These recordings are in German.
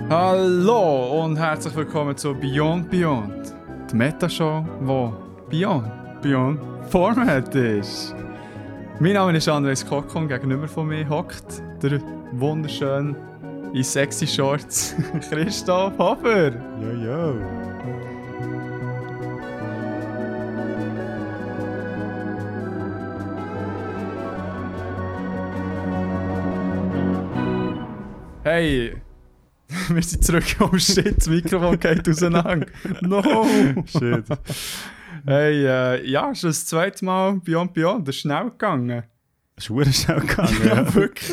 Hallo und herzlich willkommen zu Beyond Beyond, die Metashow, wo Beyond Format ist. Mein Name ist Andres Koch und gegenüber von mir hockt der wunderschöne, in sexy Shorts Christoph Hofer. Yo. Hey, wir sind zurück. Oh shit, das Mikrofon geht auseinander. No! Shit. Hey, ja, schon das zweite Mal Beyond. Das ist schnell gegangen. Es ist schnell gegangen. Ja, wirklich.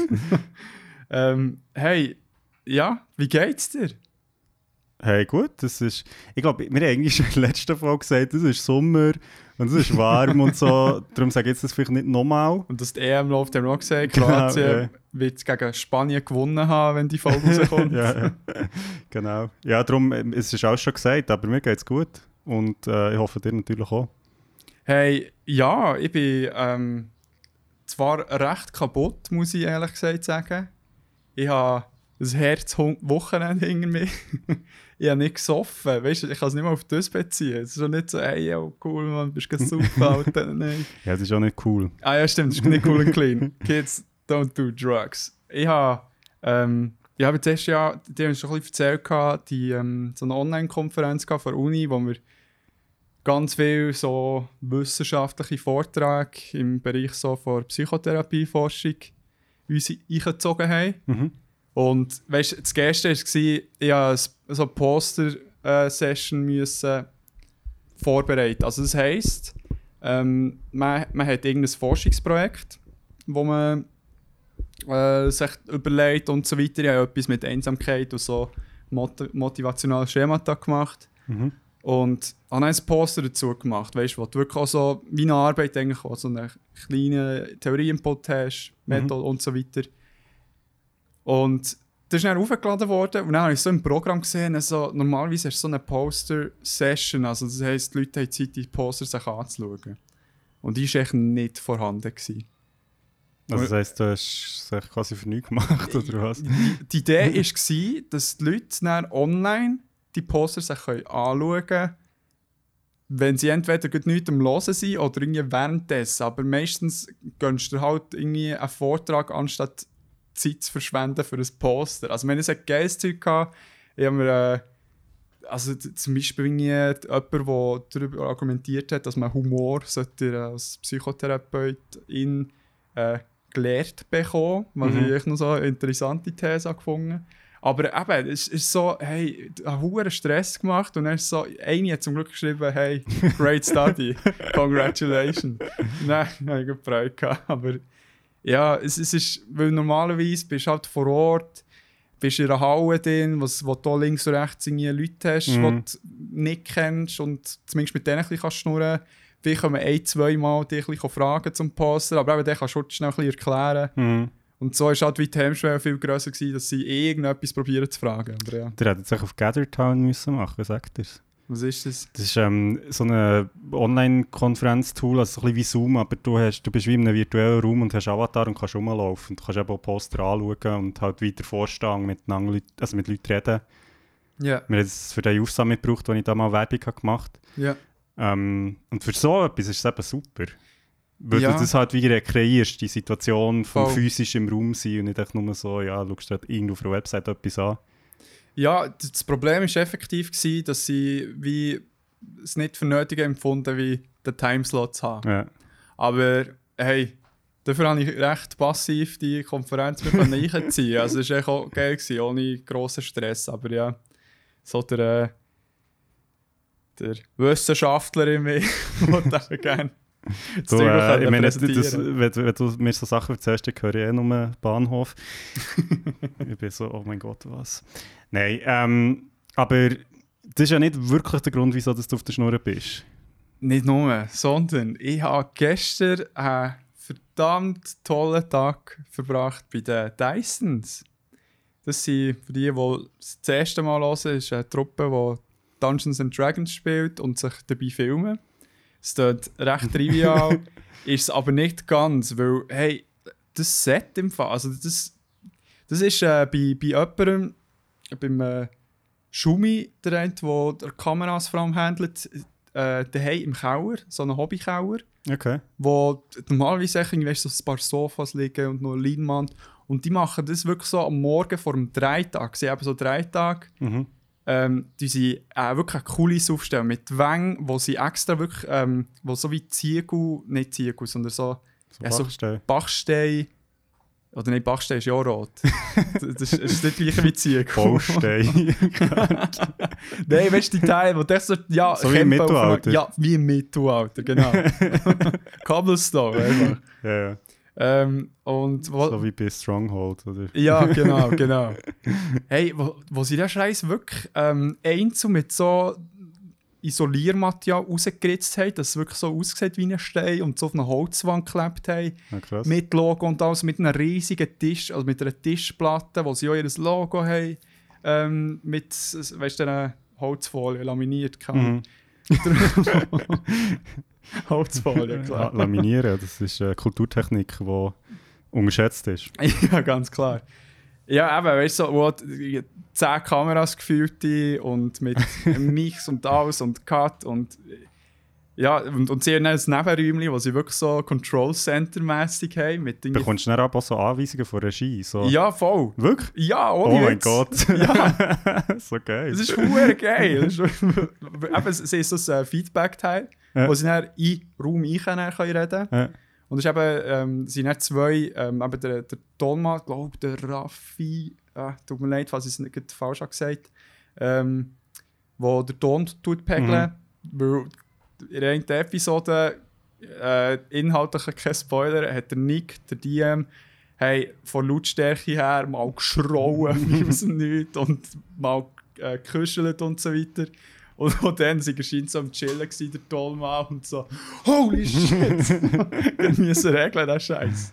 Hey, ja, wie geht's dir? Hey, gut, das ist... Ich glaube, wir haben eigentlich schon in der letzten Folge gesagt, es ist Sommer und es ist warm und so. Darum sage ich jetzt das vielleicht nicht nochmal. Und dass die EM läuft, haben wir auch gesagt, Kroatien wird gegen Spanien gewonnen haben, wenn die Folge rauskommt. ja, genau. Ja, darum, es ist auch schon gesagt, aber mir geht's gut. Und ich hoffe, dir natürlich auch. Hey, ja, ich bin zwar recht kaputt, muss ich ehrlich gesagt sagen. Ich habe ein Herz-Wochenende hinter mir. Ich habe nicht gesoffen. Weißt du, ich kann es nicht mal auf das beziehen. Es ist schon nicht so, hey, yo, cool, man, bist du saufen. Nein. Ja, das ist auch nicht cool. Ah ja, stimmt, das ist nicht cool und clean. Kids don't do drugs. Ich habe jetzt erst Jahr, die haben uns schon ein bisschen erzählt, die so eine Online-Konferenz von der Uni, wo wir ganz viel so wissenschaftliche Vorträge im Bereich so von Psychotherapieforschung uns eingezogen haben. Mhm. Und weißt du, das Erste war, ich musste so eine Poster-Session vorbereiten. Also das heisst, man hat irgendein Forschungsprojekt, wo man sich überlegt und so weiter. Ich habe etwas mit Einsamkeit und so motivationalen Schemata gemacht. Mhm. Und habe dann ein Poster dazu gemacht, weißt du, wo du wirklich auch so wie eine Arbeit eigentlich auch so eine kleine Theorie-Input hast, Methode und so weiter. Und das ist dann aufgeladen worden und dann habe ich so im Programm gesehen, also, normalerweise hast du so eine Poster-Session, also das heisst, die Leute haben Zeit, die Poster sich anzuschauen. Und die war echt nicht vorhanden gewesen. Also das heisst, du hast es quasi für nichts gemacht, oder was? Die Idee war, dass die Leute dann online die Poster sich anschauen können, wenn sie entweder nichts am Hören sind oder irgendwie währenddessen. Aber meistens gönnst du halt irgendwie einen Vortrag, anstatt Zeit zu verschwenden für ein Poster. Also wenn es ein geiles Zeug hatte, ich habe mir also zum Beispiel jemand, der darüber argumentiert hat, dass man Humor sollte als Psychotherapeutin gelehrt bekommen, was ich echt noch so eine interessante These gefunden. Aber eben, es ist so, hey, ich habe hohen Stress gemacht und dann ist so, eine hat zum Glück geschrieben, hey, great study, congratulations. Nein, habe ich Freude gehabt. Aber ja, es ist, weil normalerweise bist du halt vor Ort, bist in einer Halle drin, wo du links und rechts Leute hast, die du nicht kennst und zumindest mit denen ein bisschen schnurren kannst. Vielleicht können wir 1-2 Mal dich ein bisschen fragen zum Poster, aber eben, den kannst du schnell ein bisschen erklären. Und so war halt wie die Hemmschwelle viel grösser gewesen, dass sie irgendetwas probieren zu fragen. Aber ja. Der hätte jetzt auf GatherTown müssen machen, was sagt ihr? Was ist das? Das ist so ein Online-Konferenz-Tool, also so ein bisschen wie Zoom, aber du bist wie in einem virtuellen Raum und hast Avatar und kannst rumlaufen. Und du kannst eben auch Poster anschauen und halt weiter vorstehen, mit Leuten reden. Ja. Wir haben es für den Youth-Summit gebraucht, als ich da mal Werbung gemacht habe. Ja. Und für so etwas ist es eben super. Weil Ja. du das halt wie rekreierst, die Situation vom Voll. physisch im Raum sein und nicht einfach nur so, ja, schaust du halt irgendwo auf einer Website etwas an. Ja, das Problem war effektiv, dass sie wie es nicht für nötig empfunden wie den Timeslot zu haben. Ja. Aber hey, dafür habe ich recht passiv die Konferenz einziehen. Also es war echt auch geil, ohne grossen Stress. Aber ja, so der Wissenschaftler in mir wollte eben gerne das Du, Zeug ich meine, präsentieren. wenn du mir so Sachen erzählst, dann höre ich nur Bahnhof. Ich bin so, oh mein Gott, was. Nein, aber das ist ja nicht wirklich der Grund, wieso dass du auf der Schnur bist. Nicht nur, sondern ich habe gestern einen verdammt tollen Tag verbracht bei den Dysons. Das sind, für die es das erste Mal hören, ist eine Truppe, die Dungeons & Dragons spielt und sich dabei filmen. Es klingt recht trivial, ist es aber nicht ganz, weil, hey, das Set im Fall, also das ist bei jemandem, beim Schumi, der eine, der Kameras vor allem handelt, daheim im Keller, so einen Hobbykeller, Okay. wo normalerweise irgendwie so ein paar Sofas liegen und noch eine Leinwand. Und die machen das wirklich so am Morgen vor dem Dreitag. Sie haben so Dreitag. Mhm. Die sie wirklich eine coole aufstellen mit Wängen, wo sie extra wirklich, wo so wie Ziegel, nicht Ziegel, sondern so Bachstein. Bachstein. Oder nicht, Bachstein ist ja rot. Das ist nicht gleich wie Ziegel. Baustein. Nein, weißt du, die Teile, wo das so, ja, So wie im Mittelalter. Ja, wie im Mittelalter, genau. Cobblestone, einfach. Ja. Und So wie bei Stronghold, oder? ja, genau. Hey, wo sie den Scheiß wirklich einzeln mit so Isoliermaterial rausgeritzt haben, dass es wirklich so aussieht wie ein Stein und so auf eine Holzwand geklebt haben. Ja, krass. Mit Logo und alles, mit einem riesigen Tisch, also mit einer Tischplatte, wo sie auch ihr Logo haben, mit, weißt du, einer Holzfolie laminiert. Mhm. Holzfolie, klar. Laminieren, das ist eine Kulturtechnik, die unterschätzt ist. Ja, ganz klar. Ja, eben, weißt du, so, wo 10 Kameras gefühlt und mit Mix und alles und Cut und ja, und sie haben dann ein Nebenräumchen, wo sie wirklich so Control Center-mässig haben. Bekommst du dann aber auch so Anweisungen von Regie? So. Ja, voll. Wirklich? Ja, ohne Oh mein Witz. Gott. Ja, So geil. das ist verdammt geil. Das ist, eben, sie ist so ein Feedback-Teil, Ja. wo sie dann in den Raum rein können reden. Ja. Und es ist eben, sind dann zwei, eben der Tonmann, glaube der Raffi, tut mir leid, falls ich es nicht falsch habe gesagt, wo der Ton pegeln, weil in der einen Episode, inhaltlich kein Spoiler, hat der Nick, der DM, haben von Lautstärke her mal geschrauen wie aus dem Nichts und mal gekuschelt und so weiter. Und dann sind wir so am Chillen gewesen, der Tonmann, und so «Holy shit!» Wir müssen regeln, das Scheiß.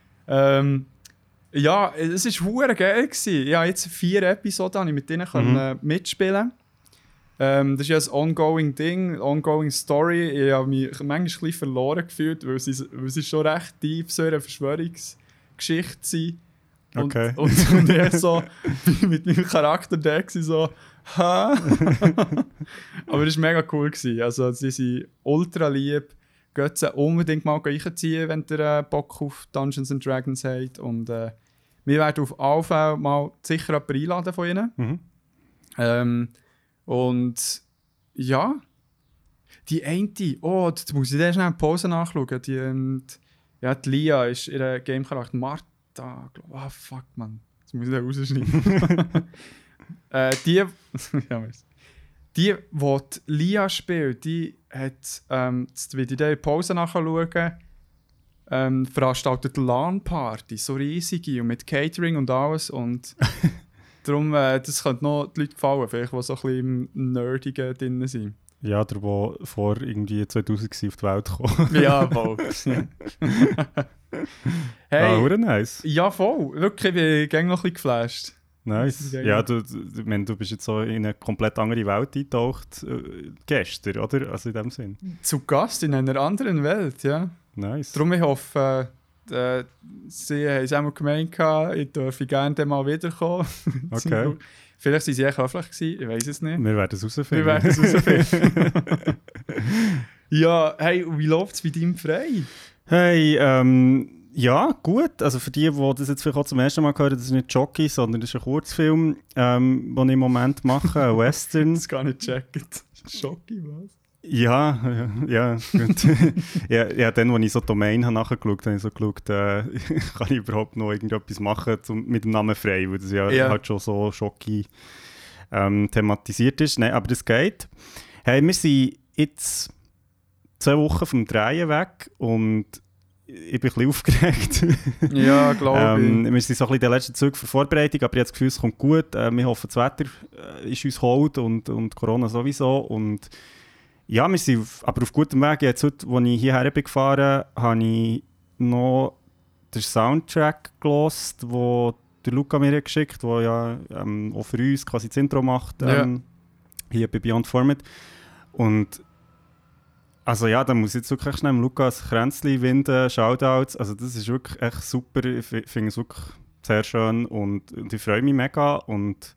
Ja, es war verdammt geil gewesen. Ja, jetzt 4 Episoden habe ich mit denen können mitspielen. Das ist ja ein ongoing Ding, ongoing Story. Ich habe mich manchmal ein bisschen verloren gefühlt, weil sie schon recht tief so eine Verschwörungsgeschichte sind. Und, Okay. und er so mit meinem Charakter da war so «Ha?» Aber das war mega cool gewesen. Also sie sind ultra lieb. Geht sie unbedingt mal reinziehen, wenn ihr Bock auf Dungeons & Dragons habt. Und wir werden auf alle Fälle mal sicher jemanden einladen von ihnen. Mhm. Und ja, die eine, oh, jetzt muss ich dann schnell eine Pause nachschauen. Die Lia ist ihr Game-Charakter. Martha, fuck, man. Jetzt muss ich da rausschneiden. Die Lia spielt, die hat, jetzt will ich in der Pause nachschauen, veranstaltet LAN-Party, so riesige und mit Catering und alles. Und darum, das könnte noch die Leute gefallen, vielleicht, die so ein bisschen im Nerdigen drin sind. Ja, der vor irgendwie 2000 auf die Welt kam. Ja, voll. Hey, Ah, nice. ja, voll. Wirklich, ich bin noch ein bisschen geflasht. Nice. Ja, du bist jetzt so in eine komplett andere Welt eingetaucht gestern, oder? Also in dem Sinn. Zu Gast in einer anderen Welt, ja. Nice. Darum, ich hoffe, sie haben es einmal gemeint, ich dürfe gerne mal wiederkommen. Okay. Vielleicht waren sie echt höflich gewesen, ich weiß es nicht. Wir werden es herausfinden. Wir werden es herausfinden. Ja, hey, wie läuft es bei deinem Frei? Hey, ja, gut. Also für die das jetzt vielleicht auch zum ersten Mal hören, das ist nicht Jockey, sondern das ist ein Kurzfilm, den ich im Moment mache, ein Western. Das gar nicht gecheckt. Schocki, was? Ja, gut. ja, dann, als ich so Domain habe nachgeschaut habe, ich so geschaut, kann ich überhaupt noch irgendetwas machen mit dem Namen frei, weil das ja halt schon so Schocki thematisiert ist. Nein, aber das geht. Hey, wir sind jetzt 2 Wochen vom Drehen weg und ich bin ein bisschen aufgeregt. Ja, glaube ich. Wir sind so ein bisschen in den letzten Zügen für Vorbereitung, aber ich habe das Gefühl, es kommt gut. Wir hoffen, das Wetter ist uns hold und Corona sowieso. Und ja, wir sind aber auf gutem Weg. Jetzt heute, als ich hierher bin gefahren, habe ich noch den Soundtrack gehört, den der Luca mir geschickt hat, der ja auch für uns quasi das Intro macht, hier bei Beyond Format. Und also ja, da muss ich jetzt wirklich schnell Lukas Kränzli winden, Shoutouts. Also das ist wirklich echt super. Ich finde es wirklich sehr schön und ich freue mich mega. Und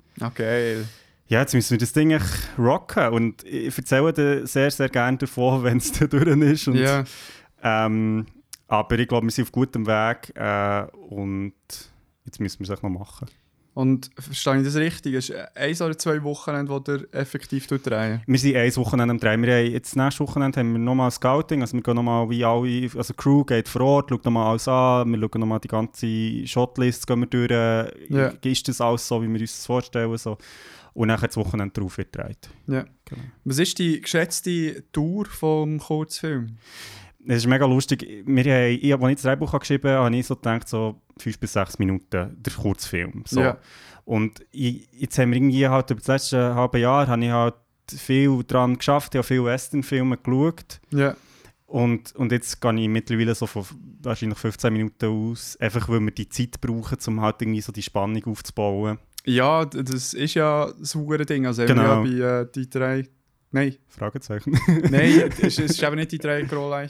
Geil. Ja, jetzt müssen wir das Ding echt rocken. Und ich erzähle dir sehr, sehr gerne davon, wenn es da durch ist. Und, Ja. aber ich glaube, wir sind auf gutem Weg und jetzt müssen wir es echt noch machen. Und verstehe ich das richtig? Es ist 1 oder 2 Wochenende, wo ihr effektiv drehen? Wir sind 1 Wochenende am Drehen. Wir haben jetzt nächstes Wochenende haben wir nochmal Scouting. Also wir gehen nochmal wie alle, also die Crew geht vor Ort, schaut nochmal alles an. Wir schauen nochmal die ganze Shotlist gehen wir durch. Ja. Ist das alles so, wie wir uns das vorstellen? So. Und nachher das Wochenende darauf wird gedreht. Ja. Genau. Was ist die geschätzte Dauer vom Kurzfilm? Es ist mega lustig. Als ich das Drehbuch geschrieben habe, habe ich so gedacht, so 5 bis 6 Minuten, der Kurzfilm. So. Ja. Und jetzt haben wir irgendwie halt über das letzte halbe Jahr habe ich halt viel daran geschafft, ich habe viele Western-Filme geschaut. Ja. Und jetzt gehe ich mittlerweile so von wahrscheinlich 15 Minuten aus, einfach weil wir die Zeit brauchen, um halt irgendwie so die Spannung aufzubauen. Ja, das ist ja das hure Ding. Also Genau. ja bei die 3... Nein. Fragezeichen. Nein, es ist eben nicht die 3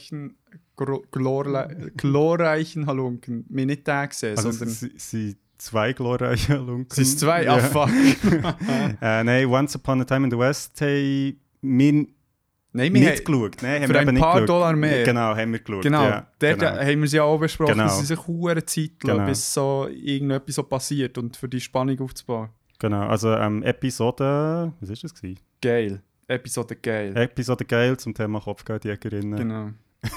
glorreichen Halunken. Wir haben nicht den gesehen, Also sondern... sie sind 2 glorreiche Lunken. Es sind 2? Ja. Ah, fuck. Nein, Once Upon a Time in the West haben wir Nein, wir nicht geschaut. Nein, haben für wir ein eben nicht paar geschaut. Dollar mehr. Genau, haben wir geschaut. Genau, Ja, dort genau. haben wir es ja auch besprochen, Genau. dass sie sich hure Zeit lassen, Genau. bis so irgendetwas so passiert und für die Spannung aufzubauen. Genau, also Episode... Was war das gewesen? Geil. Episode geil. Episode geil zum Thema Kopfgeldjägerinnen. Genau.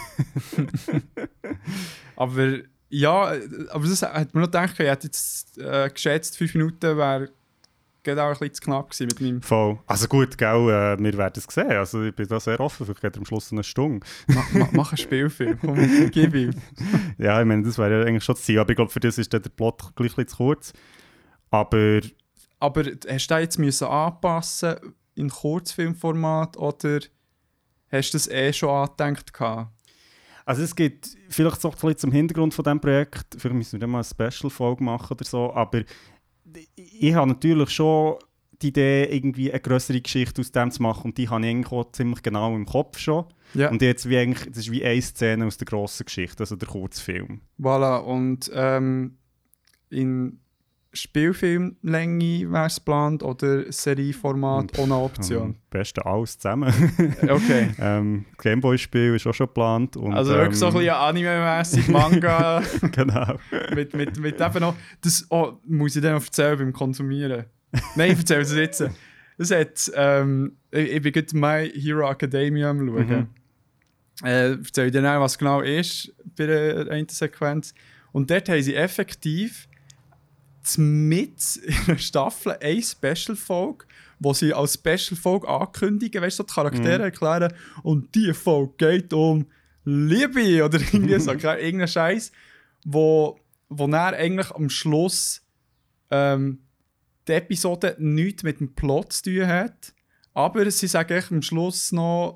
Aber ja, aber das hat mir noch gedacht, ich hätte jetzt geschätzt, 5 Minuten wäre auch ein bisschen zu knapp gewesen mit meinem... Voll. Also gut, gell, wir werden es sehen. Also ich bin da sehr offen, vielleicht geht er am Schluss eine Stunde. Mach einen Spielfilm, komm, gib ihm. Ja, ich meine, das wäre ja eigentlich schon das Ziel. Aber ich glaube, für das ist dann der Plot gleich ein bisschen zu kurz. Aber hast du das jetzt müssen anpassen in Kurzfilmformat oder hast du das schon angedenkt gehabt? also es gibt vielleicht so ein bisschen zum Hintergrund von diesem Projekt, vielleicht müssen wir dann mal eine Special-Folge machen oder so, aber ich habe natürlich schon die Idee, irgendwie eine grössere Geschichte aus dem zu machen und die habe ich eigentlich auch ziemlich genau im Kopf schon. Ja. Und jetzt wie eigentlich, das ist wie eine Szene aus der grossen Geschichte, also der Kurzfilm. Voilà, und in Spielfilmlänge wäre es geplant oder Serieformat ohne Option? Am besten alles zusammen. Okay. Gameboy-Spiel ist auch schon geplant. Und, Also wirklich so ein bisschen anime-mässig Manga genau. mit eben noch... Das muss ich dann noch erzählen beim Konsumieren. Nein, ich erzähle es jetzt. Das hat... ich bin gerade My Hero Academia am schauen. Erzähle ich dann auch, was genau ist bei der einen Sequenz. Und dort haben sie effektiv mit in einer Staffel eine Special-Folge, wo sie als Special-Folge ankündigen, weißt du, so die Charaktere erklären, und diese Folge geht um Liebe oder irgendwie so, irgendein Scheiß, wo dann eigentlich am Schluss die Episode nichts mit dem Plot zu tun hat, aber sie sagen echt am Schluss noch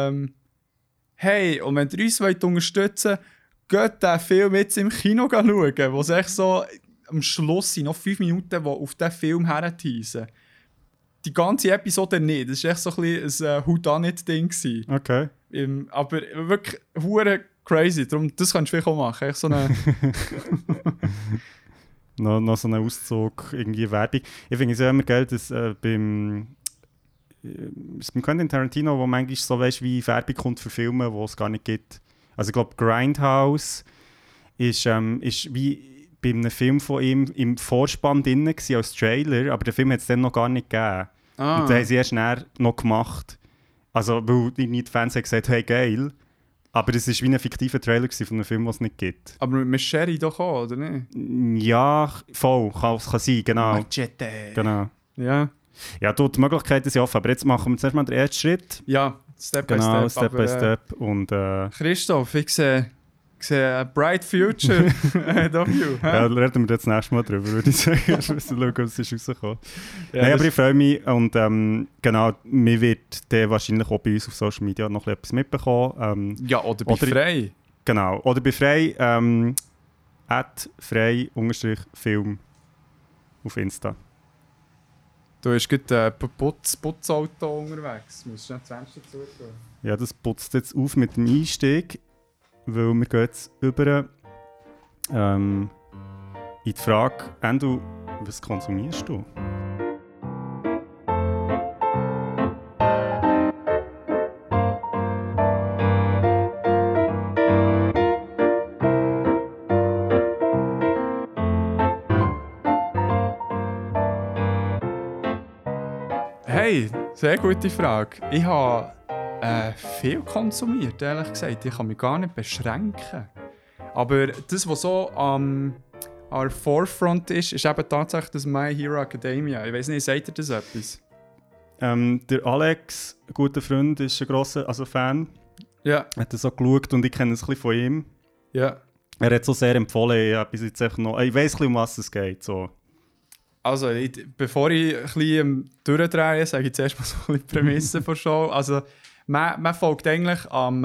hey, und wenn ihr uns unterstützen wollt, geht den Film jetzt im Kino schauen, wo es echt so am Schluss sind noch 5 Minuten, die auf diesen Film herteisen. Die ganze Episode nicht. Das war echt so ein bisschen ein Whodunit-Ding. Okay. Aber wirklich hure crazy. Darum, das kannst du vielleicht auch machen. Echt so eine noch so einen Auszug, irgendwie Werbung. Ich finde es ja immer geil, dass beim Quentin Tarantino, wo manchmal so weißt, wie Werbung kommt für Filme, die es gar nicht gibt. Also ich glaube, Grindhouse ist wie bei einem Film von ihm im Vorspann drin als Trailer, aber den Film hat es dann noch gar nicht gegeben. Und den haben sie erst nachher noch gemacht. Also, weil die Fans haben gesagt, hey, geil. Aber es war wie ein fiktiver Trailer von einem Film, den es nicht gibt. Aber mit Sherry doch auch, oder nicht? Ja, voll, kann sein, genau. Machete. Genau. Ja. Ja, die Möglichkeiten sind offen, aber jetzt machen wir zuerst mal den ersten Schritt. Ja, Step by Genau, Step. Step by Step. Und, Christoph, ich sehe ein bright future ahead of you. ja, reden wir das nächste Mal drüber, würde ich sagen. Wir müssen schauen, was ist rausgekommen. Ja, Nein, aber ich freue mich und genau, mir wird der wahrscheinlich auch bei uns auf Social Media noch etwas mitbekommen. ja, oder bei Frei. Genau, oder bei Frei, @frei_film auf Insta. Du hast gerade ein Putzauto unterwegs. Du musst schnell das Fenster zutun. Ja, das putzt jetzt auf mit dem Einstieg, weil wir gehen jetzt über in die Frage, Endo, was konsumierst du? Sehr gute Frage. Ich habe viel konsumiert, ehrlich gesagt. Ich kann mich gar nicht beschränken. Aber das, was so am Forefront ist eben tatsächlich das My Hero Academia. Ich weiß nicht, sagt ihr das etwas? Der Alex, ein guter Freund, ist ein grosser Fan. Ja. Hat das auch geschaut und ich kenne es ein bisschen von ihm. Ja. Er hat so sehr empfohlen, ich weiss ein bisschen, um was es geht. So. Also, bevor ich ein bisschen durchdrehe, sage ich zuerst mal so ein bisschen die Prämisse der Show. Also, man folgt eigentlich am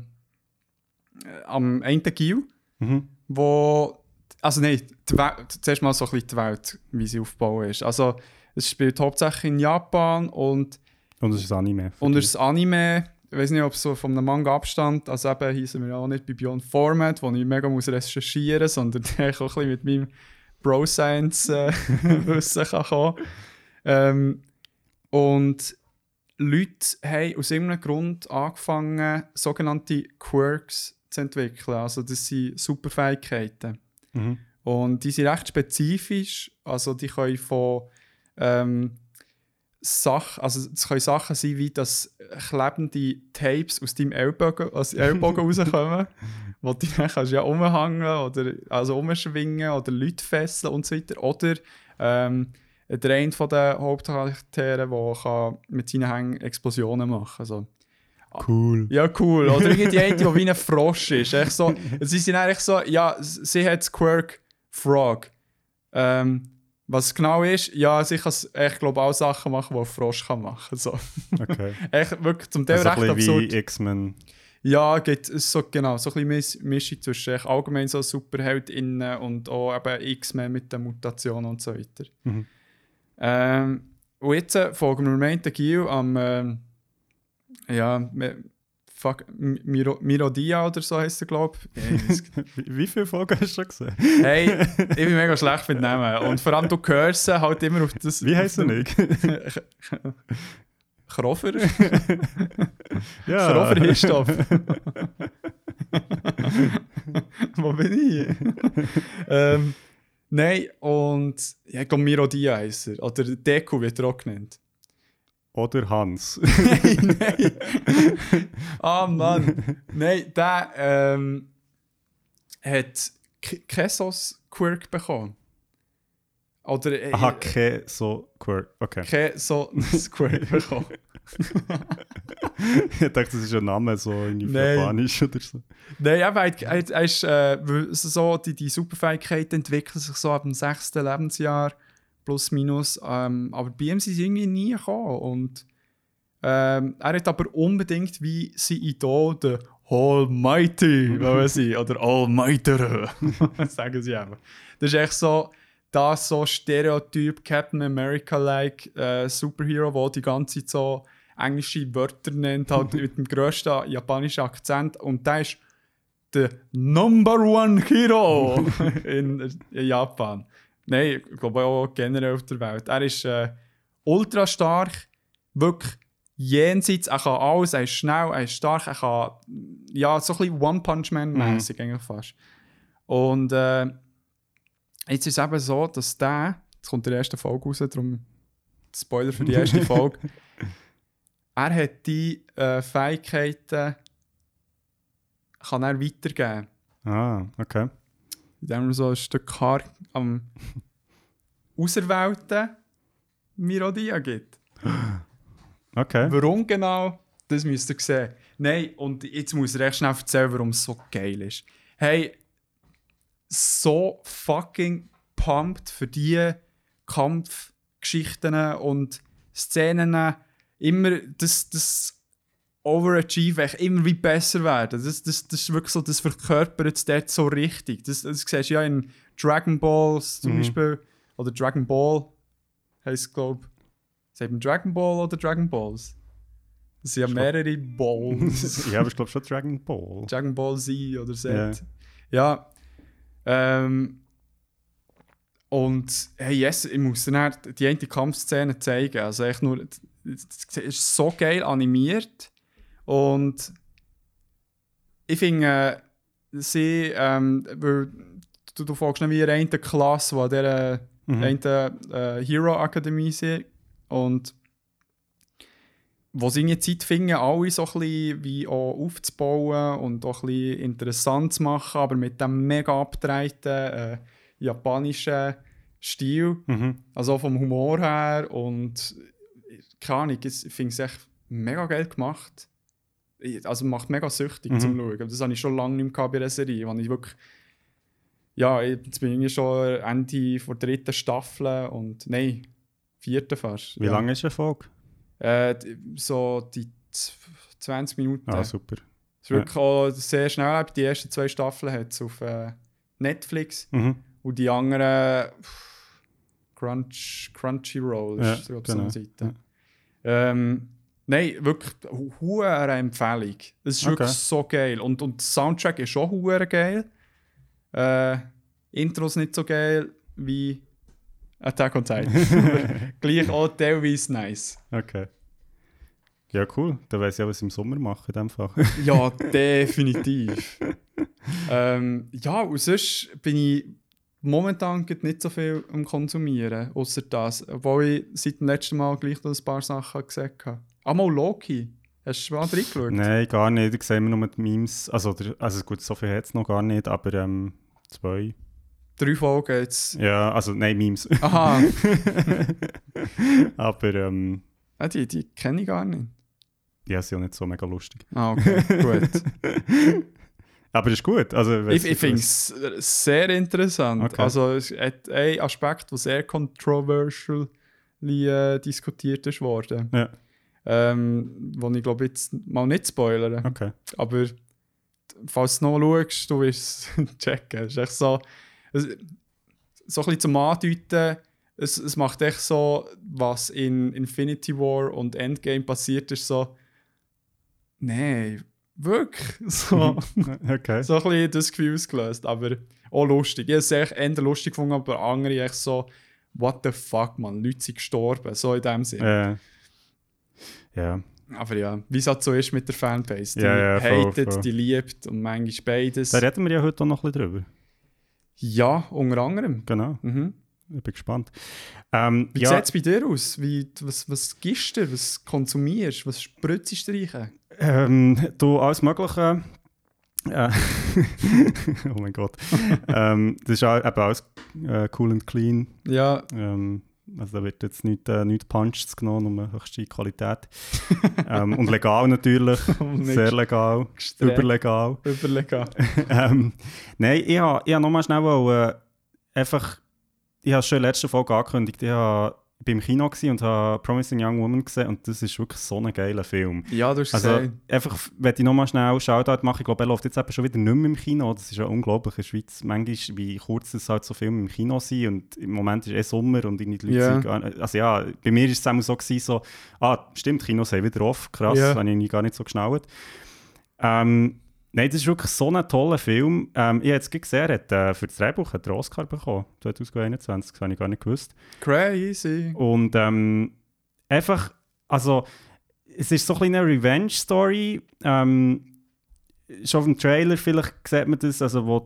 einen Gil, wo... Also nein, zuerst mal so ein bisschen die Welt, wie sie aufgebaut ist. Also, es spielt hauptsächlich in Japan und es ist ein Anime. Und es ist ein Anime, ich weiß nicht, ob es so von einem Manga abstammt, also eben hier sind wir auch nicht bei Beyond Format, wo ich mega muss recherchieren muss, sondern ich auch ein bisschen mit meinem Bro-Science-Wissen kann kommen. Und Leute haben aus irgendeinem Grund angefangen, sogenannte Quirks zu entwickeln. Also das sind Superfähigkeiten. Mhm. Und die sind recht spezifisch, also die können von also es können Sachen sein, wie dass klebende Tapes aus deinem Ellbogen rauskommen, wo du dann kannst ja umhängen oder also umschwingen oder Leute fesseln und so weiter. Oder der eine von den Hauptcharakteren, der mit seinen Hängen Explosionen machen kann. Also, cool. Ja, cool. Oder irgendwie eine, die wie ein Frosch ist. Echt so, sie sind eigentlich so, ja, sie hat das Quirk Frog. Was es genau ist, ja, sie kann echt global Sachen machen, die ein Frosch kann machen. So. Okay. Echt wirklich zum Teil also recht ein absurd. Wie X-Men. Ja, geht so genau, so ein bisschen Mischung zwischen allgemein so SuperheldInnen und auch eben X-Men mit den Mutationen und so weiter. Mhm. Und jetzt folgen wir Main Gil am Mirodia oder so heisst er, glaube ich. Wie viele Folgen hast du schon gesehen? Hey, ich bin mega schlecht mit Namen. Und vor allem, du hörst halt immer auf das... Wie heisst er nicht? Krofer? Ja. Krofer Hirstoff. Wo bin ich? Nein, und ich glaube Mirodia heisst er. Oder Deku wird er auch genannt. Oder Hans. Nein. Ah, Mann. Nein, der hat Kesos-Quirk bekommen. Oder, Aha, Keso-Quirk. Okay. Kesos-Quirk bekommen. Ich dachte, das ist ein Name, so in Japanisch oder so. Nein, aber er ist so, die Superfähigkeiten entwickeln sich so ab dem 6. Lebensjahr. Plus, minus. Aber bei ihm sind sie irgendwie nie gekommen. Und er hat aber unbedingt wie sein Idol, der Almighty, oder Allmighter, sagen sie einfach. Das ist echt so, das so Stereotyp Captain America-like Superhero, der die ganze Zeit so englische Wörter nennt, halt mit dem grössten japanischen Akzent. Und der ist der Number One Hero in Japan. Nein, ich glaube auch generell auf der Welt. Er ist ultra stark, wirklich jenseits, er kann alles, er ist schnell, er ist stark, er kann ja, so ein bisschen One-Punch-Man-mäßig eigentlich fast. Und jetzt ist es eben so, dass jetzt kommt die erste Folge raus, darum Spoiler für die erste Folge, er hat die Fähigkeiten, kann er weitergeben. Ah, okay. Indem er so ein Stück Haar am auserwählten Mirodia gibt. Okay. Warum genau, das müsst ihr sehen. Nein, und jetzt muss ich recht schnell erzählen, warum es so geil ist. Hey, so fucking pumped für die Kampfgeschichten und Szenen. Immer das Overachieve, immer wie besser werden. Das ist wirklich so, das verkörpert es dort so richtig. Das siehst du ja in Dragon Balls zum Beispiel. Oder Dragon Ball heisst es, glaube ich. Sagt man Dragon Ball oder Dragon Balls? Das sind ja mehrere Balls. Ja, aber ich glaube schon Dragon Ball. Dragon Ball Z oder Z. Ja. Und hey, yes, ich muss dann die eine Kampfszene zeigen. Also echt nur, es ist so geil animiert. Und ich finde, sie, weil du folgst nicht wie eine Klasse, die an dieser eine Hero Akademie sind. Und wo sie irgendwie Zeit finden, alle so ein bisschen wie auch aufzubauen und auch ein bisschen interessant zu machen, aber mit dem mega abgedrehten japanischen Stil, also vom Humor her und keine Ahnung, ich finde es echt mega geil gemacht. Also macht mega süchtig zum Schauen. Das habe ich schon lange nicht mehr bei einer Serie, wo ich wirklich jetzt bin ich schon Ende der 3. Staffel und 4. fast. Wie lange ist eine Folge? So die 20 Minuten. Ah, super. Es ist wirklich auch sehr schnell. Die ersten 2 Staffeln hat es auf Netflix und die anderen Crunchyroll ist so eine Seite. Wirklich eine Empfehlung. Es ist wirklich so geil. Und der Soundtrack ist schon hure geil. Intros nicht so geil wie Attack on Titan. Gleich auch teilweise nice. Okay. Ja, cool. Dann weiss ich auch, was ich im Sommer mache in dem Fall. Ja, definitiv. Und sonst bin ich momentan nicht so viel am Konsumieren, außer das. Obwohl ich seit dem letzten Mal gleich noch ein paar Sachen gesehen habe. Mal Loki. Hast du mal reingeschaut? Nein, gar nicht. Ich sehe immer nur die Memes. Also gut, so viel hat es noch gar nicht, aber 2. 3 Folgen jetzt. Ja, also nein, Memes. Aha. Aber Die kenne ich gar nicht. Ja, sind ja nicht so mega lustig. Ah, okay, gut. Aber ist gut. Also, ich finde es sehr interessant. Okay. Also es hat einen Aspekt, der sehr controversial diskutiert ist worden. Ja. Wo ich glaube jetzt mal nicht spoilern. Okay. Aber falls du noch schaust, du wirst es checken. Es ist echt so ein bisschen zum Andeuten, es macht echt so, was in Infinity War und Endgame passiert ist, so nein, wirklich? So, Okay. so ein bisschen das Gefühl ausgelöst, aber auch lustig. Ich habe es echt eher lustig gefunden, aber andere echt so, what the fuck, man, Leute sind gestorben, so in dem Sinne. Ja. Aber ja, wie es halt so ist mit der Fanbase. Die voll. hatet, die liebt und manchmal beides. Da reden wir ja heute auch noch ein bisschen drüber. Ja, unter anderem. Genau. Mhm. Ich bin gespannt. Wie sieht es bei dir aus? Was gibst du? Was konsumierst du? Was spritzt du rein? Du, alles Mögliche. Oh mein Gott. Das ist auch, eben alles cool und clean. Ja. Also da wird jetzt nicht Punches genommen, nur höchste Qualität. Und legal natürlich. Sehr legal. Überlegal. Nein, ich habe nochmal schnell ich habe es schon in der letzten Folge angekündigt, ich war im Kino und habe Promising Young Woman gesehen und das ist wirklich so ein geiler Film. Ja, du hast also gesehen. Einfach, wenn ich nochmal schnell Shoutout mache, ich glaube, er läuft jetzt eben schon wieder nicht mehr im Kino. Das ist ja unglaublich in der Schweiz, manchmal, wie kurz das halt so Filme im Kino sind und im Moment ist Sommer und die Leute sind gar nicht, also ja, bei mir war es auch so gewesen, stimmt, Kinos sind wieder offen, krass, habe ich gar nicht so geschnallt. Nein, das ist wirklich so ein toller Film. Ich habe jetzt gesehen, er hat für das Drehbuch einen Oscar bekommen, 2021, das habe ich gar nicht gewusst. Crazy. Und einfach, also es ist so ein bisschen eine Revenge-Story. Schon auf dem Trailer vielleicht sieht man das, also wo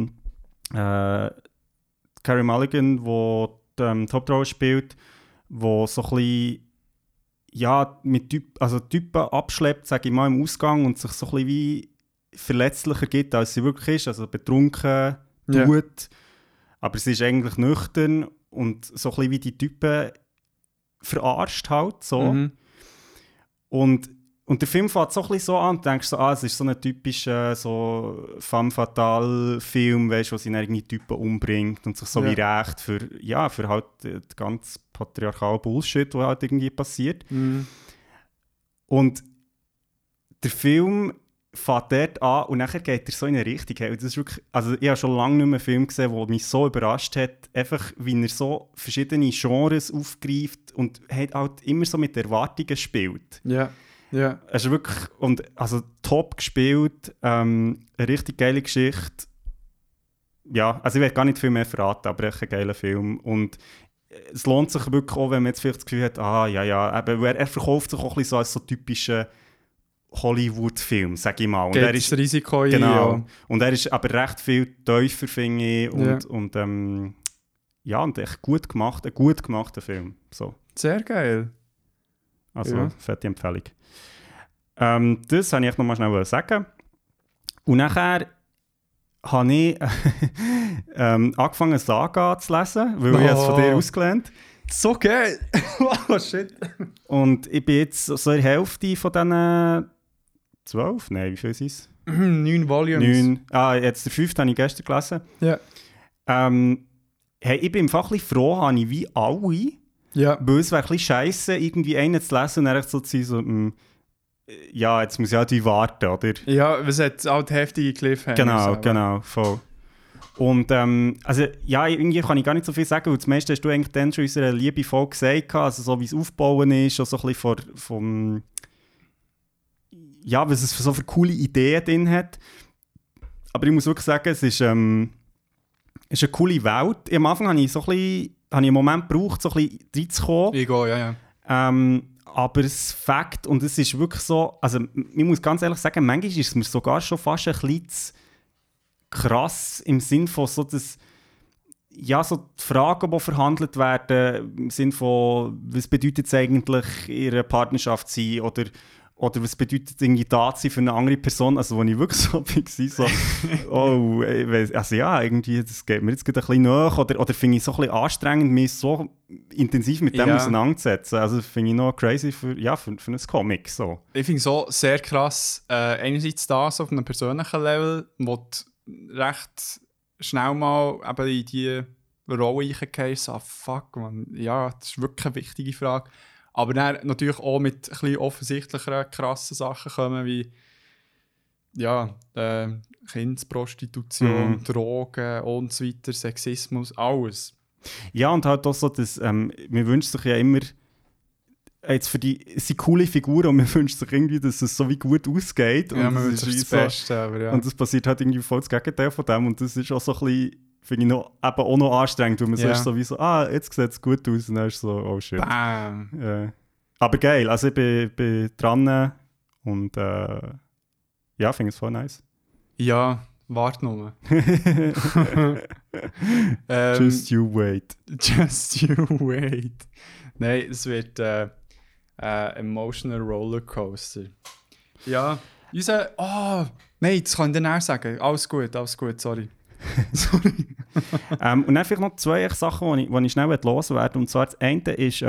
Carey Mulligan, die Hauptrolle spielt, wo so ein bisschen mit Typen abschleppt, sage ich mal, im Ausgang und sich so ein bisschen wie verletzlicher gibt, als sie wirklich ist. Also betrunken, tut, aber sie ist eigentlich nüchtern und so ein bisschen wie die Typen verarscht halt. So. Mhm. Und der Film fängt so ein bisschen so an und du denkst so, es ist so ein typischer so femme fatale Film, weißt, wo sie dann irgendwie Typen umbringt und sich so wie rächt für halt den ganz patriarchalen Bullshit, der halt irgendwie passiert. Mhm. Und der Film fängt dort an und nachher geht er so in eine Richtung. Hey, das ist wirklich, also ich habe schon lange nicht mehr einen Film gesehen, der mich so überrascht hat, einfach wie er so verschiedene Genres aufgreift und hat halt immer so mit Erwartungen spielt. Ja. Ja. Es ist wirklich, also top gespielt, eine richtig geile Geschichte. Ja, also ich will gar nicht viel mehr verraten, aber echt ein geiler Film. Und es lohnt sich wirklich auch, wenn man jetzt vielleicht das Gefühl hat, aber er verkauft sich auch ein bisschen so als so typischer Hollywood-Film, sage ich mal. Und geht das Risiko ein. Genau. Ja. Und er ist aber recht viel tiefer, finde ich. Und echt gut gemacht, ein gut gemachter Film. So. Sehr geil. Also, fette Empfehlung. Das wollte ich noch mal schnell sagen. Und nachher habe ich angefangen, Saga zu lesen, weil ich es von dir ausgelernt. So geil! Oh, shit. Und ich bin jetzt so in der Hälfte von diesen 12? Nein, wie viel sind es? 9 Volumes. 9. Jetzt der 5. habe ich gestern gelesen. Ja. Hey, ich bin einfach ein bisschen froh, habe ich wie alle. Ja. Weil es wäre ein bisschen scheisse, irgendwie einen zu lesen und dann so zu sein, so, ja, jetzt muss ich halt wie warten, oder? Ja, es hat halt heftige Cliffhanger. Genau, voll. Und also, ja, irgendwie kann ich gar nicht so viel sagen, weil das meiste hast du eigentlich dann schon in unserer liebevoll gesagt, also so wie es aufbauen ist, auch so ein bisschen vom ja, was es für so für coole Ideen drin hat. Aber ich muss wirklich sagen, es ist eine coole Welt. Am Anfang habe ich einen Moment gebraucht, so ein bisschen reinzukommen. Ich gehe, ja. Aber es Fakt, und es ist wirklich so, also ich muss ganz ehrlich sagen, manchmal ist es mir sogar schon fast ein bisschen krass im Sinn von so das, ja, so die Fragen, die verhandelt werden, im Sinn von, was bedeutet es eigentlich, in einer Partnerschaft zu sein, oder was bedeutet irgendwie da zu sein für eine andere Person, also wo ich wirklich so war, so, oh, also ja, irgendwie, das geht mir jetzt gerade ein bisschen nach, oder finde ich so ein bisschen anstrengend, mich so intensiv mit dem auseinanderzusetzen. Also finde ich noch crazy für ein Comic. So. Ich finde es so sehr krass, einerseits das auf einem persönlichen Level, wo du recht schnell mal eben in die Rolle reingehst, so, fuck, man, ja, das ist wirklich eine wichtige Frage. Aber dann natürlich auch mit ein bisschen offensichtlicheren, krassen Sachen kommen, wie ja, Kindsprostitution, Drogen und so weiter, Sexismus, alles. Ja, und halt auch so, dass man wünscht sich ja immer, jetzt es sind coole Figuren und man wünscht sich irgendwie, dass es so wie gut ausgeht. Ja, und man wünscht sich das Beste, aber ja. Und das passiert halt irgendwie voll das Gegenteil von dem und das ist auch so ein bisschen, finde ich auch noch anstrengend, weil man so ist so wie so, jetzt sieht es gut aus und dann ist so, oh shit. Bam! Aber geil, also ich bin dran und ja, finde es voll nice. Ja, warte nur. Just you wait. Just you wait. Nein, es wird emotional Rollercoaster. Ja, nein, das kann ich dann auch sagen. Alles gut, sorry. Und dann vielleicht noch zwei Sachen, die ich schnell loswerden will. Und zwar das eine ist,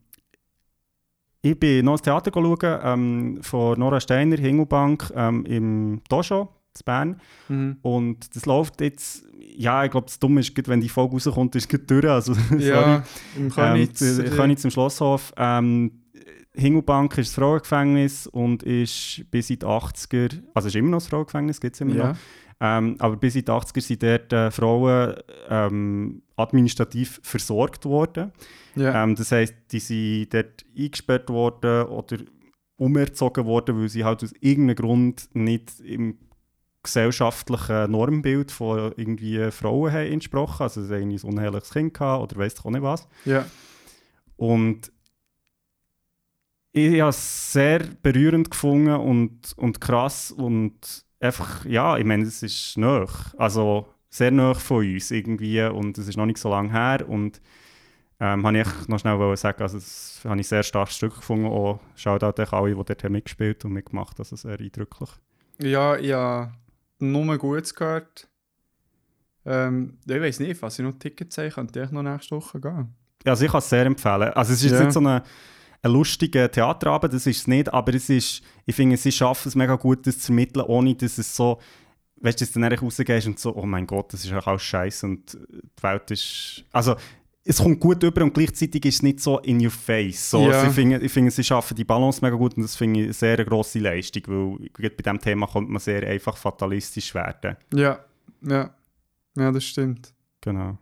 ich bin noch ins Theater schauen, von Nora Steiner, Hingelbank, im Dojo in Bern. Mhm. Und das läuft jetzt, ja, ich glaube, das Dumme ist, wenn die Folge rauskommt, ist es durch. Also, ja, im Königs im Schlosshof. Hingelbank ist das Frauengefängnis und ist bis in die 80er, also ist immer noch das Frauengefängnis, gibt es immer noch. Aber bis in die 80er sind dort Frauen administrativ versorgt worden. Ja. Das heisst, die sind dort eingesperrt worden oder umerzogen worden, weil sie halt aus irgendeinem Grund nicht im gesellschaftlichen Normbild von irgendwie Frauen haben entsprochen. Also sie haben ein unheimliches Kind gehabt oder weiss ich auch nicht was. Ja. Und ich habe es sehr berührend gefunden und krass und einfach, ja, ich meine, es ist nahe, also sehr nahe von uns irgendwie und es ist noch nicht so lange her und habe ich noch schnell sagen, also das habe ich ein sehr starkes Stück gefunden, auch Shoutout an alle, die dort mitgespielt und mitgemacht, also sehr eindrücklich. Ja, ich habe nur Gutes gehört. Ich weiss nicht, falls ich noch Tickets habe, könnte ich noch nächste Woche gehen. Also ich kann es sehr empfehlen. Also es ist jetzt nicht so ein lustiger Theaterabend, das ist es nicht, aber es ist, ich finde, sie schaffen es mega gut, das zu vermitteln, ohne dass es so, weißt du, dass du dann rausgehst und so, oh mein Gott, das ist auch alles Scheiße und die Welt ist, also es kommt gut rüber und gleichzeitig ist es nicht so in your face. So, ja. Also ich finde, sie schaffen die Balance mega gut und das finde ich eine sehr grosse Leistung, weil bei diesem Thema könnte man sehr einfach fatalistisch werden. Ja, das stimmt. Genau.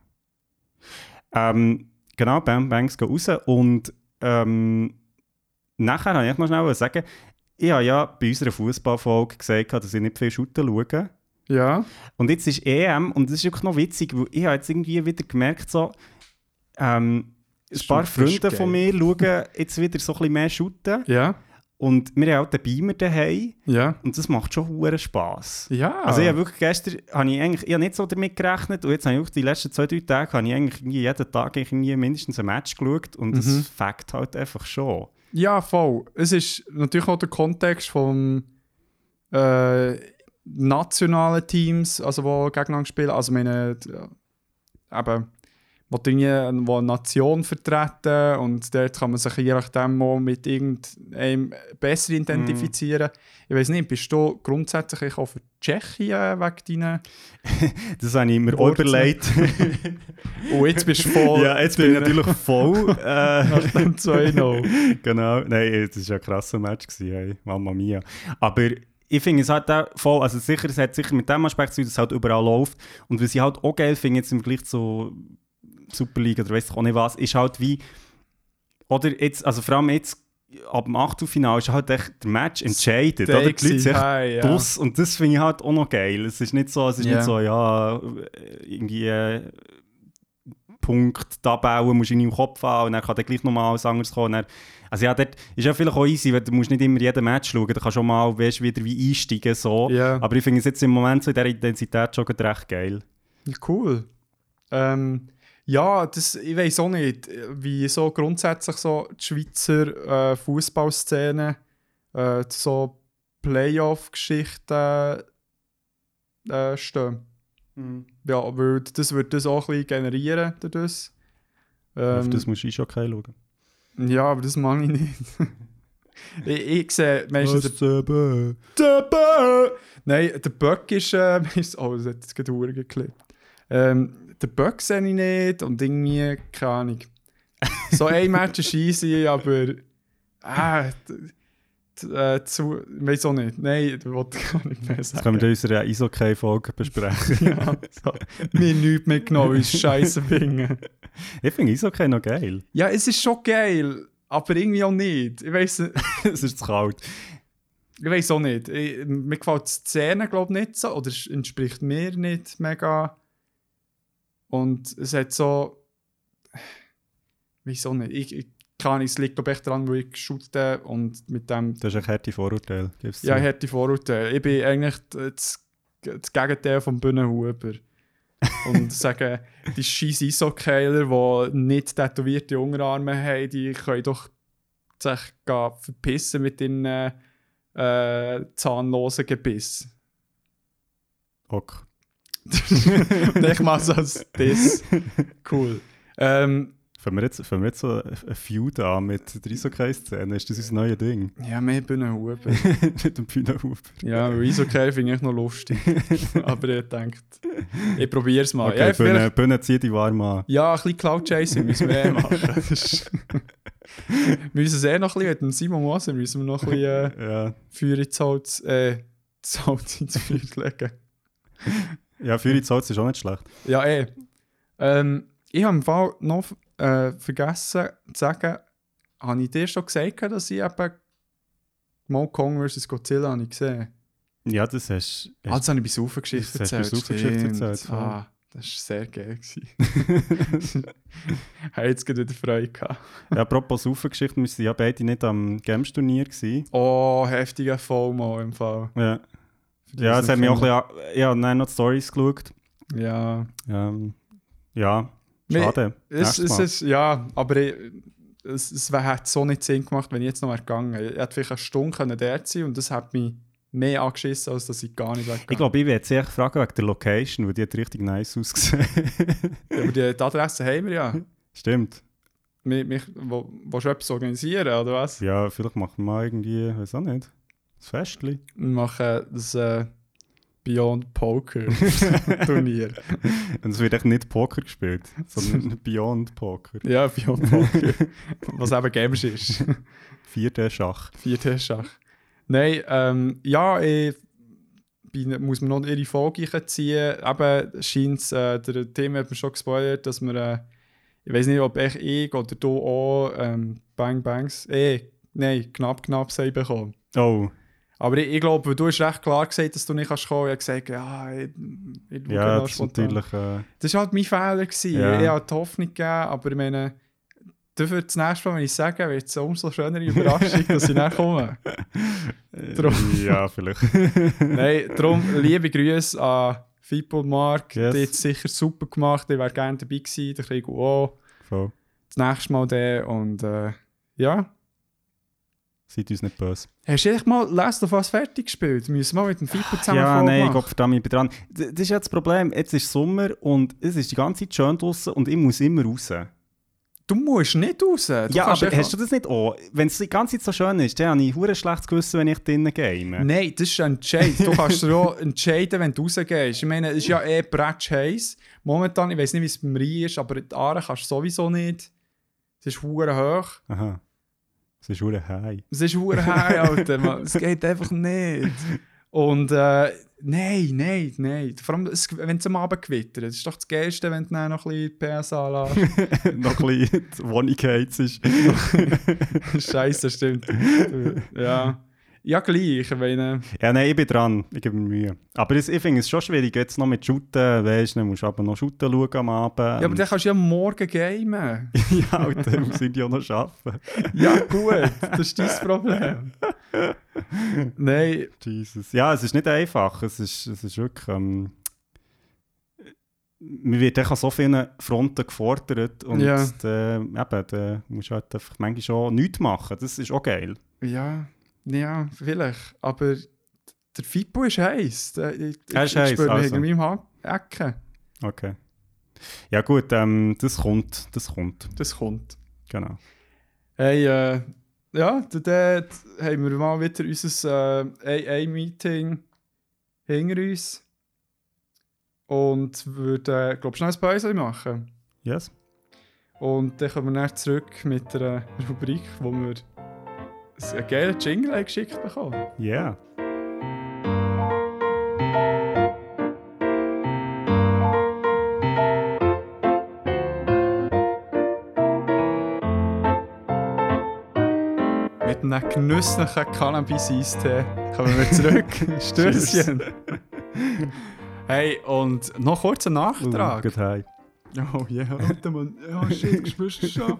Genau, Bam Banks gehen raus und nachher habe ich noch schnell sagen, ich habe ja bei unserer Fußballfolge gesagt, dass ich nicht viel Shooter schaue. Ja. Und jetzt ist EM und das ist wirklich noch witzig, weil ich habe jetzt irgendwie wieder gemerkt, so, ein paar Freunde von mir schauen jetzt wieder so ein bisschen mehr Shooten. Ja. Und wir haben auch den Beamer daheim. Ja. Und das macht schon verdammt Spass. Ja. Also ich habe wirklich gestern ich habe nicht so damit gerechnet und jetzt habe ich auch die letzten 2-3 Tage habe ich eigentlich jeden Tag mindestens ein Match geschaut und das fängt halt einfach schon. Ja, voll. Es ist natürlich auch der Kontext vom nationalen Teams, also die gegeneinander spielen. Also meine, eben, die eine Nation vertreten und dort kann man sich je nachdem auch mit irgendeinem besser identifizieren. Ich weiß nicht, bist du grundsätzlich auch für Tschechien wegen deinen... Das habe ich mir auch überlegt. Und jetzt bist du voll... Ja, jetzt bin ich natürlich voll. Nach dem 2-0. Genau, nein, das war ja ein krasser Match, hey. Mamma mia. Aber ich finde es halt auch voll, also sicher, es hat sicher mit dem Aspekt zu tun, dass es halt überall läuft. Und was ich halt auch geil finde, jetzt im Vergleich zu Superliga oder weiss ich auch nicht was, ist halt wie, oder jetzt, also vor allem jetzt ab dem Achtelfinale ist halt echt der Match entscheidet, oder? Die Leute sind draus und das finde ich halt auch noch geil. Es ist nicht so, ja, irgendwie Punkt da bauen, musst du in deinem Kopf haben und dann kann dann gleich nochmal alles anderes kommen. Dann, also ja, dort ist ja vielleicht auch easy, weil du musst nicht immer jeden Match schauen, da kannst du auch mal weißt, wieder wie einsteigen, so. Yeah. Aber ich finde es jetzt im Moment so in dieser Intensität schon recht geil. Cool. Ja, ich weiss auch nicht, wie so grundsätzlich so die Schweizer Fußballszene so Playoff-Geschichten stehen. Ja, weil das wird das auch ein bisschen generieren. Dadurch. Auf das musst du schon schauen. Ja, aber das mag ich nicht. ich sehe meistens... Nein, der Böck ist... oh, das hat jetzt gerade Uhr geklippt. Der Böck sehe ich nicht und irgendwie, keine Ahnung. So ein Match ist easy, aber... ich weiß auch nicht. Nein, das wollte ich gar nicht mehr sagen. Das können wir in unserer Eishockey-Folge besprechen. Ja, so. Wir haben nichts mehr genommen, uns Scheiße finden. Ich finde Eishockey noch geil. Ja, es ist schon geil, aber irgendwie auch nicht. Ich weiss... Es ist zu kalt. Ich weiss auch nicht. Mir gefällt die Szene, glaube ich, nicht so. Oder es entspricht mir nicht mega. Und es hat so... Ich weiss auch nicht. Es liegt glaube ich daran, wo ich shoote und mit dem... Das ist ein harte Vorurteil. Ja, harte Vorurteile. Ich bin eigentlich das Gegenteil vom Bühnenhuber. Und sagen, die scheiß Eishockeyer, die nicht tätowierte Unterarme haben, die können doch sich verpissen mit den zahnlosen Gebiss. Okay. Und ich mache so als Diss. Cool. Fangen wir jetzt so ein Feud an mit der Eishockey-Szene? Ist das unser neues Ding? Ja, mehr Bühnenhuber. Mit dem Bühnenhuber. Ja, Eishockey finde ich noch lustig. Aber ich denke, ich probiere es mal. Okay, ja, Bühne zieh die warm an. Ja, ein bisschen Cloud-Chasing müssen wir machen. Wir müssen es noch ein bisschen, mit dem Simon Moser müssen wir noch ein bisschen Feuer ins Holz, Salz ins Feuer legen. Ja, Feuer ins Holz ist auch nicht schlecht. Ja, ich habe im Fall noch vergessen zu sagen, habe ich dir schon gesagt, dass ich eben mal Kong vs. Godzilla habe ich gesehen? Ja, das hast du. Das habe ich bei Saufengeschichte erzählt. Das war sehr geil. Ich habe jetzt gerade wieder Freude gehabt. Ja, apropos Saufengeschichte, wir waren ja beide nicht am Games-Turnier. Oh, heftiger FOMO im Fall. Ja, ja, es hat mich auch ein bisschen... Ich habe noch die Stories geschaut. Ja. Ja, schade. Ja, aber es hätte so nicht Sinn gemacht, wenn ich jetzt noch gegangen wäre. Ich hätte vielleicht eine Stunde dort sein und das hat mich mehr angeschissen, als dass ich gar nicht weggehe. Ich glaube, ich werde sich fragen wegen der Location, weil die hat richtig nice ausgesehen. Ja, aber die Adresse haben wir ja. Stimmt. Willst du etwas organisieren, oder was? Ja, vielleicht machen wir mal irgendwie, ich weiß auch nicht, ein Festchen. Wir machen das Beyond Poker Turnier. Und es wird echt nicht Poker gespielt, sondern Beyond Poker. Ja, Beyond Poker. Was eben Games ist. 4D-Schach. 4D-Schach. Nein, muss man noch ihre Folge ziehen. Eben scheint es, der Thema hat mir schon gespoilert, dass wir, ich weiß nicht, ob ich oder du auch Bang Bangs, knapp sei bekommen. Oh. Aber ich glaube, du hast recht klar gesagt, dass du nicht kommen kannst. Ich habe gesagt, ich ja, das ist natürlich... Das war halt mein Fehler. Ja. Ich habe die Hoffnung gegeben, aber ich meine, dafür das nächste Mal, wenn ich sage, wird es eine umso schönere Überraschung, dass ich nicht komme. Ja, vielleicht. Nein, darum liebe Grüße an Fippo und Mark. Yes. Die hat es sicher super gemacht. Ich wäre gerne dabei gewesen. Der kriege auch Voll. das nächste Mal den. Und ja, Seid uns nicht böse. Hast du eigentlich mal Last of Us fertig gespielt? Müssen wir mal mit dem FIFA zusammen Ja, Folge nein, machen? Gott verdammt, ich bin dran. Das ist ja das Problem. Jetzt ist Sommer und es ist die ganze Zeit schön draussen und ich muss immer raus. Du musst nicht raus. Ja, aber hast du das nicht auch? Wenn es die ganze Zeit so schön ist, dann habe ich ein schlechtes Gewissen, wenn ich drinnen game. Nein, das ist ein Entscheid. Du kannst dir auch entscheiden, wenn du rausgehst. Ich meine, es ist ja bretsch heiß. Momentan, ich weiß nicht, wie es beim Rhein ist, aber in die Aare kannst du sowieso nicht. Es ist verdammt hoch. Aha. Es ist verdammt high. Es ist verdammt high, Alter. Man. Es geht einfach nicht. Und nein. Vor allem, wenn es am Abend gewittert. Das ist doch das Geilste, wenn du dann noch ein bisschen PSA lässt. Noch ein bisschen die Wohnung geheizt ist. Scheiße, stimmt. Ja. Ja, gleich. Ich meine, Ja, nein, ich bin dran. Ich gebe mir Mühe. Aber ich finde es schon schwierig, jetzt noch mit Shooten. Weißt du, dann musst du aber noch Shooten schauen am Abend. ja, aber dann kannst du ja morgen gamen. Ja, und dann muss ich die auch noch arbeiten. Ja, gut. Das ist dein Problem. Nein. Jesus. Ja, es ist nicht einfach. Es ist wirklich... man wird echt an so vielen Fronten gefordert. Und Ja. dann musst du halt einfach manchmal schon nichts machen. Das ist auch geil. Ja, vielleicht. Aber der Fippo ist heiß. Er ist Ich heiß, spüre ihn also. in meinem Ecken. Okay. Ja gut, das kommt. Das kommt. Genau. Hey, ja, dort haben wir mal wieder unser AA-Meeting hinter uns. Und würden, glaube ich, schnell ein Pause machen. Yes. Und dann kommen wir dann zurück mit einer Rubrik, wo wir einen geilen Jingle geschickt bekommen. Yeah. Mit einem genüsslichen Cannabis-Eistee kommen wir zurück. Stößchen. Hey, und noch kurz ein Nachtrag. Good high. Oh ja, Alter, Mann. Ja, shit, spürst du schon?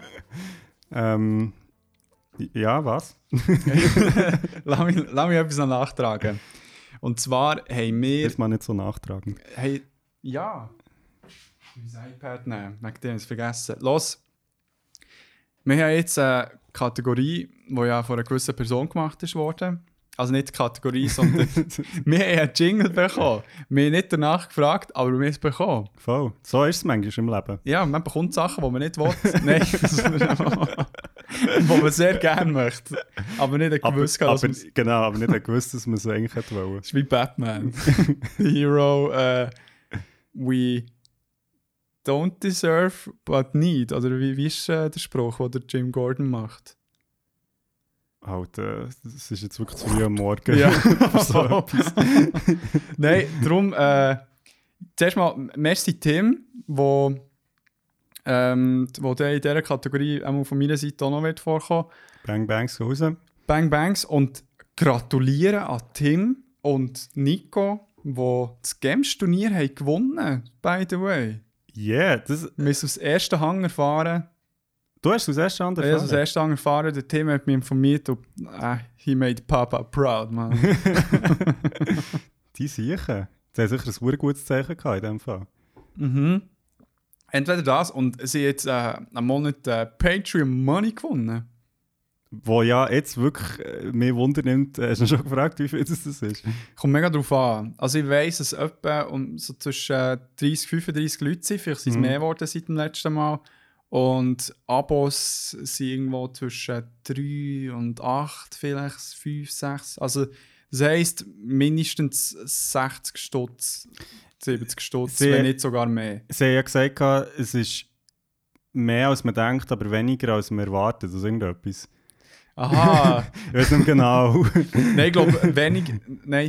Ja, was? lass mich etwas noch nachtragen. Und zwar haben wir... Das mal nicht so nachtragen. Hey, ja. Ich will das iPad nehmen. Wegen dem habe ich es vergessen. Los. Wir haben jetzt eine Kategorie, die ja von einer gewissen Person gemacht ist worden. Also nicht die Kategorie, sondern wir haben einen Jingle bekommen. Wir haben nicht danach gefragt, aber wir haben es bekommen. Voll. So ist es manchmal im Leben. Ja, man bekommt Sachen, die man nicht will. Nein, die man sehr gerne möchte. Aber nicht gewusst, dass man es... Genau, aber nicht gewusst, dass man es eigentlich hätte wollen. Das ist wie Batman. The hero we don't deserve, but need. Oder wie ist der Spruch, den der Jim Gordon macht? Alter, das ist jetzt wirklich zu früh am Morgen. Ja, so etwas. Nein, darum, zuerst mal, merci Tim, wo der in dieser Kategorie auch von meiner Seite auch noch wird vorkommen. Bang Bangs raus. Bang Bangs und gratulieren an Tim und Nico, die das Games-Turnier haben gewonnen, by the way. Yeah, das... Wir haben es aus ersten Hang erfahren. Du hast es aus erster Hand Ich erfahren? habe es aus erster Hang erfahren. Der Tim hat mich informiert und he made Papa proud, man. Die sicher. Sie haben sicher ein sehr gutes Zeichen gehabt in diesem Fall. Mhm. Entweder das und sie haben jetzt einen Monat Patreon Money gewonnen. Wo ja jetzt wirklich mehr Wunder nimmt, hast du schon gefragt, wie viel das ist? Kommt mega drauf an. Also ich weiss, dass etwa um so zwischen 30 und 35 Leute sind. Vielleicht sind es mehr geworden seit dem letzten Mal. Und Abos sind irgendwo zwischen 3 und 8, vielleicht 5, 6. Also das heisst mindestens 60 Stutz, 70 Stutz, wenn nicht sogar mehr. Sie haben ja gesagt, es ist mehr als man denkt, aber weniger als man erwartet. Also irgendetwas. Aha! Ich weiß nicht genau. Nein, ich glaube, nein.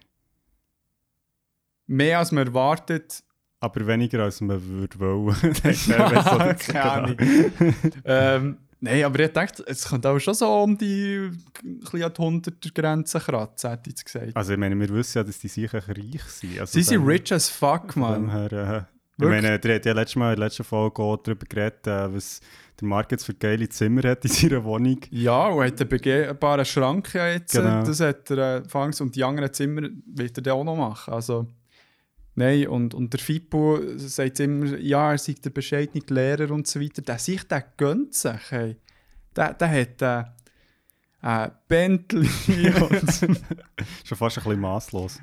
Mehr als man erwartet. Aber weniger als man würde wollen. Keine Ahnung. Nein, aber ich dachte, es könnte auch schon so um die 100er-Grenze kratzen, hätte ich jetzt gesagt. Also ich meine, wir wissen ja, dass die sicher reich sind. Also Sie sind rich as fuck, man. Her, ich meine, der hat ja letztes Mal in der letzten Folge auch darüber geredet, was der Marc jetzt für geile Zimmer hat in seiner Wohnung. Ja, und hat einen begehbaren Schrank ja jetzt. Genau. Das hat er angefangen und die anderen Zimmer wird er dann auch noch machen. Also, nein, und der Fippo sagt immer, ja, er sei der bescheidene Lehrer und so weiter. Der gönnt sich. Hey. Der hat Bentley und... Schon fast ein bisschen masslos.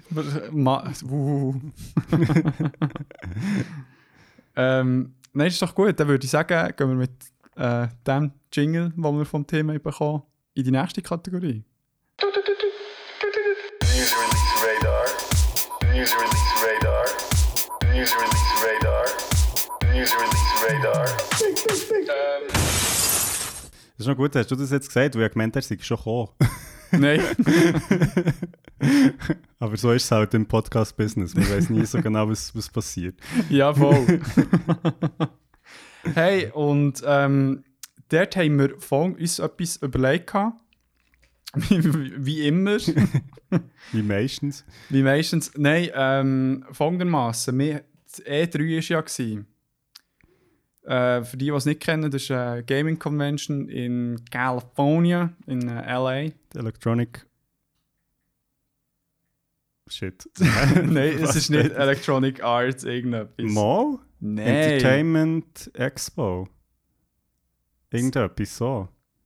Nein, ist doch gut. Dann würde ich sagen, gehen wir mit dem Jingle, den wir vom Thema bekommen, in die nächste Kategorie. News Release Radar. News Release Radar. News Release Radar. News Release Radar. Das ist noch gut, hast du das jetzt gesagt, weil ich gemeint habe, es sei schon gekommen. Nein. Aber so ist es halt im Podcast-Business. Man weiß nie so genau, was passiert. Ja, voll. Hey, und dort haben wir uns etwas überlegt. Wie immer. Wie meistens. Wie meistens. Nein, folgendermaßen. Die E3 war ja. Für die es nicht kennen, das ist eine Gaming Convention in California, in LA. Electronic... Shit. Nein, es ist nicht Electronic Arts irgendetwas. Mal? Nein. Entertainment Expo. Irgendetwas so.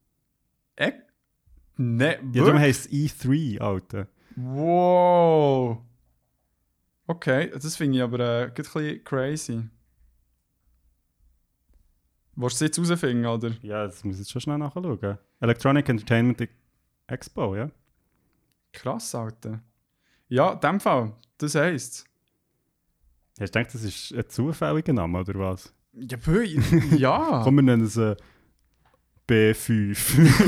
Nein, Ja, darum heisst es E3, Alter. Wow. Okay, das finde ich aber ein bisschen crazy. Willst du es jetzt herausfinden, oder? Ja, das muss ich jetzt schon schnell nachschauen. Electronic Entertainment Expo, ja? Krass, Alter. Ja, in dem Fall, das heisst. Hast du gedacht, das ist ein zufälliger Name, oder was? Ja, ja. Komm, wir nennen es B5.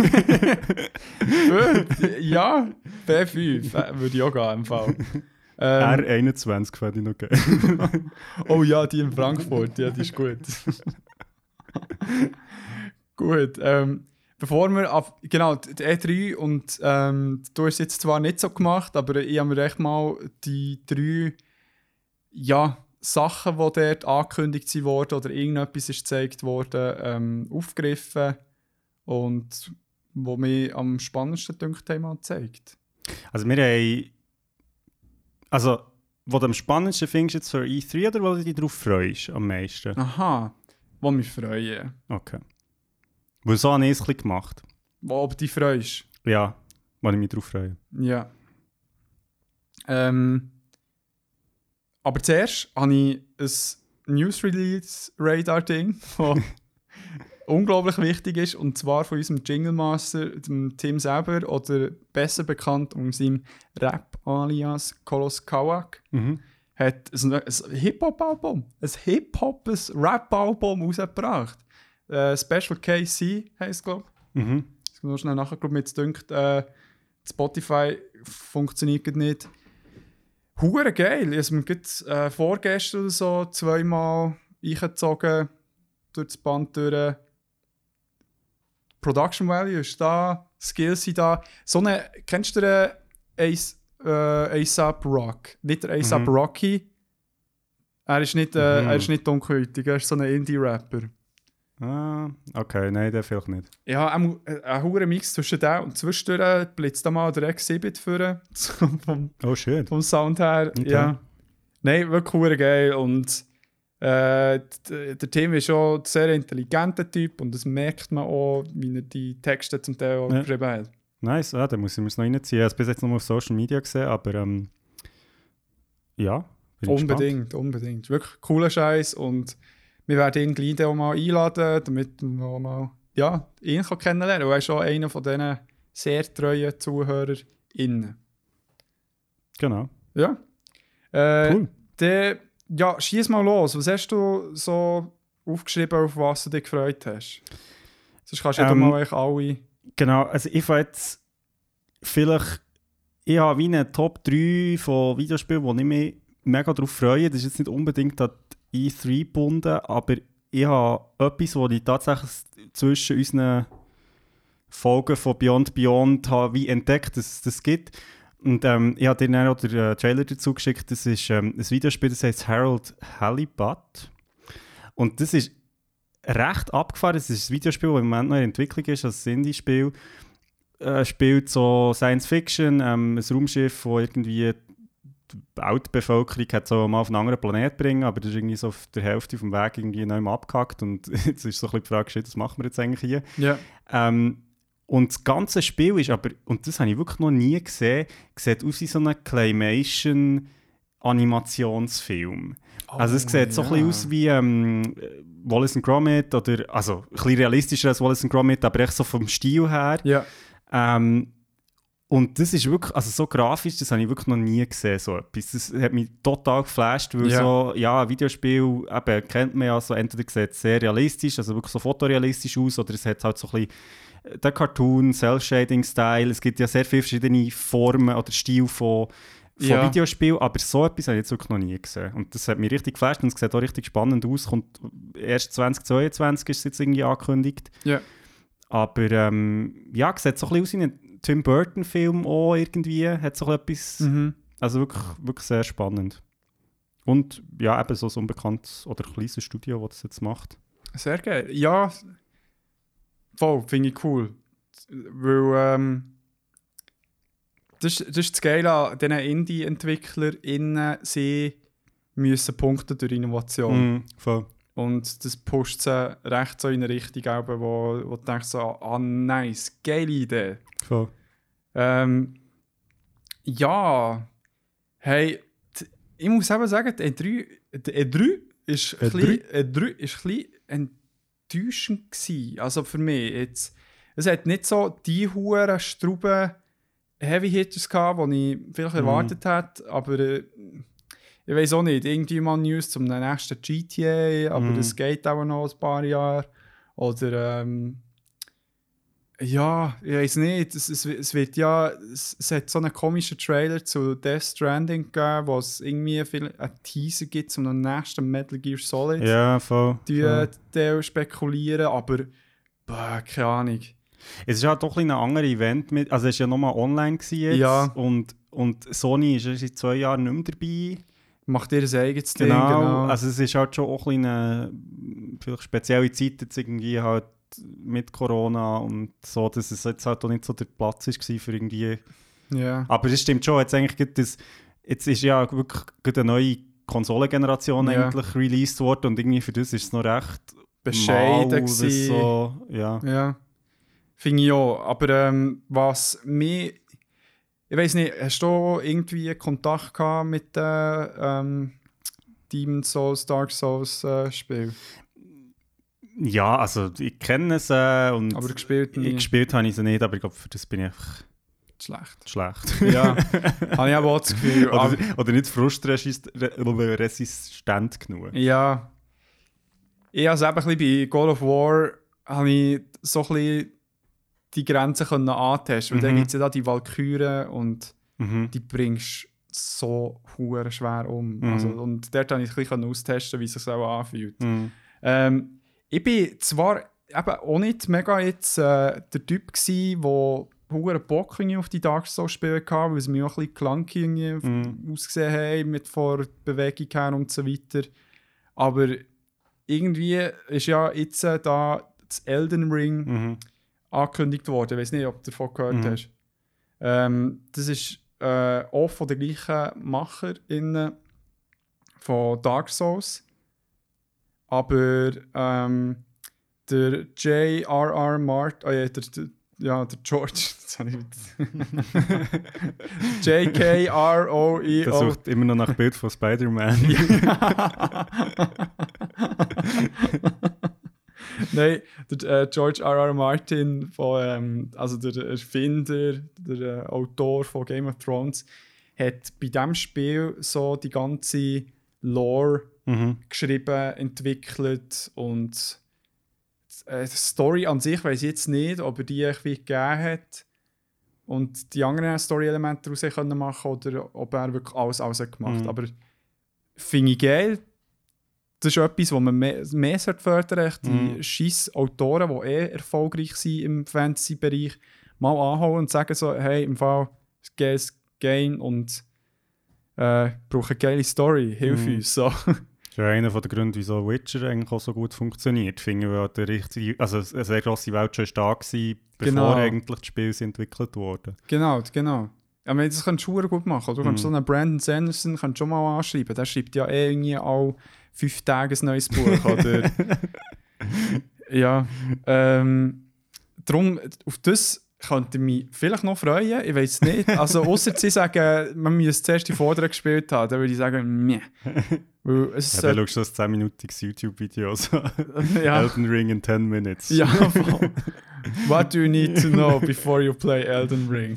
Ja, B5 würde ich auch gehen, im Fall. R21 fände ich noch geil. Oh ja, die in Frankfurt, ja, die ist gut. Gut, bevor wir auf, genau, die E3 und du hast es jetzt zwar nicht so gemacht, aber ich habe mir echt mal die 3 Sachen, die dort angekündigt wurden oder irgendetwas ist gezeigt worden, aufgegriffen und wo mich am spannendsten dünkt haben gezeigt. Also wir haben... Also, was du am spannendsten findest jetzt für E3 oder wo du dich darauf freust am meisten? Aha, wo mich freuen. Okay. Weil so habe ich es ein bisschen gemacht. Wo du dich freust? Ja, wo ich mich darauf freue. Ja. Aber zuerst habe ich ein News-Release-Radar-Ding, das unglaublich wichtig ist, und zwar von unserem Jingle Master, dem Tim selber, oder besser bekannt unter seinem Rap-Alias Kolos Kawak, hat ein Hip-Hop-Album, ein Rap-Album rausgebracht. Special KC heisst es, glaube ich. Ich muss noch schnell nachher, glaube ich, mir jetzt dünkt, Spotify funktioniert nicht. Hure geil. Ich habe mir vorgestern oder so 2-mal eingezogen durch das Band durch. Production Value ist da, Skills sind da. So eine, kennst du den A$AP Rock? Nicht der A$AP Rocky. Er ist nicht dunkelhäutig, er ist so ein Indie-Rapper. Ah, okay, nein, der vielleicht nicht. Ja, ein hoher Mix zwischen dem und zwischendurch blitzt da mal der Exhibit führen. Oh shit. Vom Sound her. Okay. Ja. Nein, wirklich hure geil. Und der Tim ist schon ein sehr intelligenter Typ und das merkt man auch, wie er die Texte zum Teil auch geschrieben hat. Nice, da muss ich mir es noch reinziehen. Ich habe es bis jetzt noch mal auf Social Media gesehen, aber ja. Unbedingt. Wirklich cooler Scheiß und wir werden ihn gleich auch mal einladen, damit wir mal ihn kennenlernen kann. Er ist auch einer von diesen sehr treuen ZuhörerInnen. Genau. Ja. Cool. Schieß mal los. Was hast du so aufgeschrieben, auf was du dich gefreut hast? Sonst kannst du ja mal alle... Genau, also ich fange jetzt vielleicht... Ich habe wie eine Top 3 von Videospielen, wo ich mich mega darauf freue. Das ist jetzt nicht unbedingt an die E3 gebunden, aber ich habe etwas, was ich tatsächlich zwischen unseren Folgen von Beyond habe wie entdeckt, dass es das gibt. Und ich habe dir dann auch den Trailer dazu geschickt. Das ist ein Videospiel, das heißt Harold Halibut. Und das ist recht abgefahren. Es ist ein Videospiel, das im Moment noch in Entwicklung ist, als Indie-Spiel. Spielt so Science-Fiction, ein Raumschiff, das irgendwie die Weltbevölkerung hat so mal auf einen anderen Planeten bringen, aber das ist irgendwie so auf der Hälfte vom Weg irgendwie noch mal abgehackt und jetzt ist so ein bisschen die Frage, was machen wir jetzt eigentlich hier? Ja. Und das ganze Spiel ist aber, und das habe ich wirklich noch nie gesehen, sieht aus wie so ein Claymation-Animationsfilm. Also es sieht so ein bisschen aus wie Wallace & Gromit, oder, also ein bisschen realistischer als Wallace & Gromit, aber echt so vom Stil her. Ja. Und das ist wirklich, also so grafisch, das habe ich wirklich noch nie gesehen, so etwas. Das hat mich total geflasht, weil so, ja, ein Videospiel, eben, kennt man ja so, entweder sieht es sehr realistisch, also wirklich so fotorealistisch aus, oder es hat halt so ein bisschen den Cartoon, Cell-Shading-Style. Es gibt ja sehr viele verschiedene Formen oder Stile von Videospielen, aber so etwas habe ich jetzt wirklich noch nie gesehen. Und das hat mich richtig geflasht und es sieht auch richtig spannend aus. Kommt erst 2022 ist es jetzt irgendwie angekündigt. Ja. Aber ja, sieht so ein bisschen aus wie ein Tim Burton-Film auch irgendwie. Hat so etwas, also wirklich sehr spannend. Und ja, eben so ein unbekanntes oder kleines Studio, das das jetzt macht. Sehr geil. Ja, voll, finde ich cool. Weil das ist das Geile an diesen Indie-EntwicklerInnen, sie müssen punkten durch Innovation. Voll. Und das pusht sie recht so in eine Richtung, wo du denkst so, nice, geile Idee. Voll. Ja, hey, ich muss eben sagen, der E3 ist ein bisschen enttäuschend gewesen. Also für mich jetzt. Es hat nicht so die hohen Strauben Heavy Hitters gehabt, die ich vielleicht erwartet hätte, aber ich weiß auch nicht, irgendwie mal News zum nächsten GTA, aber das geht auch noch ein paar Jahre. Oder ja, ich weiß nicht, es wird ja, es hat so einen komischen Trailer zu Death Stranding gegeben, wo es irgendwie einen Teaser gibt zum nächsten Metal Gear Solid. Ja, voll. Die spekulieren, aber keine Ahnung. Es ist halt doch ein anderes Event, also es war ja nochmal online jetzt, ja. und Sony ist seit 2 Jahren nicht mehr dabei. Macht ihr ein eigenes Ding, genau. Also es ist halt schon auch eine vielleicht spezielle Zeit jetzt irgendwie halt mit Corona und so, dass es jetzt halt auch nicht so der Platz war für irgendwie... Ja. Aber es stimmt schon, jetzt ist ja wirklich eine neue Konsolengeneration eigentlich released worden und irgendwie für das ist es noch recht bescheiden gewesen. So, ja. Finde ich auch. Aber was mir... Ich weiss nicht, hast du irgendwie Kontakt gehabt mit den Demon's Souls, Dark Souls Spiel? Ja, also ich kenne es und aber gespielt habe ich sie nicht, aber ich glaube, für das bin ich einfach schlecht. Ja, habe ich aber auch das Gefühl. oder nicht frustresistent genug. Ja. Ich habe es eben ein bisschen bei God of War habe ich so ein bisschen die Grenzen können antesten, weil dann gibt es ja da die Valkyren und die bringst du so hure schwer um. Also, und dort konnte ich ein bisschen austesten, wie es sich auch anfühlt. Ich bin zwar eben auch nicht mega jetzt der Typ gsi, der hure Bock auf die Dark Souls Spiele hatte, weil es mir auch ein bisschen clunky ausgesehen hat, mit Vorbewegung her und so weiter. Aber irgendwie ist ja jetzt da das Elden Ring angekündigt worden. Ich weiß nicht, ob du davon gehört hast. Das ist auch von den gleichen MacherInnen von Dark Souls. Aber der J.R.R. Martin, der George, J.K.R.O.E.O. Der sucht immer noch nach Bild von Spider-Man. Nein, der George R.R. Martin, also der Erfinder, der Autor von Game of Thrones, hat bei diesem Spiel so die ganze Lore geschrieben, entwickelt und die Story an sich weiss ich jetzt nicht, ob er die irgendwie gegeben hat und die anderen Story-Elemente daraus machen können oder ob er wirklich alles gemacht hat. Aber finde ich geil. Das ist etwas, was man mehr fördern sollte. Die scheiß Autoren, die erfolgreich sind im Fantasy-Bereich, mal anholen und sagen so, hey, im Fall ein geiles Game und brauche eine geile Story, hilf uns. So. Das ist ja einer der Gründe, wieso Witcher eigentlich auch so gut funktioniert. Ich finde, weil eine sehr grosse Welt schon da war, bevor eigentlich die Spiele entwickelt wurden. Genau. Aber das kannst du gut machen. Du kannst so einen Brandon Sanderson schon mal anschreiben. Der schreibt ja irgendwie auch 5 Tage ein neues Buch. Oder ja. darum, auf das könnte ich mich vielleicht noch freuen, ich weiß nicht. Also ausser sie sagen, man müsste zuerst die Vorderen gespielt haben, dann würde ich sagen, meh. Weil es Ja, dann schaust du das 10-minütiges YouTube-Video, so ja. Elden Ring in 10 minutes. Ja, voll. What do you need to know before you play Elden Ring?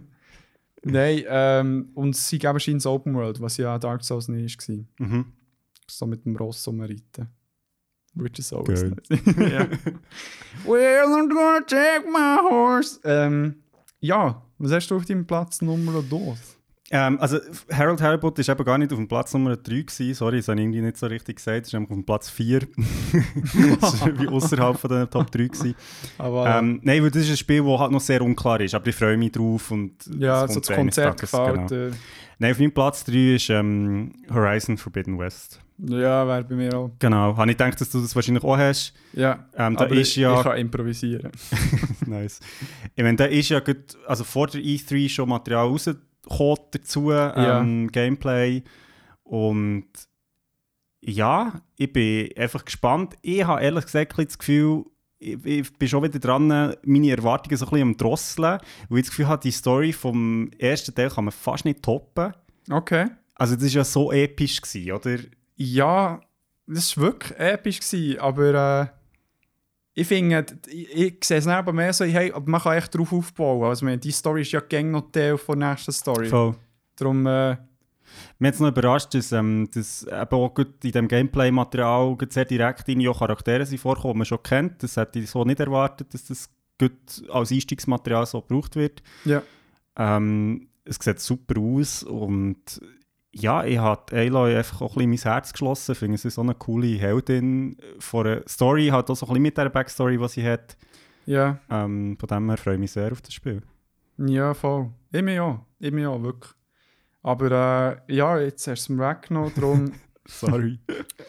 Nein, und sie geben scheint Open World, was ja Dark Souls nicht war. Mhm. So mit dem Ross rumreiten. Which is always Good. nice. Ja. Well, I'm gonna take my horse. Ja, was hast du auf deinem Platz Nummer 2? Also Harold Halibut war eben gar nicht auf dem Platz Nummer 3 gewesen. Sorry, das habe ich irgendwie nicht so richtig gesagt. Es war auf dem Platz 4. Das war wie außerhalb von den Top 3 gewesen. Aber Nein, weil das ist ein Spiel, das halt noch sehr unklar ist. Aber ich freue mich drauf. Und ja, es so kommt das eines Konzert Tages, gefällt. genau. Nein, auf meinem Platz 3 ist Horizon Forbidden West. Ja, wäre bei mir auch. Genau. Habe ich gedacht, dass du das wahrscheinlich auch hast. Ja, Da aber ist ja... ich kann improvisieren. Nice. Ich meine, da ist ja gut, also vor der E3 schon Material rausgekommen dazu, Gameplay. Und ja, ich bin einfach gespannt. Ich habe ehrlich gesagt das Gefühl, ich bin schon wieder dran, meine Erwartungen so ein bisschen am Drosseln, weil ich das Gefühl habe, die Story vom ersten Teil kann man fast nicht toppen. Okay. Also das war ja so episch gewesen, oder? Ja, das war wirklich episch gewesen, aber ich finde, ich sehe es aber mehr so, hey, aber man kann echt drauf aufbauen. Also die Story ist ja gängig noch Teil von der nächsten Story. Voll. Darum, Mich hat es noch überrascht, dass eben auch gut in diesem Gameplay-Material sehr direkt in Charaktere sind vorkommen, die man schon kennt. Das hätte ich so nicht erwartet, dass das gut als Einstiegsmaterial so gebraucht wird. ja. Es sieht super aus und ja, ich habe Aloy einfach auch ein bisschen mein Herz geschlossen. Ich finde, sie ist so eine coole Heldin von einer Story, halt auch so ein bisschen mit der Backstory, die sie hat. Ja. Von dem her freue ich mich sehr auf das Spiel. Ja, voll. Ich mich auch, wirklich. Aber ja, jetzt hast du es mir weggenommen, darum... Sorry.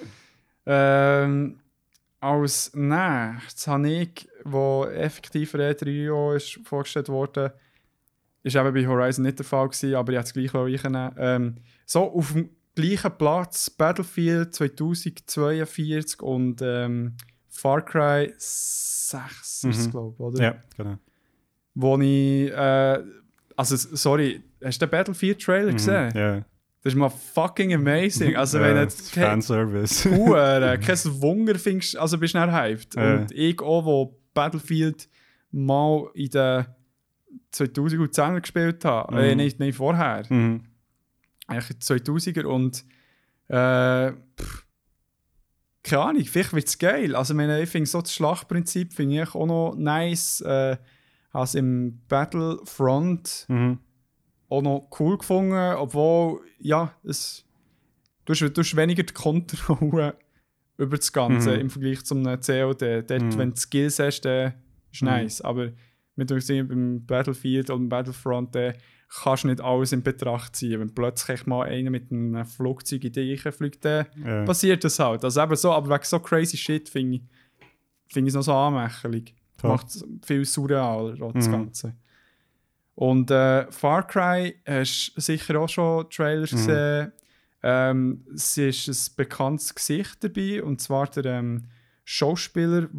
Als nächstes habe ich, wo effektiv für E3 ist vorgestellt wurde, ist eben bei Horizon nicht der Fall gewesen, aber ich hätte es gleich reinnehmen. So auf dem gleichen Platz Battlefield 2042 und Far Cry 6 ist es, glaube ich, oder? Ja, genau. Wo ich... also, sorry, hast du den Battlefield-Trailer gesehen? Ja. Das ist mal fucking amazing. Also, wenn jetzt Fanservice. kein Wunder findest, also bist du nicht hyped. Und ich auch, wo Battlefield mal in den 2010er gespielt habe. Nein, vorher. Mhm. Eigentlich in den 2000er. Und keine Ahnung, vielleicht wird es geil. Also, ich finde so das Schlachtprinzip finde ich auch noch nice. Also im Battlefront auch noch cool gefunden, obwohl, ja, du hast weniger die Kontrolle über das Ganze im Vergleich zum COD. Dort, wenn du Skills hast, dann ist nice. Aber mit beim Battlefield und Battlefront kannst du nicht alles in Betracht ziehen. Wenn plötzlich mal einer mit einem Flugzeug in die Eiche fliegt, dann passiert das halt. Also eben so, aber wegen so crazy shit finde ich es noch so anmächelig. Macht es viel surrealer, das Ganze. Und Far Cry hast du sicher auch schon Trailers gesehen. Es ist ein bekanntes Gesicht dabei, und zwar der Schauspieler,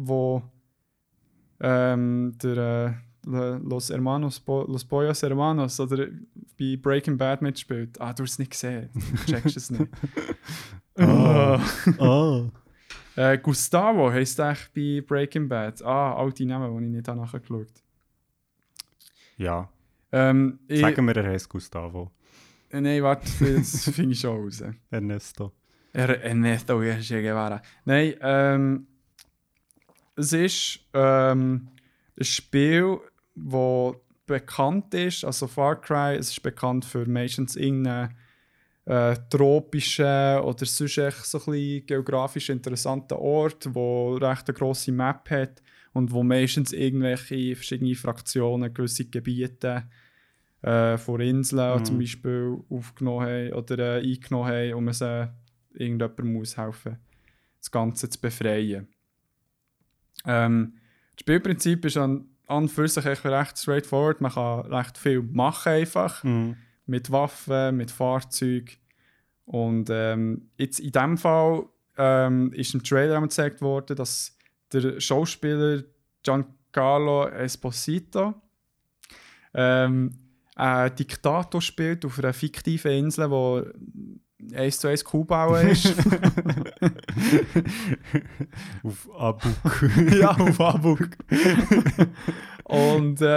der Los Pollos Hermanos oder bei Breaking Bad mitspielt. Ah, du hast es nicht gesehen. Du checkst es nicht. Gustavo heisst echt bei Breaking Bad. All die Namen, die ich nicht nachgeschaut habe. Ja. Sagen wir, er heisst Gustavo. Nein, warte, das finde ich schon raus. Ernesto. Ernesto Che Guevara. Nein, es ist ein Spiel, das bekannt ist. Also Far Cry, es ist bekannt für meistens irgendeinen tropischen oder sonst echt so ein bisschen geografisch interessanten Ort, wo recht eine grosse Map hat und wo meistens irgendwelche verschiedene Fraktionen gewisse Gebiete von Inseln zum Beispiel aufgenommen haben oder eingenommen haben, und man sie irgendjemandem muss helfen, das Ganze zu befreien. Das Spielprinzip ist an und für sich recht straightforward. Man kann recht viel machen einfach. Mit Waffen, mit Fahrzeugen. Und jetzt in diesem Fall ist im Trailer gezeigt worden, dass der Schauspieler Giancarlo Esposito. Ein Diktator spielt auf einer fiktiven Insel, wo 1:1 Kuhbau ist. Auf Abuk. Ja, auf Abuk. Und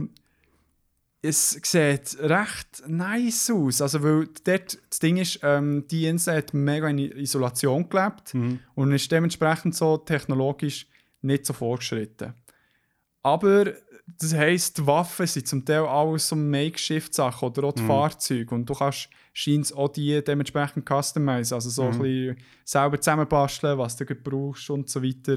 es sieht recht nice aus. Also, weil dort, das Ding ist, die Insel hat mega in Isolation gelebt und ist dementsprechend so technologisch nicht so fortgeschritten. Aber das heisst, die Waffen sind zum Teil alles so Makeshift-Sachen oder auch die Fahrzeuge. Und du kannst scheint auch die dementsprechend customizen, also so ein bisschen selber zusammenbasteln, was du brauchst und so weiter.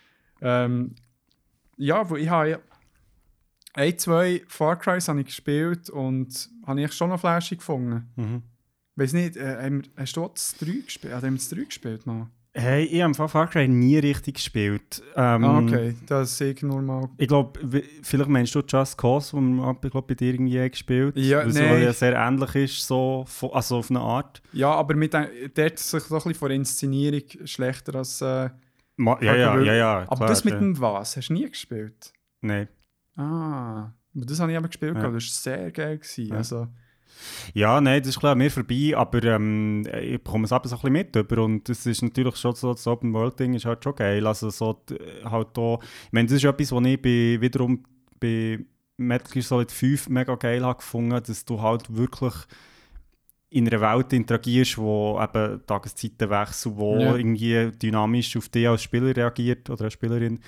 Ja, wo ich habe 1-2 Far Crys habe ich gespielt und habe ich schon noch flashig gefunden. Weiss nicht, hast du auch das 3 gespielt? Haben wir das 3 gespielt mal? Hey, ich habe Far Cry nie richtig gespielt. Okay, das sehe ich nur mal. Ich glaube, vielleicht meinst du Just Cause, wo man bei dir irgendwie gespielt hat. Ja, was ja sehr ähnlich ist, so, also auf eine Art. Ja, aber dort ist sich so ein bisschen von der Inszenierung schlechter als... Ja. Aber klar, das mit dem was? Hast du nie gespielt? Nein. Ah, das habe ich aber gespielt. Ja. Das war sehr geil. Ja. Also, Ja, nein, das ist klar mir vorbei, aber ich bekomme es aber so ein bisschen mit über und das ist natürlich schon so, das Open-World-Ding ist halt schon geil, also so halt da, ich meine, das ist etwas, was ich wiederum bei Metal Gear Solid 5 mega geil habe gefunden, dass du halt wirklich in einer Welt interagierst, wo eben Tageszeiten wechseln, wo irgendwie dynamisch auf dich als Spieler reagiert oder als Spielerin.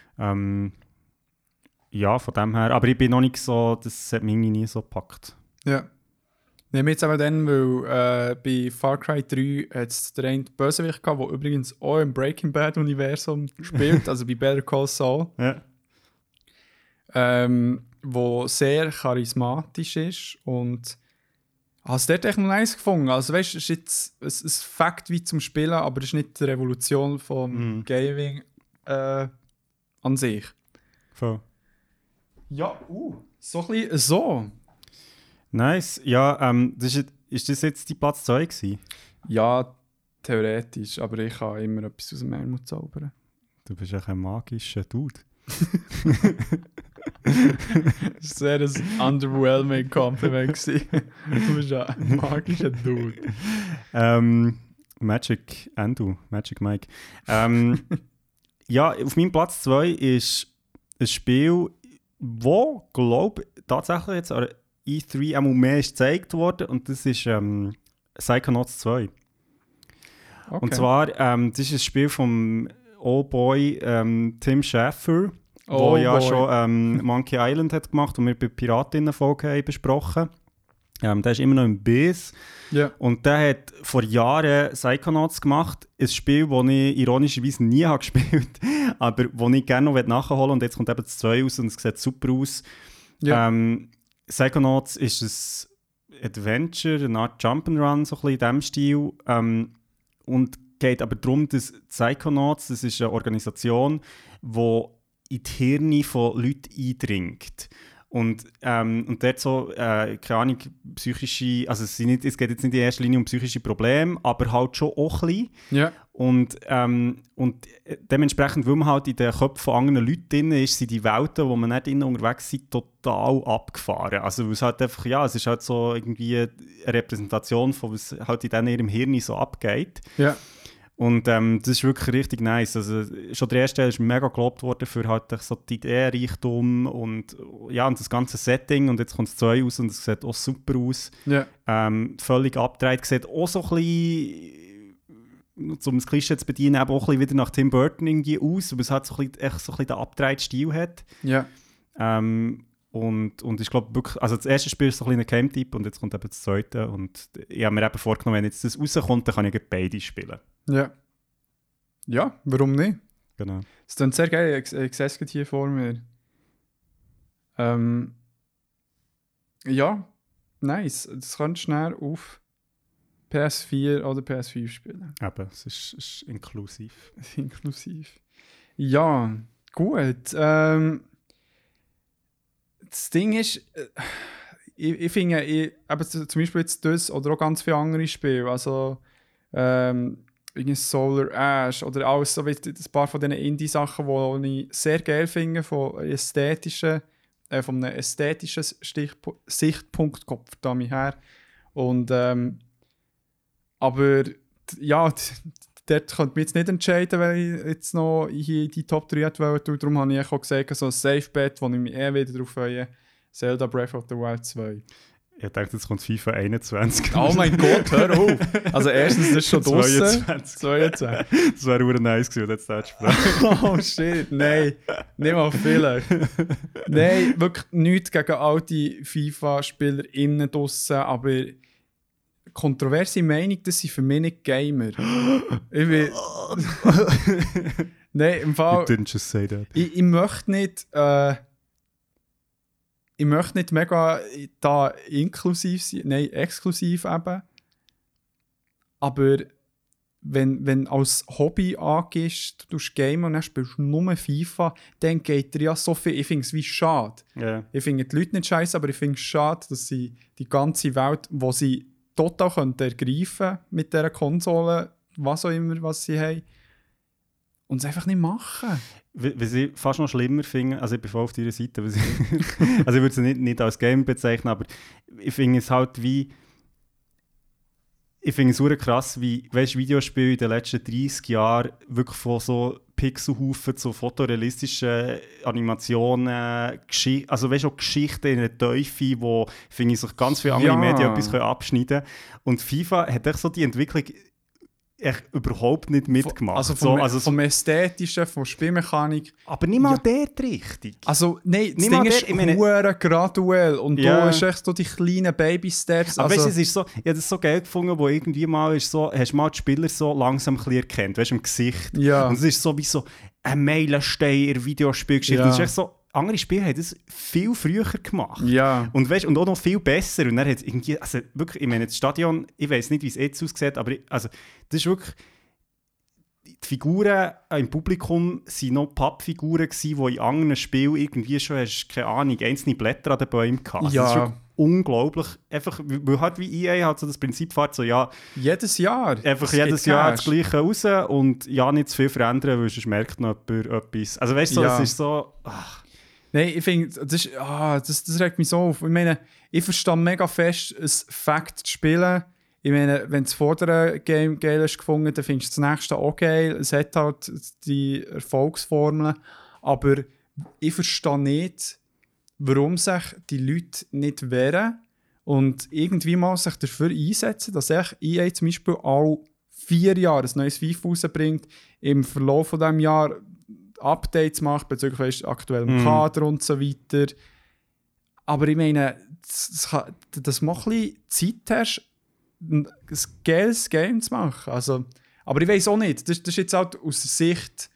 Ja, von dem her, aber ich bin noch nicht so, das hat mich nie so gepackt. ja. Nehmen wir jetzt aber dann, weil bei Far Cry 3 hat es den einen Bösewicht gehabt, der übrigens auch im Breaking Bad-Universum spielt, also bei Better Call Saul. Ja. Wo sehr charismatisch ist und hast du dort echt noch nice gefunden. Also weißt du, es ist jetzt ein Fakt wie zum Spielen, aber es ist nicht die Revolution vom Gaming an sich. Voll. Ja, so ein bisschen so. Nice. Ja, ist das jetzt die Platz 2 gewesen? Ja, theoretisch, aber ich kann immer etwas aus dem Ärmel zaubern. Du bist echt ein magischer Dude. Das war ein sehr underwhelming Kompliment. Du bist ein magischer Dude. Magic Mike. Ja, auf meinem Platz 2 ist ein Spiel, wo, glaube ich, tatsächlich jetzt an E3 einmal mehr ist gezeigt worden und das ist Psychonauts 2. Okay. Und zwar, das ist ein Spiel vom Boy Tim Schafer, der ja schon Monkey Island hat gemacht und wir bei Piratinnen-Folge haben besprochen. Der ist immer noch im Biss. Ja. Und der hat vor Jahren Psychonauts gemacht. Ein Spiel, das ich ironischerweise nie habe gespielt habe, aber das ich gerne noch nachholen will. Und jetzt kommt eben das 2 raus und es sieht super aus. Ja. Psychonauts ist ein Adventure, eine Art Jump'n'Run, so ein bisschen in diesem Stil. Und geht aber darum, dass Psychonauts, das ist eine Organisation, die in die Hirne von Leuten eindringt. Und dort so, keine Ahnung, psychische, also es geht jetzt nicht in erster Linie um psychische Probleme, aber halt schon auch ein bisschen. Ja. Und dementsprechend, weil man halt in den Köpfen von anderen Leuten drin ist, sind die Welten, wo man nicht drin unterwegs ist, total abgefahren. Also es halt einfach, ja, es ist halt so irgendwie eine Repräsentation von was halt in ihrem Hirn so abgeht. Ja. Und das ist wirklich richtig nice. Also, schon der erste Teil ist mega gelobt worden für halt so die Ideenreichtum und, ja, und das ganze Setting. Und jetzt kommt es 2 raus und es sieht auch super aus. Ja. Völlig abgedreht. Sieht auch so ein bisschen, um das Klischee zu bedienen, auch ein bisschen wieder nach Tim Burton irgendwie aus, aber es hat so ein bisschen den abgedrehten Stil hat. Ja. Und ich glaube wirklich, also das erste Spiel ist so ein kleiner Game-Typ und jetzt kommt eben das zweite. Und ich habe mir eben vorgenommen, wenn jetzt das rauskommt, dann kann ich beide spielen. Ja. Ja, warum nicht? Genau. Es klingt sehr geil, ich sehe es gerade hier vor mir. Ja, nice. Das kannst du schnell auf PS4 oder PS5 spielen. Eben, es ist inklusiv. Inklusiv. Ja, gut. Das Ding ist, ich finde, eben zum Beispiel jetzt das oder auch ganz viele andere Spiele, also irgendwie Solar Ash oder alles so wie ein paar von diesen Indie-Sachen, die ich sehr geil finde, von einem ästhetischen Sichtpunkt kommt verdammt her. Und aber ja, dort könnte ich jetzt nicht entscheiden, weil ich jetzt noch hier die Top 3 hätte wollen. Darum habe ich auch gesagt, so ein Safe-Bet, wo ich mich wieder drauf freue, Zelda Breath of the Wild 2. Ich dachte, jetzt kommt FIFA 21. Oh mein Gott, hör auf! Also erstens, das ist schon draussen. 22. Das wäre auch nice gewesen, wenn du jetzt gesprochen. Oh shit, nein. Nicht mal vielleicht. Nein, wirklich nichts gegen alte FIFA-SpielerInnen draussen, aber kontroverse Meinung, das sind für mich nicht Gamer. Ich bin... Nein, im Fall... You didn't just say that. Ich möchte nicht... ich möchte nicht mega da inklusiv sein, nein, exklusiv eben. Aber wenn als Hobby angehst, du gamen und dann spielst du nur FIFA, dann geht dir ja so viel. Ich finde es wie schade. Yeah. Ich finde die Leute nicht scheiße, aber ich finde es schade, dass sie die ganze Welt, wo sie total ergreifen können mit dieser Konsole, was auch immer, was sie haben, und es einfach nicht machen. Was ich fast noch schlimmer finde, also ich bin voll auf deiner Seite, also ich würde es nicht als Game bezeichnen, aber ich finde es halt wie, ich finde es super krass, wie, weißt, Videospiele in den letzten 30 Jahren wirklich von so Pixelhaufen zu fotorealistischen Animationen, also weißt du, auch Geschichten in der Teufel, wo, finde ich, sich ganz viele andere Medien etwas abschneiden können. Und FIFA hat echt so die Entwicklung echt überhaupt nicht mitgemacht. Also vom Ästhetischen, von Spielmechanik. Aber nicht mal dort richtig. Also nein, das Ding ist verdammt graduell und du hast echt so die kleinen Baby-Steps. Aber weißt du, es ist so, ich habe das so geil gefunden, wo irgendwie mal ist so, hast du mal die Spieler so langsam ein bisschen erkannt, weißt du, im Gesicht. Ja. Und es ist so wie so ein Meilenstein in der Videospielgeschichte. Ja. Das ist echt so, andere Spiele haben das viel früher gemacht. Ja. Und, weißt, und auch noch viel besser. Und dann hat es irgendwie, also wirklich, ich meine, das Stadion, ich weiß nicht, wie es jetzt aussieht, aber also, das ist wirklich, die Figuren im Publikum waren noch Pappfiguren gewesen, die in anderen Spielen irgendwie schon, hast, keine Ahnung, einzelne Blätter an den Bäumen hatten. Also, das ist wirklich unglaublich. Einfach, weil halt wie EA halt so das Prinzip fährt, so ja... Jedes Jahr. Einfach jedes Jahr das Gleiche raus und ja, nicht zu viel verändern, weil sonst merkt noch jemand etwas. Also weißt du, es ist so... Ach. Nein, ich finde, das regt mich so auf. Ich meine, ich verstehe mega fest, ein Fact zu spielen. Ich meine, wenn du das vordere Game geil hast gefunden, dann findest du das nächste auch geil. Es hat halt die Erfolgsformeln. Aber ich verstehe nicht, warum sich die Leute nicht wehren und irgendwie mal sich dafür einsetzen, dass EA zum Beispiel alle 4 Jahre ein neues FIFA rausbringt, im Verlauf von diesem Jahr Updates macht bezüglich aktuellem Kader und so weiter. Aber ich meine, dass du mal ein bisschen Zeit hast, ein geiles Game zu machen. Also, aber ich weiß auch nicht, das ist jetzt halt aus der Sicht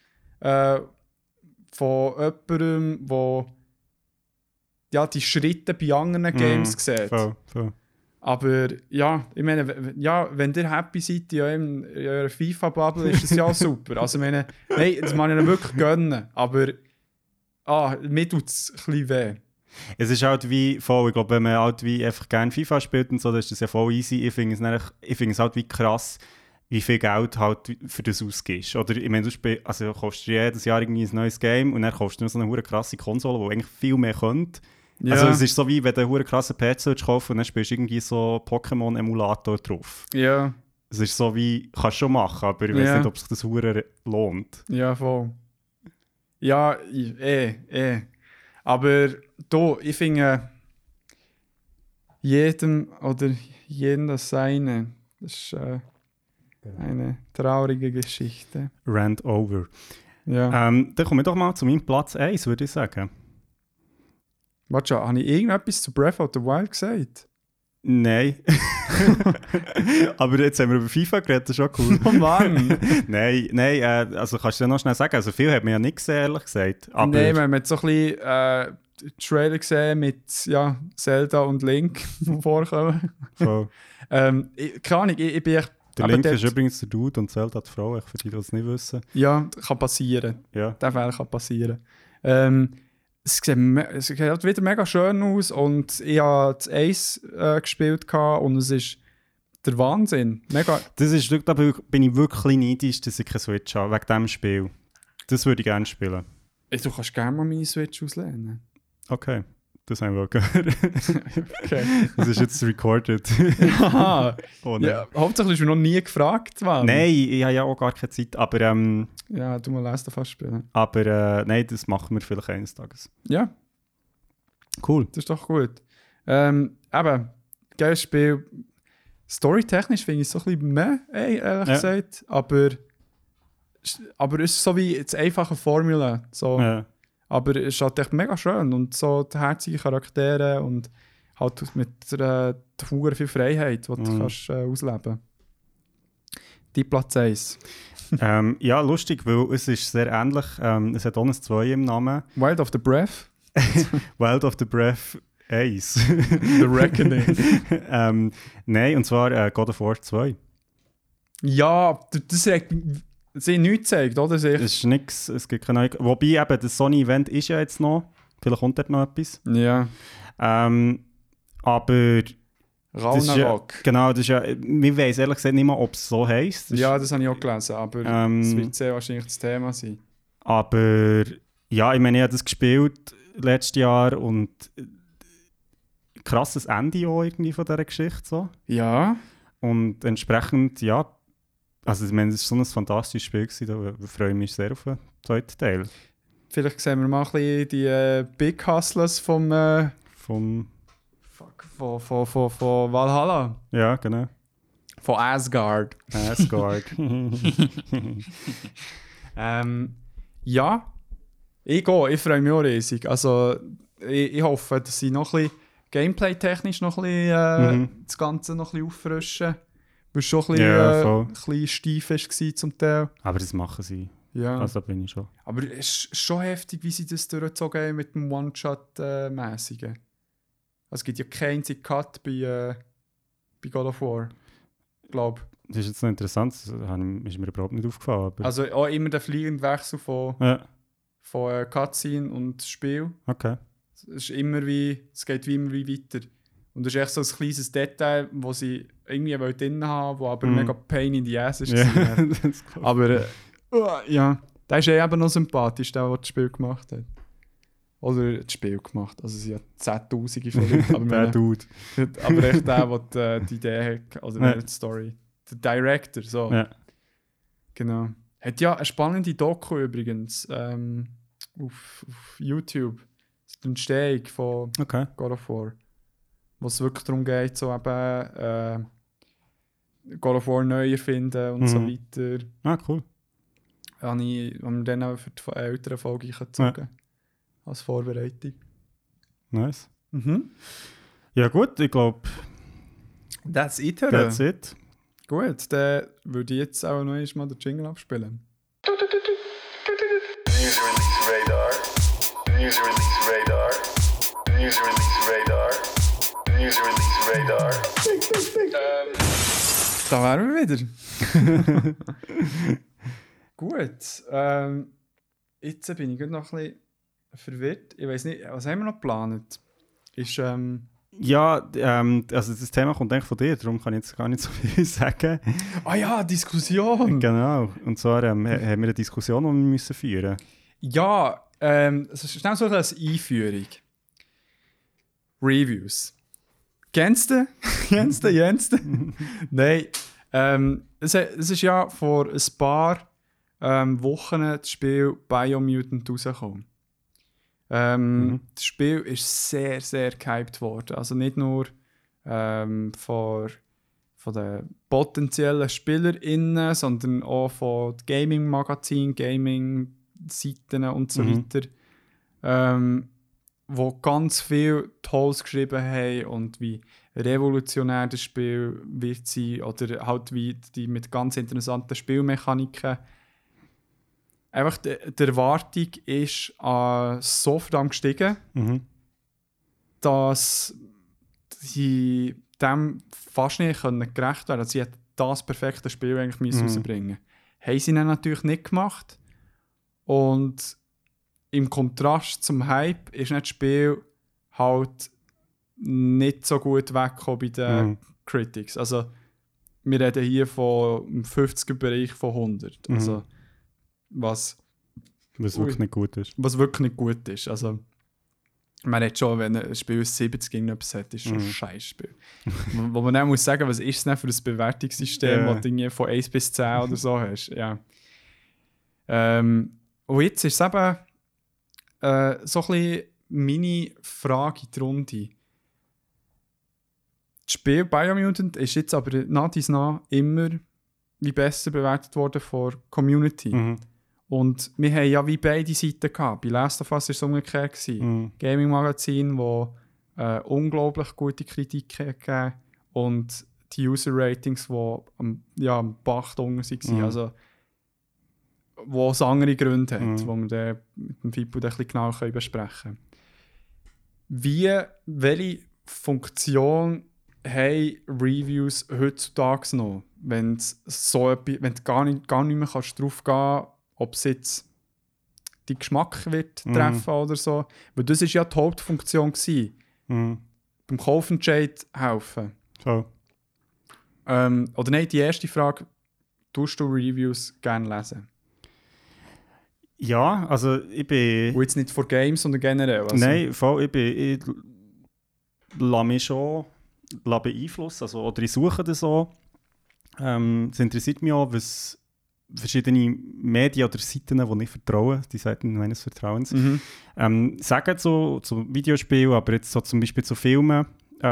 von jemandem, der ja, die Schritte bei anderen Games sieht. Voll. Aber ja, ich meine, ja, wenn ihr happy seid in eurer FIFA-Bubble, ist das ja super. Also ich meine, nein, das kann ich ihnen wirklich gönnen, aber mir tut es ein bisschen weh. Es ist halt wie voll, ich glaube, wenn man halt wie einfach gerne FIFA spielt und so, dann ist das ja voll easy. Ich finde es halt wie krass, wie viel Geld halt für das ausgibst. Oder ich meine, du kaufst jedes Jahr irgendwie ein neues Game und dann kaufst du noch so eine krasse Konsole, die eigentlich viel mehr könnte. Ja. Also es ist so wie, wenn du einen krassen PC kaufst und dann spielst du irgendwie so Pokémon-Emulator drauf. Ja. Es ist so wie, kannst du schon machen, aber ich weiß nicht, ob sich das lohnt. Ja, voll. Ja, Aber ich finde, jedem oder jeden das Seine. Das ist eine traurige Geschichte. Rant over. Ja. Dann komme ich doch mal zu meinem Platz 1, würde ich sagen. Warte schon, habe ich irgendetwas zu Breath of the Wild gesagt? Nein. Aber jetzt haben wir über FIFA geredet, das ist schon cool. Oh Mann! Nein, also kannst du ja noch schnell sagen, also viel hat man ja nicht gesehen, ehrlich gesagt. Aber nein, wir haben jetzt so ein bisschen Trailer gesehen mit Zelda und Link, die vorkommen. Voll. Keine Ahnung, ich bin echt... Der Link ist übrigens der Dude und Zelda die Frau, für die, die es nicht wissen. Ja, kann passieren. Ja. Der Fall kann passieren. Es sieht wieder mega schön aus und ich habe das Ace gespielt und es ist der Wahnsinn. Mega. Das ist, da bin ich wirklich neidisch, dass ich keine Switch habe, wegen diesem Spiel. Das würde ich gerne spielen. Du kannst gerne mal meine Switch auslehnen. Okay, das haben wir auch gehört. Okay. Das ist jetzt recorded. Aha. Oh, nein. Ja, hauptsächlich hast du mich noch nie gefragt, Mann. Nein, ich habe ja auch gar keine Zeit, aber, Ja, du mal Last of Us spielen. nein, das machen wir vielleicht eines Tages. Ja, Cool. das ist doch gut. Eben, geiles Spiel. Storytechnisch finde ich es so ein bisschen mehr, ehrlich gesagt. Aber es ist so wie eine einfache Formel. So. Ja. Aber es ist halt echt mega schön. Und so die herzigen Charaktere und halt mit der viel Freiheit, die du kannst, ausleben. Die Platz 1. Ja, lustig, weil es ist sehr ähnlich. Es hat auch ein 2 im Namen. Wild of the Breath. Wild of the Breath 1. The Reckoning. Nein, und zwar God of War 2. Ja, das regt sie nichts zeigt, oder? Es ist nichts, es gibt keine neue. Wobei eben, das Sony-Event ist ja jetzt noch. Vielleicht kommt dort noch etwas. Ja. Aber das ist ja, Ragnarok. genau, das ist ja, wir weiss ehrlich gesagt nicht mal, ob es so heisst. Ja, das habe ich auch gelesen, aber es wird sehr wahrscheinlich das Thema sein. Aber ja, ich meine, ich habe das gespielt letztes Jahr und krasses Ende auch irgendwie von dieser Geschichte. So. Ja. Und entsprechend, ja, also ich meine, es war so ein fantastisches Spiel gewesen, da freue ich mich sehr auf den zweiten Teil. Vielleicht sehen wir mal ein bisschen die Big Hustlers vom Valhalla. Ja, genau. Von Asgard. Asgard. Ja, ich freue mich auch riesig. Also, ich hoffe, dass sie noch ein bisschen Gameplay-technisch noch ein bisschen, das Ganze noch ein bisschen auffrischen. Weil es schon ein bisschen steif war zum Teil. Aber das machen sie. Ja. Also bin ich schon. Aber es ist schon heftig, wie sie das durchgezogen haben mit dem One-Shot-mäßigen. Also es gibt ja keinen einzigen Cut bei God of War. Ich glaube. Das ist jetzt noch interessant, das ist mir überhaupt nicht aufgefallen. Aber Also auch immer der fliegende Wechsel von Cutscene und Spiel. Okay. Es geht immer wie weiter. Und das ist echt so ein kleines Detail, das sie irgendwie drin haben wollten, das aber mega pain in the ass ist. Ja, das aber ja, der ist eben noch sympathisch, der das Spiel gemacht hat. Oder das Spiel gemacht. Also sie hat Zehntausende von Leuten. Aber der Dude. Aber echt der die Idee hat, also nicht die Story. Der Director, so. Ja. Genau. Hat ja eine spannende Doku übrigens auf YouTube. Die Entstehung von God of War. Wo es wirklich darum geht, so eben God of War neu erfinden und so weiter. Ah, cool. Haben wir dann auch für die älteren Folge gezogen. Ja. Als Vorbereitung. Nice. Ja gut, ich glaube... That's it. Gut, dann würde ich jetzt auch noch einmal den Jingle abspielen. News Release Radar. News Release Radar. News Release Radar. News Release Radar. Da wären wir wieder. Gut. Jetzt bin ich noch ein bisschen verwirrt. Ich weiß nicht, was haben wir noch geplant? Ist, ja, also das Thema kommt eigentlich von dir, darum kann ich jetzt gar nicht so viel sagen. Ah ja, Diskussion! Genau, und zwar haben wir eine Diskussion, die wir müssen führen. Ja, es ist schnell so eine Einführung. Reviews. Kennst du? Nein. Es ist ja vor ein paar Wochen das Spiel Biomutant rausgekommen. Das Spiel ist sehr, sehr gehypt worden. Also nicht nur von den potenziellen SpielerInnen, sondern auch von Gaming-Magazinen, Gaming-Seiten und so weiter. Wo ganz viel Tolles geschrieben haben und wie revolutionär das Spiel wird sein oder halt wie die mit ganz interessanten Spielmechaniken. Einfach die Erwartung ist so verdammt gestiegen, dass sie dem fast nicht gerecht werden. Sie hat das perfekte Spiel eigentlich rausbringen. Haben sie dann natürlich nicht gemacht. Und im Kontrast zum Hype ist das Spiel halt nicht so gut weggekommen bei den Critics. Also wir reden hier von einem 50er-Bereich von 100. Also, was wirklich nicht gut ist. Was wirklich nicht gut ist. Also, man hat schon, wenn ein Spiel 70 gegen etwas hat, ist schon ein Scheißspiel. Wo man dann muss sagen, was ist es denn für ein Bewertungssystem, das du irgendwie von 1 bis 10 oder so hast. Ja. Und jetzt ist es eben so ein bisschen meine Frage in die Runde. Das Spiel Biomutant ist jetzt aber nach dies nach immer wie besser bewertet worden von der Community. Und wir haben ja wie beide Seiten gehabt. Bei Last of Us war es umgekehrt. Gaming-Magazin, das unglaublich gute Kritik gegeben und die User-Ratings, die am Bach unten waren. Also, wo es andere Gründe hat, wo wir dann mit dem Fippo ein bisschen genauer besprechen können. Welche Funktion haben Reviews heutzutage noch, wenn du gar nicht mehr drauf gehen kannst, ob es jetzt die Geschmack wird treffen oder so. Weil das war ja die Hauptfunktion gewesen. Beim Kaufentscheid helfen. So. Oder nein, die erste Frage, tust du Reviews gerne lesen? Ja, also ich bin... Und jetzt nicht für Games, sondern generell? Also. Nein, voll, ich lasse mich schon beeinflussen, also, oder ich suche das so. Es interessiert mich auch, was verschiedene Medien oder Seiten, die ich vertraue, die Seiten meines Vertrauens, sagen zu Videospielen, aber jetzt so zum Beispiel zu Filmen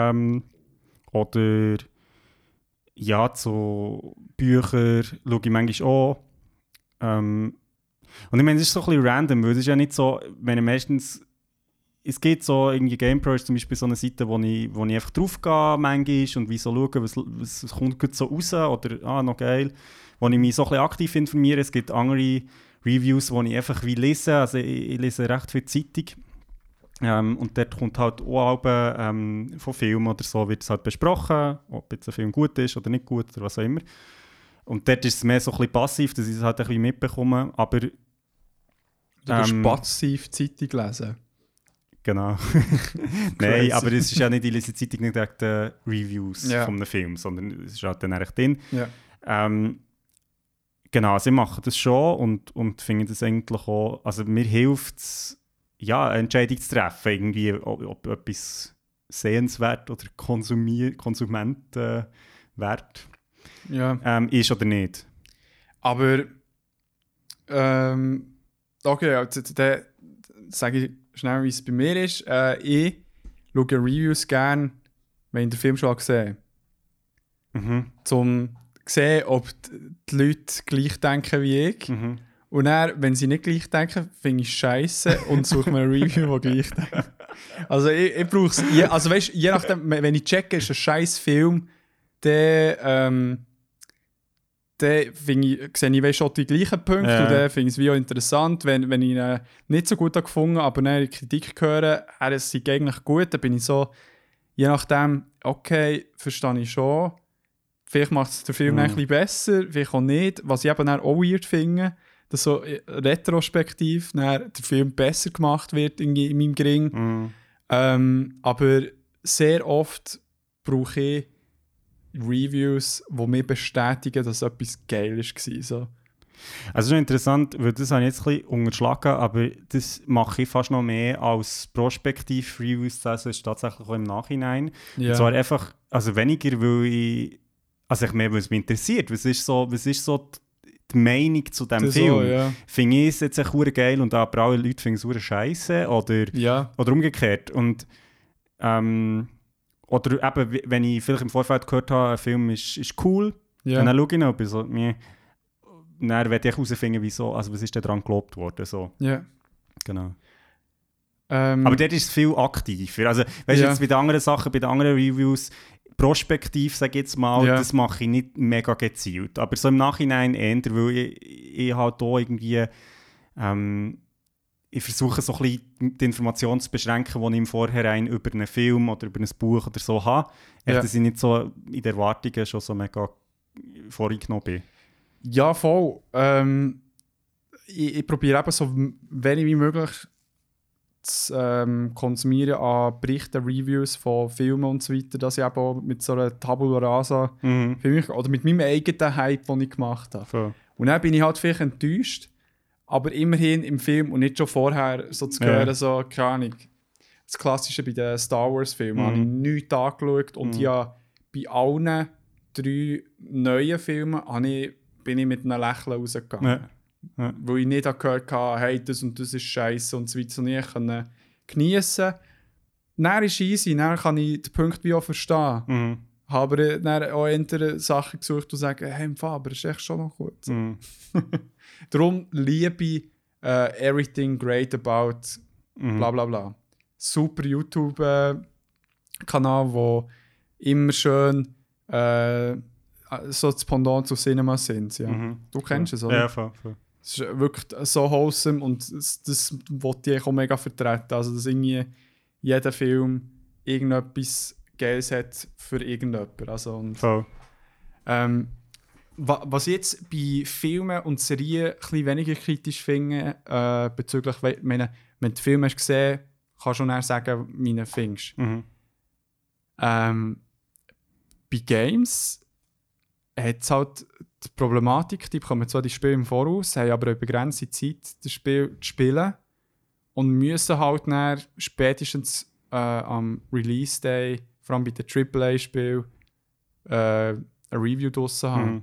oder ja, zu Büchern schaue ich manchmal auch. Und ich meine, es ist so ein bisschen random, weil es ist ja nicht so, wenn ich meistens, es gibt so irgendwie GamePro ist zum Beispiel so eine Seite, wo ich einfach drauf gehe manchmal und wie so schaue, was kommt gut so raus oder noch geil, wo ich mich so ein bisschen aktiv informiere. Es gibt andere Reviews, die ich einfach wie lese, also ich lese recht viel Zeitung und dort kommt halt auch von Filmen oder so, wird es halt besprochen, ob jetzt ein Film gut ist oder nicht gut oder was auch immer. Und dort ist es mehr so ein bisschen passiv, dass ich es halt ein bisschen mitbekomme, aber du kannst passiv Zeitung lesen? Genau. Nein, aber es ist ja nicht, ich lese die Zeitung nicht wegen den Reviews von einem Film, sondern es ist halt dann echt drin. Ja. Genau, also ich mache das schon und finde das eigentlich auch, also mir hilft es, ja, eine Entscheidung zu treffen, irgendwie, ob etwas sehenswert oder Konsumentenwert ist oder nicht. Aber okay, also, dann sage ich schnell, wie es bei mir ist. Ich schaue Reviews gerne, wenn ich den Film schon gesehen habe. Zum sehen, ob die Leute gleich denken wie ich. Und dann, wenn sie nicht gleich denken, finde ich es scheisse und suche mir ein Review, das gleich denkt. Also ich brauche es. Also weißt, je nachdem, wenn ich checke, ist ein scheiß Film, dann sehe ich schon die gleichen Punkte und dann finde ich es wie auch interessant. Wenn ich ihn nicht so gut gefunden habe, aber dann die Kritik höre, es sei eigentlich gut, dann bin ich so, je nachdem, okay, verstehe ich schon. Vielleicht macht es den Film ein bisschen besser, vielleicht auch nicht. Was ich eben auch weird finde, dass so retrospektiv der Film besser gemacht wird in meinem Gring. Aber sehr oft brauche ich Reviews, die mir bestätigen, dass etwas geil war. So. Also schon interessant, weil das habe ich jetzt ein bisschen unterschlagen, aber das mache ich fast noch mehr als prospektiv-Reviews zu lesen, ist tatsächlich auch im Nachhinein. Ja. Und zwar einfach, also weniger, weil es mich interessiert. Was ist so die Meinung zu diesem Film? So, ja. Finde ich es jetzt echt geil und aber alle Leute finden es verdammt scheisse oder umgekehrt. Und oder eben, wenn ich vielleicht im Vorfeld gehört habe, ein Film ist cool, und dann schaue ich noch, dann werde ich herausfinden, wieso, also was ist denn daran gelobt worden. So. Ja. Genau. Aber dort ist es viel aktiver. Also, weißt du, jetzt bei den anderen Sachen, bei den anderen Reviews, prospektiv, sage ich jetzt mal, das mache ich nicht mega gezielt. Aber so im Nachhinein eher, weil ich halt hier irgendwie ich versuche so ein bisschen die Informationen zu beschränken, die ich im Vorhinein über einen Film oder über ein Buch oder so habe. Dass ich nicht so in den Erwartungen schon so mega vorgenommen bin. Ja, voll. Ich probiere eben so wenig wie möglich zu konsumieren an Berichten, Reviews von Filmen und so weiter, dass ich eben auch mit so einer Tabula Rasa für mich, oder mit meinem eigenen Hype, den ich gemacht habe. Voll. Und dann bin ich halt vielleicht enttäuscht, aber immerhin im Film und nicht schon vorher so zu hören, so, keine Ahnung. Das Klassische bei den Star Wars-Filmen habe ich nichts angeschaut und ja, bei allen 3 neuen Filmen bin ich mit einem Lächeln rausgegangen. Ja. Weil ich nicht gehört habe, hey, das und das ist scheiße und so weiter, sondern ich konnte geniessen. Dann ist es easy, dann kann ich den Punkt wie auch verstehen. Habe dann auch eher Sachen gesucht und sagen, hey, aber das ist echt schon noch gut. Darum liebe ich Everything Great About bla bla bla. Super YouTube-Kanal, wo immer schön so das Pendant zu Cinema sind. Ja. Du kennst es, oder? Ja, voll. Es ist wirklich so wholesome und das wollte ich auch mega vertreten. Also, dass irgendwie jeder Film irgendetwas Geiles hat für irgendjemanden. Also, und, Voll. was ich jetzt bei Filmen und Serien ein bisschen weniger kritisch finde, bezüglich, wenn du den Film hast gesehen, kannst du schon sagen, wie du ihn findest. Bei Games hat es halt die Problematik, die bekommen zwar die Spiele im Voraus, haben aber eine begrenzte Zeit, das Spiel zu spielen und müssen halt dann spätestens am Release-Day, vor allem bei den AAA-Spielen, eine Review draussen haben.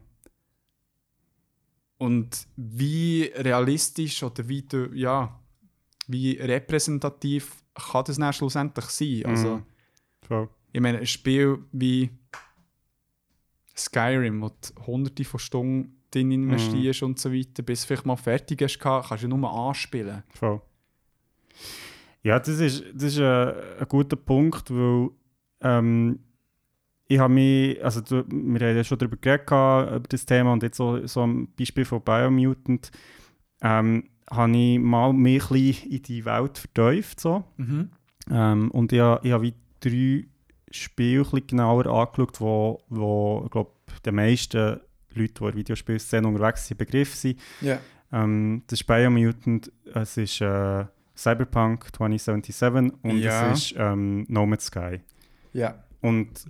Und wie realistisch oder wie repräsentativ kann das dann schlussendlich sein? Also, Voll. ich meine, ein Spiel wie Skyrim, wo du hunderte von Stunden drin investierst und so weiter, bis du vielleicht mal fertig hast, kannst du nur anspielen. Voll. Ja, das ist ein guter Punkt, weil ich habe mich, also wir haben ja schon darüber geredet, über das Thema und jetzt so am Beispiel von Biomutant, habe ich mal mehr ein bisschen in die Welt vertieft. So. Und ich habe wie 3 Spiele ein bisschen genauer angeschaut, wo ich glaube, die meisten Leute, die in Videospielszenen unterwegs sind, Begriff sind. Yeah. Das ist Biomutant, es ist Cyberpunk 2077 und es ist No Man's Sky. Ja. Und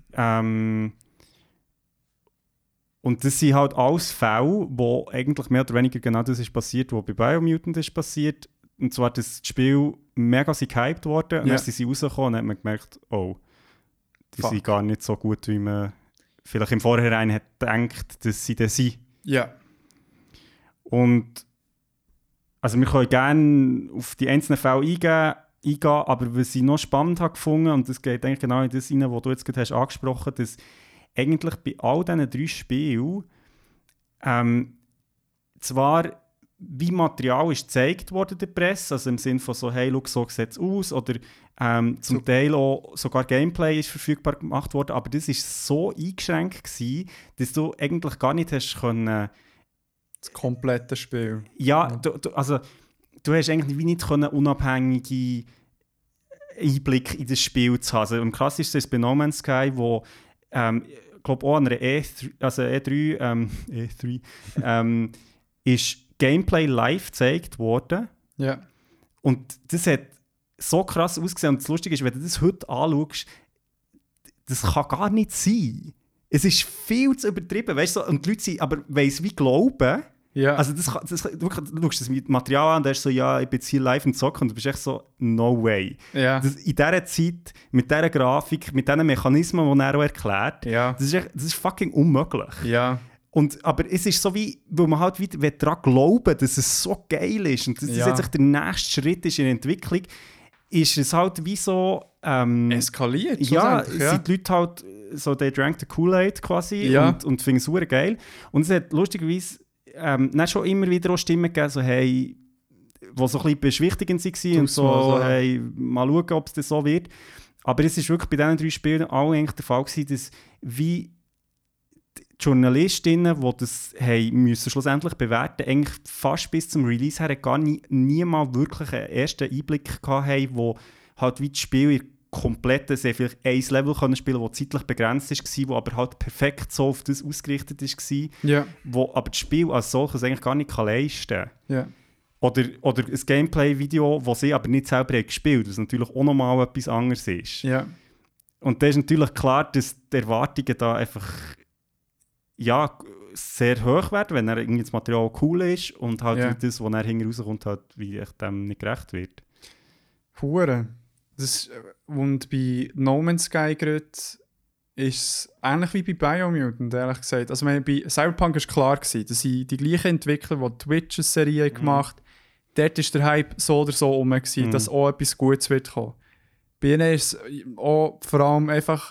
das sind halt alles Fälle, wo eigentlich mehr oder weniger genau das ist passiert, was bei Biomutant ist passiert. Und zwar, dass das Spiel mega gehypt wurde und dann sind sie rausgekommen und hat man gemerkt, oh, die sind gar nicht so gut, wie man vielleicht im Vorhinein hat gedacht, dass sie das sind. Ja. Und also wir können gerne auf die einzelnen Fälle eingehen, aber was ich noch spannend habe gefunden, und das geht eigentlich genau in das rein, was du jetzt gerade hast angesprochen hast, dass eigentlich bei all diesen 3 Spielen zwar wie Material ist gezeigt worden der Presse, also im Sinne von so, hey, look, so sieht es aus, oder zum Teil auch sogar Gameplay ist verfügbar gemacht worden, aber das war so eingeschränkt gewesen, dass du eigentlich gar nicht hast können... Das komplette Spiel. Ja, du hast eigentlich wie nicht können unabhängige Einblick in das Spiel zu haben. Also im klassischsten ist bei No Man's Sky, wo ich glaube auch an einer E3 ist Gameplay live gezeigt worden. Ja. Und das hat so krass ausgesehen. Und das Lustige ist, wenn du das heute anschaust, das kann gar nicht sein. Es ist viel zu übertrieben. Weißt du, und die Leute sind aber weiss wie glauben. Ja. Also du schaust das Material an und denkst so, ja, ich bin jetzt hier live und zocken und du bist echt so, no way. Ja. Das, in dieser Zeit, mit dieser Grafik, mit diesen Mechanismen, die er auch erklärt, das ist fucking unmöglich. Ja. Aber es ist so wie, weil man halt wieder daran glauben, dass es so geil ist und dass das jetzt der nächste Schritt ist in der Entwicklung, ist es halt wie so... eskaliert. Ja, sind die Leute halt so, they drank the Kool-Aid quasi und finden es super geil. Und es hat lustigerweise dann schon immer wieder auch Stimmen gegeben, so hey, die so ein bisschen beschwichtigend waren und so, hey, mal schauen, ob es das so wird. Aber es ist wirklich bei diesen 3 Spielen auch eigentlich der Fall gewesen, dass wie die Journalistinnen, die das müssen schlussendlich bewerten, eigentlich fast bis zum Release her gar nie mal wirklich einen ersten Einblick hatten, wo halt wie das Spiel komplett sehr vielleicht ein Level können spielen, das zeitlich begrenzt war, wo aber halt perfekt so auf das ausgerichtet war, wo aber das Spiel als solches eigentlich gar nicht leisten kann. Ja. Oder ein Gameplay-Video, das sie aber nicht selber haben gespielt, was natürlich auch nochmal etwas anderes ist. Ja. Und da ist natürlich klar, dass die Erwartungen da einfach ja, sehr hoch werden, wenn irgendwie das Material cool ist und halt das, was dann hinten rauskommt, halt, wie echt dem nicht gerecht wird. Hure. Und bei No Man's Sky gerade ist es ähnlich wie bei Biomutant, ehrlich gesagt. Also bei Cyberpunk war klar, dass sie die gleichen Entwickler, die die Witcher-Serie gemacht haben, dort war der Hype so oder so rum, dass auch etwas Gutes wird kommen. Bei ihnen ist es auch vor allem einfach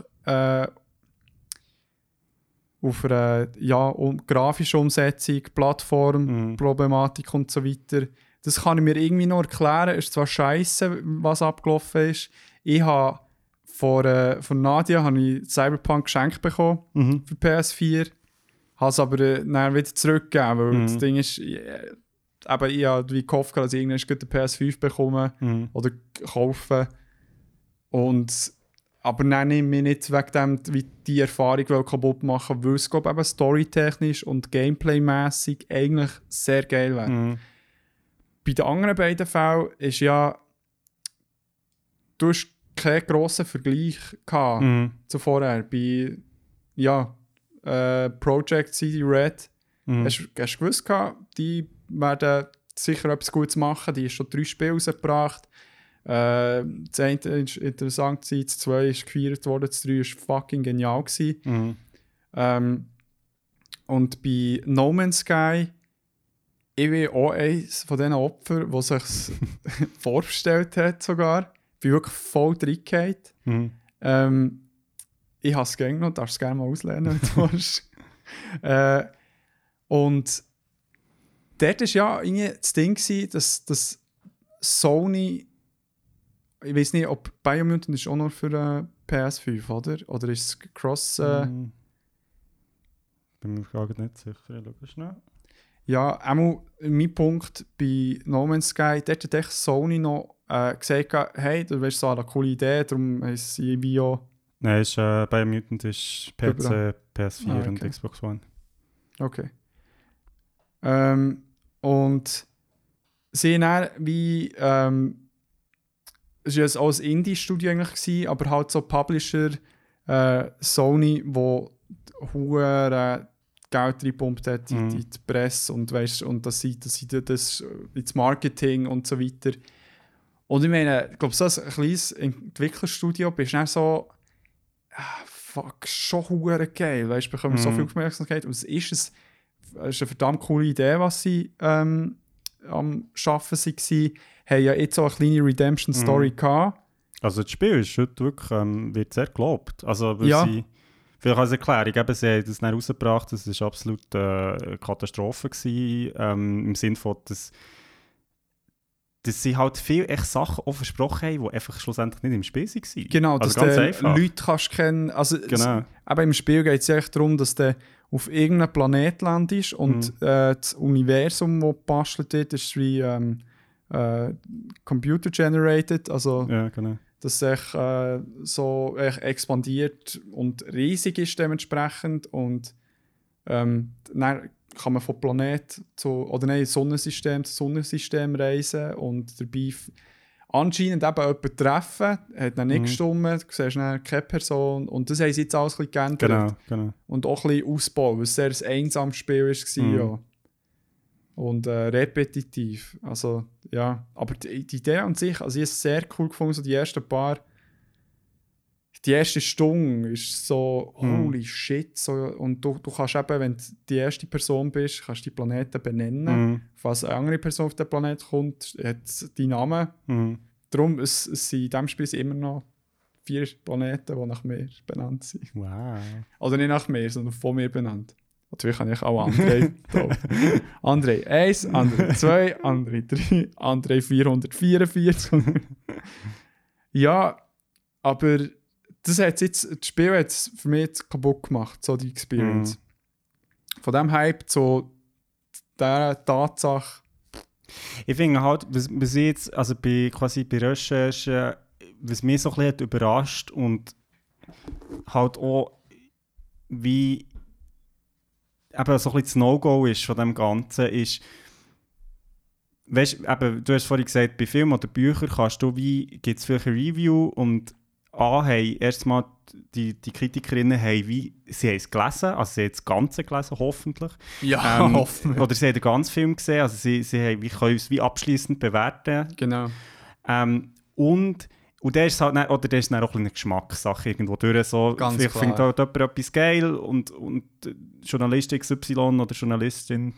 auf einer grafischen Umsetzung, Plattformproblematik und so weiter. Das kann ich mir irgendwie noch erklären. Es ist zwar scheiße, was abgelaufen ist. Ich habe von Nadia habe ich Cyberpunk geschenkt bekommen für PS4. Habe es aber dann wieder zurückgegeben, weil das Ding ist, ich habe wie gehofft, dass ich irgendwann eine PS5 bekomme oder kaufe. Aber dann nehme ich mich nicht wegen dem wie die Erfahrung kaputt machen, weil es eben storytechnisch und gameplaymässig eigentlich sehr geil wäre. Bei den anderen beiden Fällen ist du hast keinen grossen Vergleich gehabt zu vorher. Bei Project CD Red hast du gewusst, die werden sicher etwas Gutes machen. Die haben schon 3 Spiele rausgebracht. Das eine ist interessant, das 2 ist gefeiert worden, das 3 war fucking genial. Und bei No Man's Sky, ich bin auch eines von diesen Opfern, die sich vorgestellt hat sogar. Ich bin wirklich voll reingefallen. Ich habe es gerne noch, darfst es gerne mal auslernen, wenn du willst. Und dort war irgendwie das Ding, dass Sony, ich weiß nicht, ob Biomutant ist auch noch für PS5, oder? Oder ist es Cross... Bin mir gerade nicht sicher, schau schnell. Ja, einmal mein Punkt bei No Man's Sky, dort hat Sony noch gesagt, hey, du weißt so eine coole Idee, darum ist sie wie auch... Nein, Biomutant ist PC, PS4 und Xbox One. Okay. Und sie haben dann wie... es war ja auch ein Indie-Studio eigentlich, aber halt so Publisher Sony, wo hohe Geld reingepumpt hat in die Presse und, weißt, und dass sie das ins Marketing und so weiter. Und ich meine, ich glaube, so ein kleines Entwicklerstudio bist dann so fuck, schon hure geil. Weißt, bekommen so viel Aufmerksamkeit. Und es ist eine verdammt coole Idee, was sie am Arbeiten waren. Haben ja jetzt auch eine kleine Redemption-Story gehabt. Also das Spiel ist heute wirklich, wird sehr gelobt. Also weil sie, vielleicht als Erklärung, eben, sie haben das dann rausgebracht, das war absolut eine Katastrophe gewesen, im Sinne von, dass sie halt viele echt Sachen auch versprochen haben, die einfach schlussendlich nicht im Spiel waren. Genau, also dass ganz du Leute kannst kennen. Also aber im Spiel geht es ja echt darum, dass du auf irgendeinem Planet landest und das Universum, das gebastelt wird, ist wie computer-generated, also dass es so expandiert und riesig ist dementsprechend und dann kann man von Planet zu Sonnensystem zu Sonnensystem reisen und dabei anscheinend eben jemanden treffen, hat dann nicht gestimmt, du siehst dann keine Person und das haben sie jetzt alles ein bisschen geändert. Genau. Und auch ein bisschen ausbauen, weil es sehr ein einsames Spiel war. Ja. Und repetitiv. Also, ja. Aber die Idee an sich, also ich habe es sehr cool gefunden, so die erste Stunde ist so, holy shit. So, und du kannst eben, wenn du die erste Person bist, kannst du die Planeten benennen. Falls eine andere Person auf den Planeten kommt, hat die Namen. Darum es sind in diesem Spiel immer noch 4 Planeten, die nach mir benannt sind. Wow. Oder nicht nach mir, sondern von mir benannt. Natürlich kann ich auch André. André 1, André 2, André 3, André 444. Ja, aber das Spiel hat es für mich jetzt kaputt gemacht, so die Experience. Von dem Hype zu dieser Tatsache. Ich finde halt, was ich jetzt, also bei Recherchen, was mich so ein bisschen hat überrascht und halt auch wie eben so ein bisschen das No-Go ist von dem Ganzen, ist, weißt, eben, du hast vorhin gesagt, bei Filmen oder Büchern gibt es vielleicht eine Review und haben erstmal die Kritikerinnen sie haben es gelesen, also sie haben das Ganze gelesen, hoffentlich. Ja, hoffentlich. Oder sie haben den ganzen Film gesehen, also sie können es wie abschliessend bewerten. Genau. Und der ist halt auch eine Geschmackssache irgendwo durch. So, Ganz vielleicht klar. findet halt jemand etwas geil und Journalist XY oder Journalistin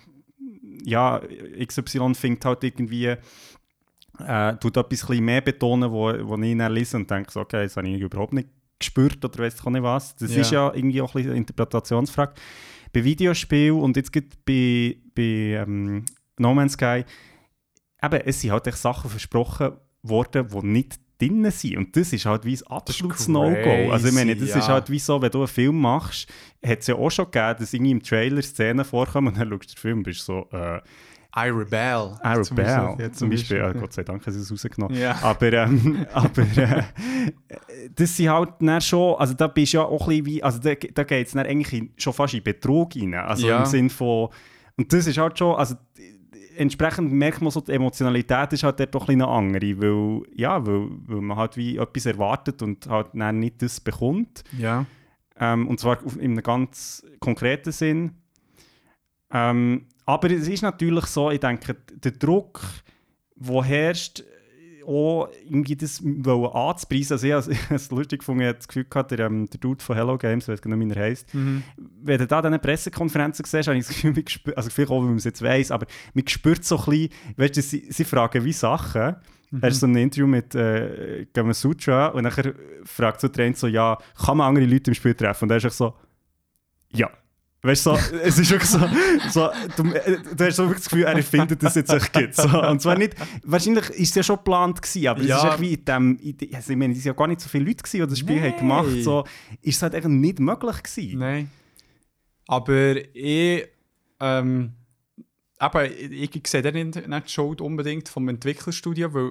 XY findet halt irgendwie tut etwas ein bisschen mehr betonen, wo ich dann lese und denke, so, okay, das habe ich überhaupt nicht gespürt oder weiss ich auch nicht was. Das ist ja irgendwie auch ein bisschen eine Interpretationsfrage. Bei Videospielen und jetzt gibt bei No Man's Sky, eben, es sind halt echt Sachen versprochen worden, die nicht drin sind. Und das ist halt wie ein absolutes No-Go. Also ich meine, das ist halt wie so, wenn du einen Film machst, hat es ja auch schon gegeben, dass irgendwie im Trailer Szenen vorkommen und dann schaust du den Film und bist so, I Rebel. Zum Beispiel. Ja, Gott sei Dank haben sie es rausgenommen. Ja. Aber das sind halt dann schon, also da bist du ja auch ein bisschen wie, also da geht es dann eigentlich schon fast in Betrug rein. Also im Sinn von, und das ist halt schon, also entsprechend merkt man so, die Emotionalität ist halt dort doch ein bisschen eine andere, weil man halt wie etwas erwartet und halt dann nicht das bekommt. Ja. Und zwar in einem ganz konkreten Sinn. Aber es ist natürlich so, ich denke, der Druck, der herrscht, auch irgendwie das anzupreisen. Also ich habe es lustig gefunden, ich habe das Gefühl gehabt, der Dude von Hello Games, ich weiß gar nicht, wie er heisst, wenn du da diese Pressekonferenzen siehst, habe ich das Gefühl, also vielleicht auch, weil man es jetzt weiss, aber man spürt so ein bisschen, weißt du, sie fragen wie Sachen. Er ist so ein Interview mit Gamasutra und dann fragt so der eine so, ja, kann man andere Leute im Spiel treffen? Und er ist so, ja. Weißt du, so, es ist wirklich so du hast so wirklich das Gefühl, er findet das jetzt echt gut. So. Und zwar nicht, wahrscheinlich war es ja schon geplant gewesen, aber es ist echt wie also ich meine, es waren ja gar nicht so viele Leute gewesen, die das Spiel haben gemacht haben. So, ist es halt einfach nicht möglich gewesen. Nein. Aber ich sehe da nicht die Schuld unbedingt vom Entwicklerstudio, weil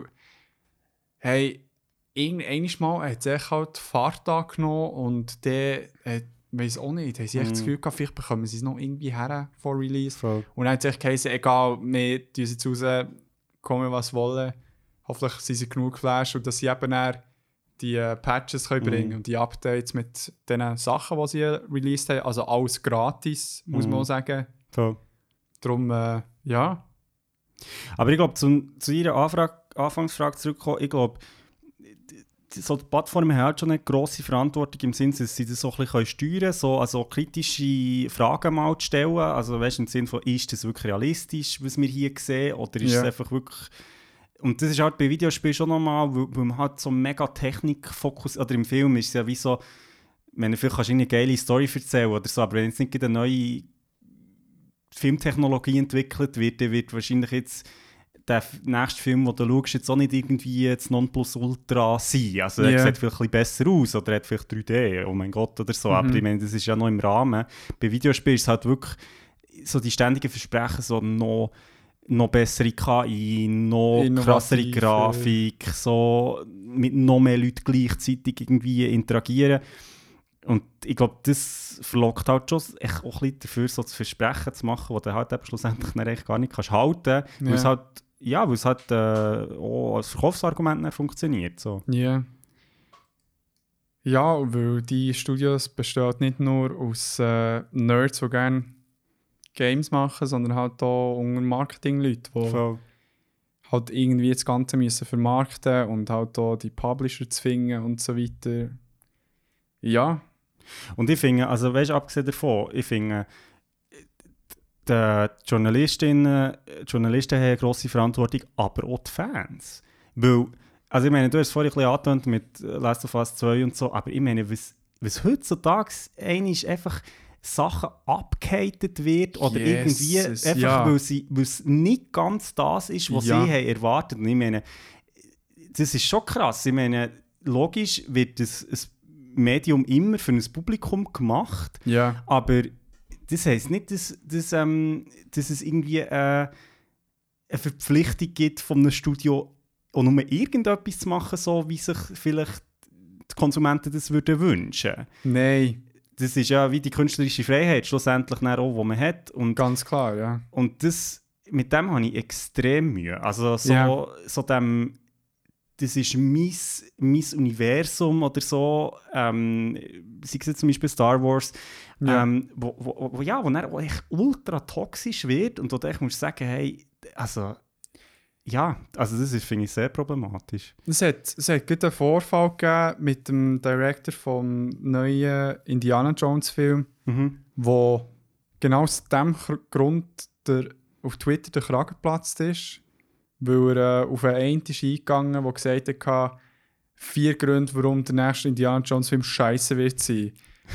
irgendwann mal hat es halt Fahrt angenommen und der weiss auch nicht, haben sie echt das Gefühl gehabt, vielleicht bekommen sie es noch irgendwie her vor Release. Voll. Und dann hat es echt geheißen, egal, wir tun jetzt raus, kommen was wollen. Hoffentlich sind sie genug geflasht und dass sie eben dann die Patches können bringen und die Updates mit den Sachen, die sie released haben. Also alles gratis, muss man auch sagen. Voll. Darum, ja. Aber ich glaube, zu Ihrer Anfangsfrage zurückkommen, ich glaube, so die Plattformen haben halt schon eine grosse Verantwortung im Sinne, dass sie das so ein bisschen steuern können, so, also kritische Fragen mal zu stellen. Also weißt, im Sinne von, ist das wirklich realistisch, was wir hier sehen, oder ist es einfach wirklich... Und das ist halt bei Videospielen schon nochmal, weil man halt so mega Technik-Fokus... Oder im Film ist es ja wie so, wenn vielleicht kannst du eine geile Story erzählen oder so, aber wenn jetzt nicht eine neue Filmtechnologie entwickelt wird, dann wird wahrscheinlich jetzt der nächste Film, den du schaust, jetzt auch nicht irgendwie das Nonplusultra sein. Also er sieht vielleicht ein bisschen besser aus oder hat vielleicht 3D, oh mein Gott, oder so. Aber ich meine, das ist ja noch im Rahmen. Bei Videospielen ist es halt wirklich so die ständigen Versprechen, so noch bessere KI, noch krassere Grafik, so mit noch mehr Leuten gleichzeitig irgendwie interagieren. Und ich glaube, das verlockt halt schon echt auch ein bisschen dafür, so das Versprechen zu machen, das du halt schlussendlich gar nicht kannst halten, weil es halt auch als Verkaufsargument funktioniert. So. Yeah. Ja, weil die Studios bestehen nicht nur aus Nerds, die gerne Games machen, sondern halt auch unter Marketingleuten, die halt irgendwie das Ganze müssen vermarkten und halt auch die Publisher zwingen und so weiter. Ja. Und ich finde, also weißt du, abgesehen davon, ich finde, die Journalisten haben eine grosse Verantwortung, aber auch die Fans. Weil, also ich meine, du hast es vorhin ein bisschen angetönt mit Last of Us 2 und so, aber ich meine, was heutzutage einfach Sachen abgehatet wird oder irgendwie einfach, weil es nicht ganz das ist, was sie haben erwartet. Und ich meine, das ist schon krass. Ich meine, logisch wird das Medium immer für ein Publikum gemacht, aber das heisst nicht, dass es irgendwie eine Verpflichtung gibt von einem Studio, auch nur irgendetwas zu machen, so wie sich vielleicht die Konsumenten das würden wünschen. Nein. Das ist ja wie die künstlerische Freiheit schlussendlich auch, die man hat. Und, ganz klar, ja. Und das mit dem habe ich extrem Mühe. Also so dem, das ist mein Universum oder so, sei es jetzt zum Beispiel Star Wars, wo er echt ultra toxisch wird und wo du echt musst sagen, hey, also das finde ich sehr problematisch. Es hat gerade einen Vorfall gegeben mit dem Director vom neuen Indiana Jones Film, wo genau aus diesem Grund auf Twitter der Kragen geplatzt ist, weil er auf einen ist eingegangen, der gesagt hat, 4 Gründe, warum der nächste Indiana Jones Film scheiße wird sein.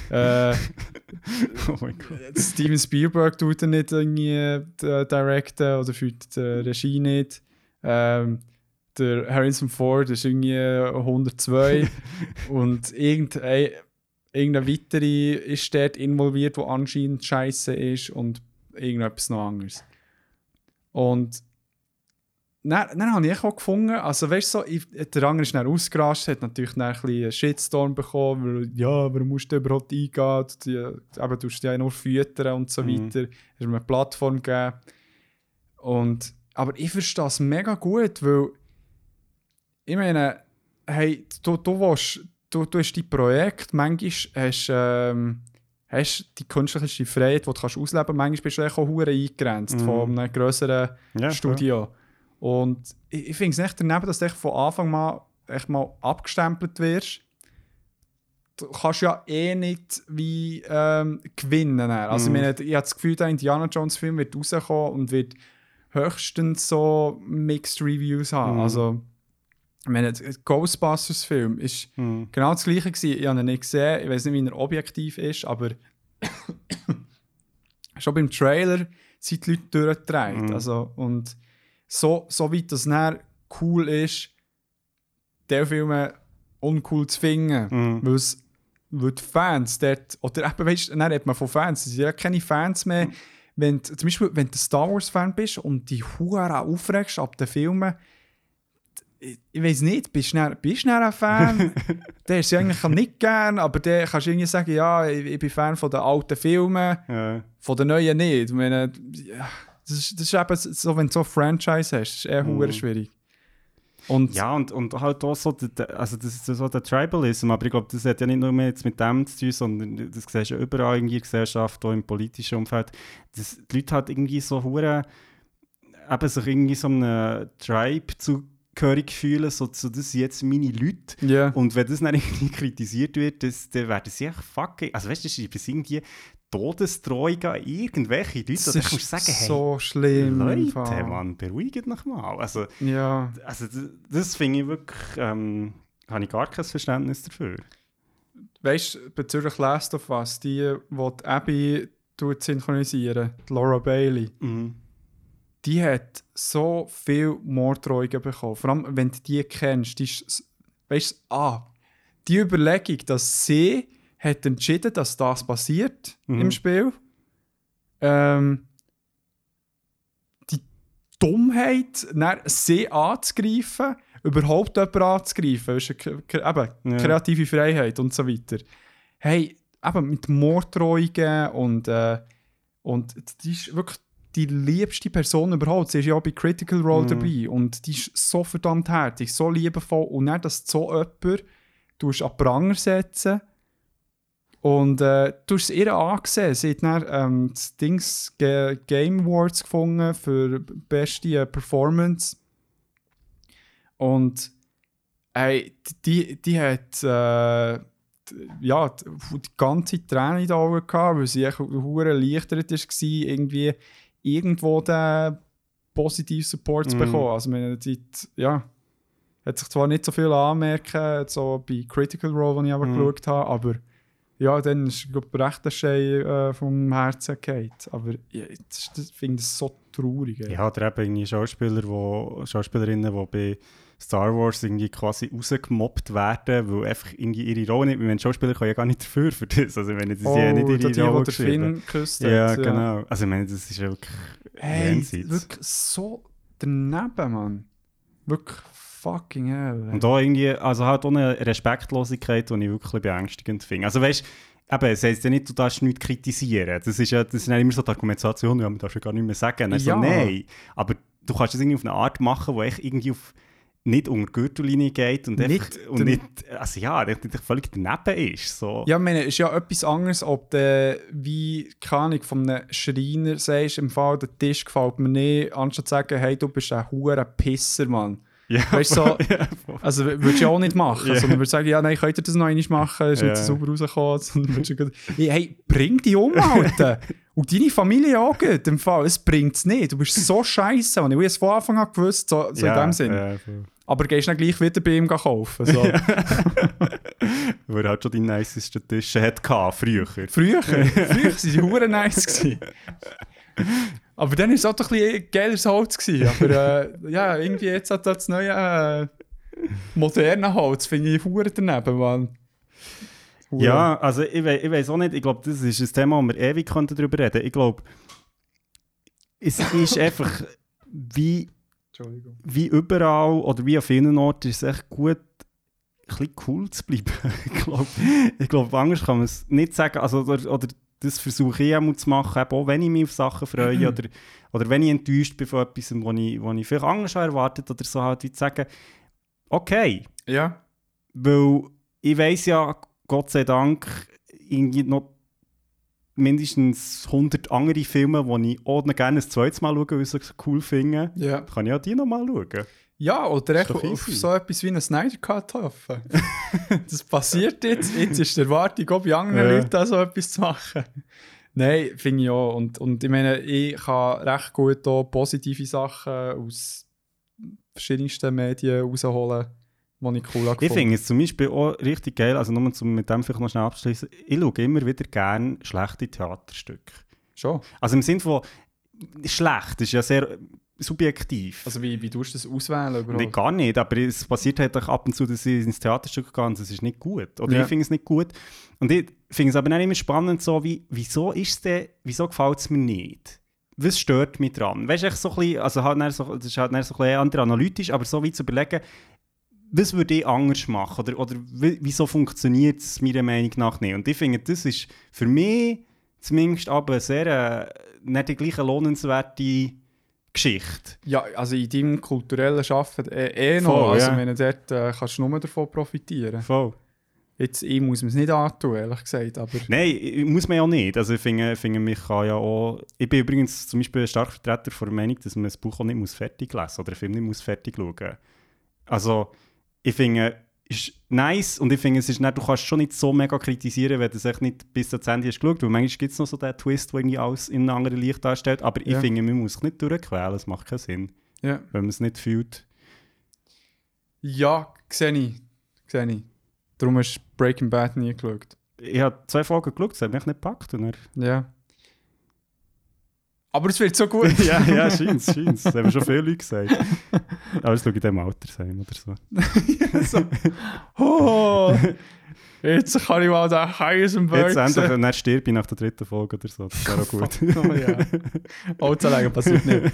Oh mein Gott. Steven Spielberg tut er nicht irgendwie directen oder führt die Regie nicht. Der Harrison Ford ist irgendwie 102 und irgendein weitere ist dort involviert, der anscheinend scheiße ist und irgendetwas noch anderes. Und dann habe ich auch gefunden, also weißt du, der andere ist dann ausgerastet, hat natürlich dann ein bisschen einen Shitstorm bekommen, weil, ja, warum musst du überhaupt eingehen, du tust ja nur füttern und so weiter, hast mir eine Plattform gegeben. Aber ich verstehe das mega gut, weil ich meine, hey, du hast dein Projekt, manchmal hast die künstlerische Freiheit, die du ausleben kannst, manchmal bist du auch verdammt eingegrenzt von einem grösseren Studio. Klar. Und ich finde es nicht daneben, dass du von Anfang an echt mal abgestempelt wirst. Du kannst ja nicht wie gewinnen. Also ich habe das Gefühl, der Indiana Jones Film wird rauskommen und wird höchstens so Mixed Reviews haben. Also ich meine, der Ghostbusters Film ist genau das Gleiche gewesen. Ich habe ihn nicht gesehen, ich weiß nicht, wie er objektiv ist, aber schon beim Trailer sind die Leute durchgedreht. Also, und so weit das dann cool ist, den Film uncool zu finden. Weil die Fans dort, oder eben, weißt du, dann hat man von Fans, es sind ja keine Fans mehr. Zum Beispiel, wenn du Star Wars-Fan bist und dich hure aufregst ab den Filmen, ich weiß nicht, bist du ein Fan? Der ist eigentlich nicht gern, aber der kannst du irgendwie sagen, ja, ich bin Fan von den alten Filmen, von den neuen nicht. Ich meine, das ist eben so, wenn du so ein Franchise hast, das ist eher schwierig. Und halt auch so, das ist so der Tribalism, aber ich glaube, das hat ja nicht nur mehr jetzt mit dem zu tun, sondern das siehst du ja überall in der Gesellschaft, auch im politischen Umfeld, dass die Leute halt irgendwie so sich irgendwie so einem Tribe zugehörig fühlen, so das sind jetzt meine Leute. Yeah. Und wenn das dann irgendwie kritisiert wird, dann werden sie echt fucking, also weißt du, das ist irgendwie Todesdrohung an irgendwelche Leute. Das ist sagen, so hey, schlimm. Leute, Mann, beruhigt noch mal. Also das finde ich wirklich, habe ich gar kein Verständnis dafür. Weißt du, bezüglich Last of Us, die Abby synchronisieren, die Laura Bailey, die hat so viele Morddrohungen bekommen. Vor allem, wenn du die kennst, die Überlegung, dass sie hat entschieden, dass das passiert im Spiel. Die Dummheit, sie anzugreifen, überhaupt jemanden anzugreifen, ist kreative Freiheit und so weiter. Hey, eben mit Morddrohungen und die ist wirklich die liebste Person überhaupt. Sie ist ja auch bei Critical Role dabei und die ist so verdammt herzig, so liebevoll und dann, dass so jemand an den Pranger setzen. Und du hast es ihr angesehen. Sie hat dann das Game Awards gefunden für beste Performance. Und die hat die ganze Träne in den Augen gehabt, weil sie echt hure erleichtert war, irgendwie irgendwo den positiven Support zu bekommen. Also meine, hat sich zwar nicht so viel anmerken, so bei Critical Role, wo ich aber geschaut habe, aber ja, dann ist recht der Schein vom Herzen gefallen. Aber ich finde es so traurig. Ja, oder eben irgendwie Schauspielerinnen, die bei Star Wars irgendwie quasi rausgemobbt werden, weil einfach irgendwie ihre Rolle nicht... Weil Schauspieler können ja gar nicht dafür für das. Also ich meine, das ist ja nicht ihre Rolle geschrieben. Ja, genau. Also ich meine, das ist ja wirklich... Hey, wirklich so daneben, Mann. Wirklich fucking hell. Und da irgendwie, also halt auch eine Respektlosigkeit, die ich wirklich beängstigend finde. Also weißt, Eben, es heisst ja nicht, du darfst nichts kritisieren. Das ist ja immer so die Argumentation, ja, man darf ja gar nicht mehr sagen. Also, nein, aber du kannst es irgendwie auf eine Art machen, die echt irgendwie nicht unter die Gürtellinie geht und völlig daneben ist. So. Ja, ich meine, es ist ja etwas anderes, ob du, wie, keine Ahnung, von einem Schreiner sagst, im Fall, der Tisch gefällt mir nicht, anstatt zu sagen, hey, du bist ein huere Pisser, Mann. Ja, weißt du, so, also würdest du ja auch nicht machen, sondern würdest sagen, ja, nein, könnt ihr das noch einmal machen, ist nicht so sauber rausgekommen. Hey, bring dich um, Alter! Und deine Familie auch gut, im Fall, es bringt es nicht. Du bist so scheiße, und ich habe es von Anfang an gewusst, so in dem Sinn. Aber gehst dann gleich wieder bei ihm kaufen. So. Weil er halt schon die nicesten Tische hatte, früher. Früher waren sie verdammt nice gewesen. Aber dann war es auch doch ein bisschen geiles Holz gewesen. Aber ja, irgendwie jetzt hat das neue moderne Holz, finde ich verdammt daneben, Mann. Ja, also ich weiss auch nicht, ich glaube, das ist ein Thema, wo wir ewig darüber reden können. Ich glaube, es ist einfach wie überall oder wie an vielen Orten ist es echt gut, ein bisschen cool zu bleiben. ich glaube, anders kann man es nicht sagen. Also, oder das versuche ich auch zu machen, auch wenn ich mich auf Sachen freue oder wenn ich enttäuscht bin von etwas, was ich vielleicht anders erwartet oder so, halt wie zu sagen, okay. Ja. Weil ich weiss ja, Gott sei Dank, irgendwie noch mindestens 100 andere Filme, die ich auch noch gerne ein zweites Mal schaue, weil ich es cool finde. Ja. Kann ich auch die noch mal schauen. Ja, oder echt auf so etwas wie einen Snyder Cut hoffen. Das passiert jetzt. Jetzt ist die Erwartung, auch bei anderen Leuten auch so etwas zu machen. Nein, finde ich auch. Und ich meine, ich kann recht gut auch positive Sachen aus verschiedensten Medien rausholen, die ich cool habe. Ich finde es zum Beispiel auch richtig geil, also nur mit dem vielleicht noch schnell abschließen, ich schaue immer wieder gerne schlechte Theaterstücke. Schon? Also im Sinne von, schlecht ist ja sehr subjektiv. Also wie tust du das auswählen überhaupt? Nee, gar nicht, aber es passiert halt ab und zu, dass ich ins Theaterstück gehe und es ist nicht gut. Oder ich finde es nicht gut. Und ich finde es aber dann immer spannend, so wie, wieso gefällt es mir nicht? Was stört mich dran? Weißt du, so ein bisschen, also halt das ist halt so ein bisschen analytisch, aber so wie zu überlegen, was würde ich anders machen? Oder wieso funktioniert es meiner Meinung nach nicht? Und ich finde, das ist für mich zumindest aber sehr nicht die gleiche lohnenswerte Geschichte. Ja, also in deinem kulturellen Arbeiten noch. Voll, also wenn dort kannst du nur davon profitieren. Voll. Jetzt, ich muss mir es nicht antun, ehrlich gesagt. Aber Nein, muss man ja nicht. Also ich finde, mich kann ja auch... Ich bin übrigens zum Beispiel ein starker Vertreter der Meinung, dass man ein Buch auch nicht fertig lesen muss oder einen Film nicht fertig schauen muss. Also ich finde, es ist nice und ich finde, es ist nicht, du kannst schon nicht so mega kritisieren, wenn du es echt nicht bis zum Ende hast geschaut, weil manchmal gibt es noch so den Twist, der irgendwie alles in einem anderen Licht darstellt, aber ich finde, man muss es nicht durchquälen, es macht keinen Sinn, wenn man es nicht fühlt. Ja, sehe ich. Darum hast du Breaking Bad nie geschaut. Ich habe 2 Folgen geschaut, das hat mich nicht gepackt. Ja. Aber es wird so gut. ja, scheint. Das haben schon viele Leute gesagt. Aber das schaue ich in diesem Alter sein oder so. Oh, jetzt kann ich mal den Heisenberg jetzt endlich, und dann stirbe ich nach der 3. Folge oder so. Das wäre auch gut. Oh ja. Allzulange passiert nicht.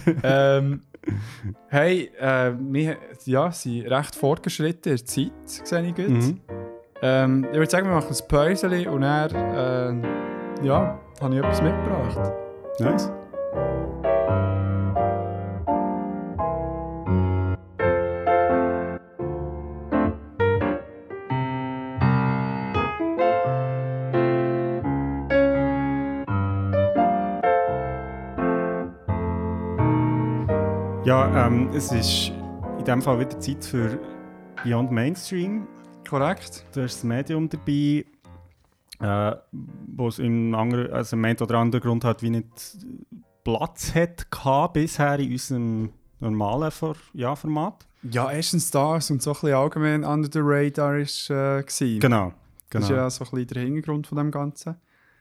Hey, wir sind recht fortgeschritten in der Zeit, sehe ich gut. Mhm. Ich würde sagen, wir machen ein Päuschen und dann habe ich etwas mitgebracht. Nice. Ja, es ist in diesem Fall wieder Zeit für Beyond Mainstream. Korrekt. Da ist das Medium dabei, wo es im einen oder anderen Grund halt wie nicht Platz hatte bisher in unserem normalen Format. Ja, erstens das und so ein bisschen allgemein under the radar ist gewesen. Genau. Das ist ja so ein bisschen der Hintergrund von dem Ganzen.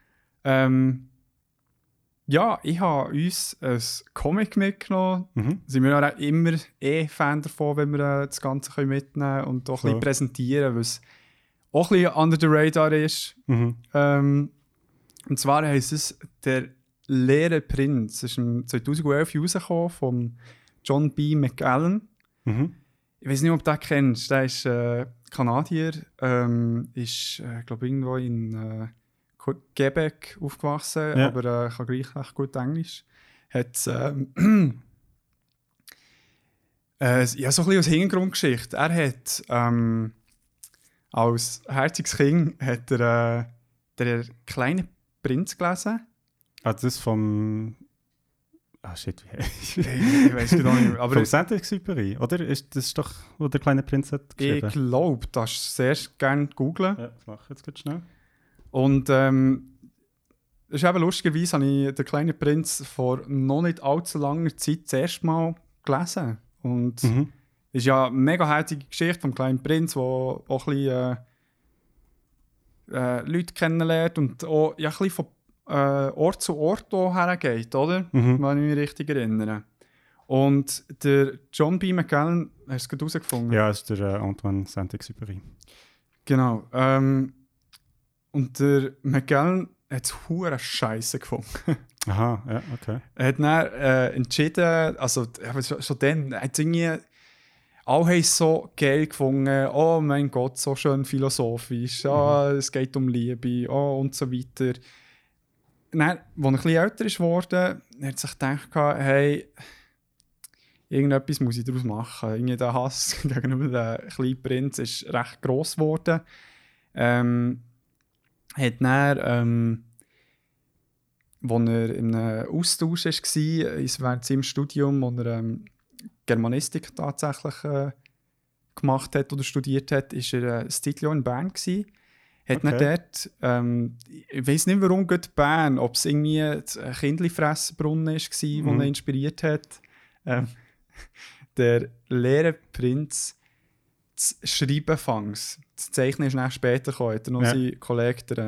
Ja, ich habe uns ein Comic mitgenommen. Sind wir auch immer Fan davon, wenn wir das Ganze mitnehmen können und auch ein bisschen präsentieren, was auch ein bisschen under the radar ist. Und zwar heisst es «Der leere Prinz». Das ist 2011 rausgekommen von John B. McAllen. Ich weiß nicht, ob du den kennst. Der ist Kanadier. Ist, glaube irgendwo in Quebec aufgewachsen, Ja. aber kann gleich recht gut Englisch. Hat ja, so ein bisschen als Hintergrundgeschichte. Er hat als herziges Kind hat er, der kleine Prinz gelesen. Also das vom... Ah, shit, wie Ich weiß gar nicht mehr. Aber vom Saint-Exupéry, oder? Das ist doch, wo der kleine Prinz hat ich geschrieben. glaube, das ist sehr gerne googlen. Ja, das mache ich jetzt ganz schnell. Und es ist eben lustigerweise, habe ich «Der kleine Prinz» vor noch nicht allzu langer Zeit das erste Mal gelesen. Und Mhm. es ist ja eine mega herzige Geschichte vom kleinen Prinz, der auch ein bisschen Leute kennenlernt und auch ja, ein bisschen von Ort zu Ort hergeht, oder? Mhm. Wenn ich mich richtig erinnere. Und der John B. McGallen, hast du es gerade herausgefunden? Ja, das ist der Antoine Saint-Exupéry. Genau. Und der McGallen hat es hure Scheiße gefunden. Aha, ja, okay. Er hat dann entschieden, also schon dann, hat irgendwie alle haben es so geil gefunden, oh mein Gott, so schön philosophisch, es geht um Liebe, und so weiter. Dann, als er ein bisschen älter ist geworden, hat sich gedacht, hey, irgendetwas muss ich daraus machen. Irgendwie der Hass gegenüber dem kleinen Prinz ist recht gross geworden. Hat dann, als er in einem Austausch war, während seinem Studium, wo er Germanistik tatsächlich gemacht hat oder studiert hat, war er ein Zeitchen in Bern gewesen. Hat Okay. dann dort, ich weiss nicht, warum gerade Bern, ob es irgendwie ein Kindlifressbrunnen war, der ihn inspiriert hat. Der Lehrerprinz zu schreiben fangs. Das Zeichnen ist dann später gekommen. Hat er noch Ja. sein Kollege, der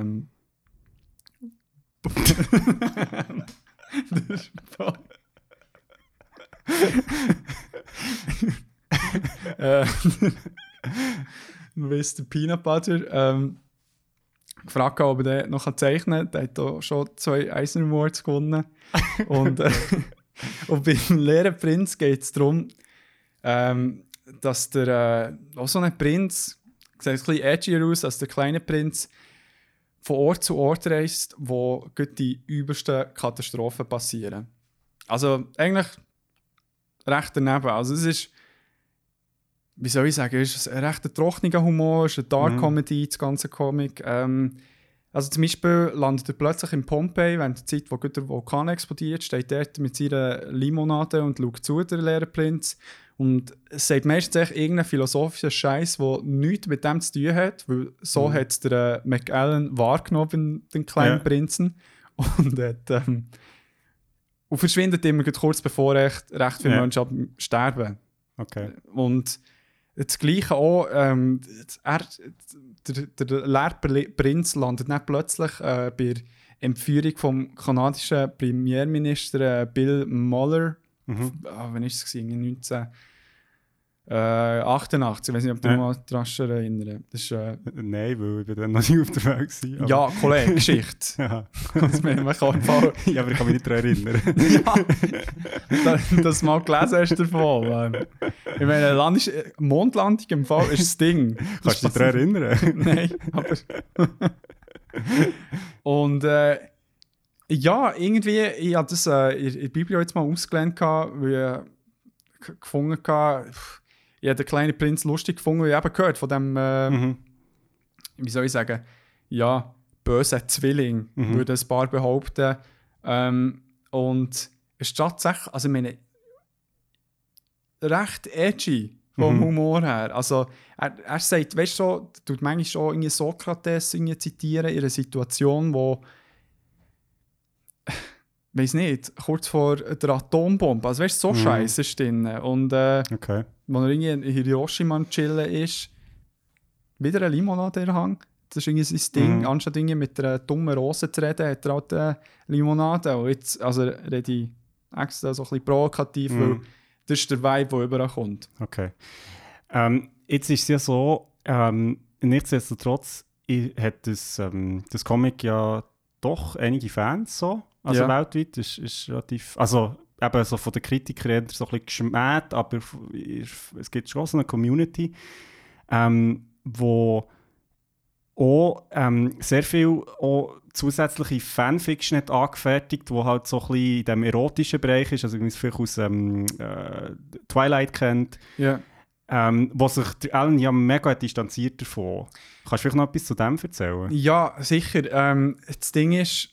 Mr. Peanut Butter gefragt, ob er noch zeichnen kann. Der hat auch schon 2 Eisner Awards gewonnen. und beim Lehrerprinz geht es darum, dass der auch so ein Prinz, sieht ein bisschen edgier aus als der kleine Prinz, von Ort zu Ort reist, wo gerade die übelsten Katastrophen passieren. Also eigentlich recht daneben. Also es ist, wie soll ich sagen, es ist ein recht trockener Humor, es ist eine Dark Comedy, das ganze Comic. Also zum Beispiel landet er plötzlich in Pompeji, während der Zeit, wo gerade der Vulkan explodiert, steht dort mit seiner Limonade und schaut zu, der Lehrerprinz. Und es sagt meistens echt irgendeinen philosophischen Scheiß, der nichts mit dem zu tun hat, weil so hat es der McAllen wahrgenommen, den kleinen Prinzen. Und, und verschwindet immer gerade kurz bevor recht viele Menschen sterben. Okay. Und das Gleiche auch, der Lehrprinz landet nicht plötzlich bei der Entführung vom kanadischen Premierminister Bill Mueller. Wann war es? 1988. Ich weiß nicht, ob du dich mal daran erinnerst. Das ist, Nein, weil ich dann noch nie auf der Welt war. aber- ja, Kollege, Geschichte. Ja. Man kann im Fall, Ja, aber ich kann mich nicht daran erinnern. dass du mal gelesen hast davon. Mann. Ich meine, Mondlandung im Fall ist das Ding. Kannst du dich daran erinnern? Nein, aber... Und ja, irgendwie, ich habe das in der Bibel jetzt mal ausgelernt, weil ich gefunden habe, ich habe den kleinen Prinz lustig gefunden, weil ich eben gehört von dem, wie soll ich sagen, ja, bösen Zwilling, würde ein paar behaupten. Und es ist tatsächlich, also ich meine, recht edgy vom Humor her. Also er sagt, weißt du, so, tut manchmal schon irgendwie Sokrates irgendwie zitieren in einer Situation, wo weiß nicht, kurz vor der Atombombe. Also weißt du, so Scheiße ist drin. Und Okay. wo er irgendwie in Hiroshima am Chillen ist, wieder eine Limonade in der Hand. Das ist irgendwie sein Ding. Anstatt irgendwie mit einer dummen Rose zu reden, hat er halt eine Limonade. Und jetzt, also rede ich extra so ein bisschen provokativ, weil das ist der Vibe, der überkommt. Okay. Jetzt ist es ja so, nichtsdestotrotz hat das Comic ja doch einige Fans so. Also Ja. weltweit ist relativ, also eben so von den Kritikern eher so ein bisschen geschmäht, aber es gibt schon so eine Community, wo auch sehr viel auch zusätzliche Fanfiction hat angefertigt, die halt so ein bisschen in diesem erotischen Bereich ist, also wie man es vielleicht aus Twilight kennt, Ja. wo sich der Alan ja mega distanziert davon. Kannst du vielleicht noch etwas zu dem erzählen? Ja, sicher. Das Ding ist,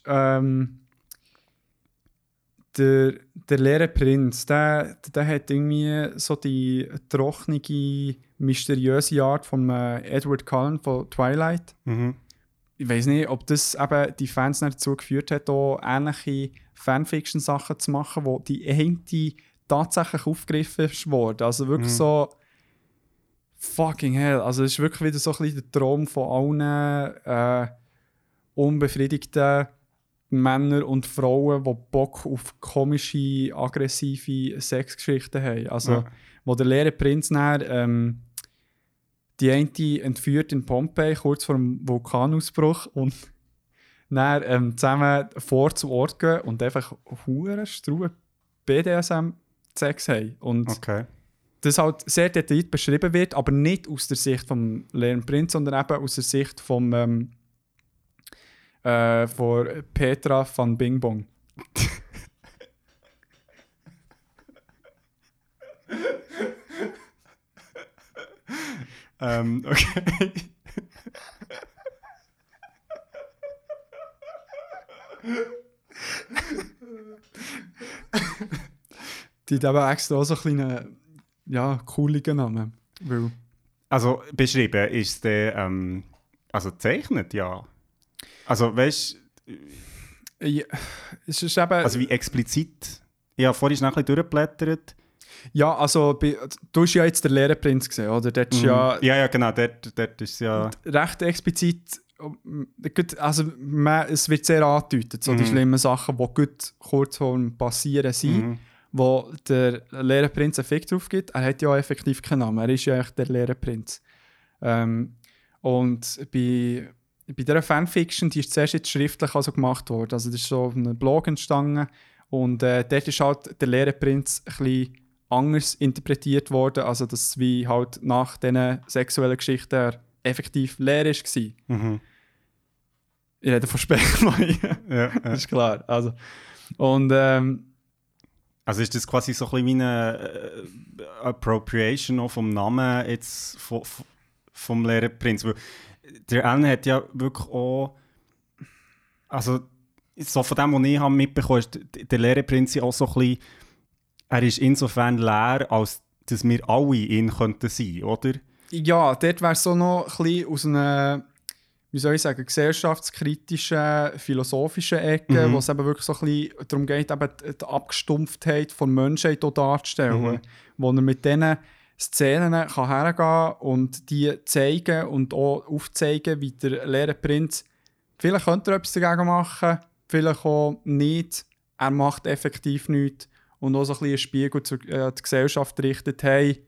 der leere Prinz, der hat irgendwie so die trockene, mysteriöse Art von Edward Cullen von Twilight. Mhm. Ich weiß nicht, ob das eben die Fans nicht dazu geführt hat, auch ähnliche Fanfiction-Sachen zu machen, wo die eine tatsächlich aufgegriffen ist worden. Also wirklich so fucking hell. Also es ist wirklich wieder so ein bisschen der Traum von allen unbefriedigten Männern und Frauen, die Bock auf komische, aggressive Sexgeschichten haben. Also, wo der leere Prinz dann, die eine entführt in Pompeji, kurz vor dem Vulkanausbruch, und dann zusammen zum Ort gehen und einfach verdammt strube BDSM-Sex haben. Und das halt sehr detailliert beschrieben wird, aber nicht aus der Sicht vom leeren Prinz, sondern eben aus der Sicht von Petra van Bing Bong. Okay. Die hat aber extra auch so einen kleinen, cooligen Namen. Weil Also beschrieben ist der, also gezeichnet, ja. Also weißt ja, es ist eben, also wie explizit? Ich habe vorhin noch ein bisschen durchgeblättert. ja, also du hast ja jetzt den leeren Prinz gesehen, oder? Dort ist Ja, genau, dort ist ja... recht explizit, also es wird sehr angedeutet, so die schlimmen Sachen, die gut kurz vor dem Passieren sind, wo der leere Prinz einen Fick drauf gibt. Er hat ja effektiv keinen Namen, er ist ja eigentlich der leere Prinz. Und bei dieser Fanfiction, die ist zuerst jetzt schriftlich also gemacht worden, also das ist so auf einem Blog entstanden und dort ist halt der leere Prinz ein bisschen anders interpretiert worden, also dass es wie halt nach diesen sexuellen Geschichten er effektiv leer war. Ich rede von Speckmann. Ja. Das ist klar. Also, und Also ist das quasi so ein bisschen wie eine Appropriation auch vom Namen jetzt vom leeren Prinz? Weil der Alan hat ja wirklich auch, also so von dem, was ich habe mitbekommen habe, ist der leere Prinz auch so ein bisschen, er ist insofern leer, als dass wir alle ihn könnten sein, oder? ja, dort wäre es so noch ein bisschen aus einer, wie soll ich sagen, gesellschaftskritischen, philosophischen Ecke, wo es eben wirklich so ein bisschen darum geht, eben die Abgestumpftheit von Menschheit hier darzustellen. Wo er mit diesen Szenen kann hergehen und die zeigen und auch aufzeigen, wie der leere Prinz, vielleicht könnte er etwas dagegen machen, vielleicht auch nicht. Er macht effektiv nichts. Und auch so ein bisschen einen Spiegel zur die Gesellschaft richtet, hey,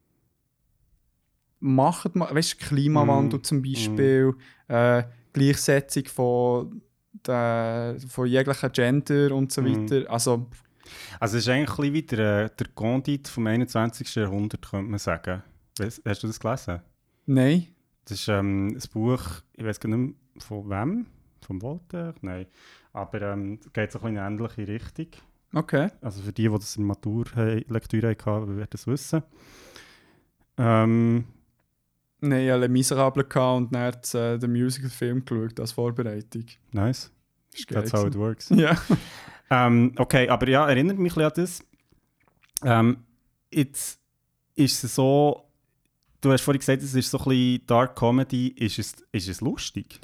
macht mal, weißt du, Klimawandel zum Beispiel, Gleichsetzung von jeglichen Gender und so weiter. Also es ist eigentlich ein bisschen wie der Condit vom 21. Jahrhundert, könnte man sagen. Hast du das gelesen? Nein. Das ist ein Buch, ich weiß gar nicht mehr, von wem? Von Voltaire? Nein. Aber es geht so ein bisschen in eine ähnliche Richtung. Okay. Also für die das in Maturlektüre hatten, werden das wissen. Nein, ich hatte Les Miserables und dann den Musical-Film geschaut als Vorbereitung. Nice. That's how it works. Ja. Okay, aber ja, erinnert mich an das. Jetzt ist es so, du hast vorhin gesagt, es ist so ein bisschen Dark Comedy. Ist es lustig?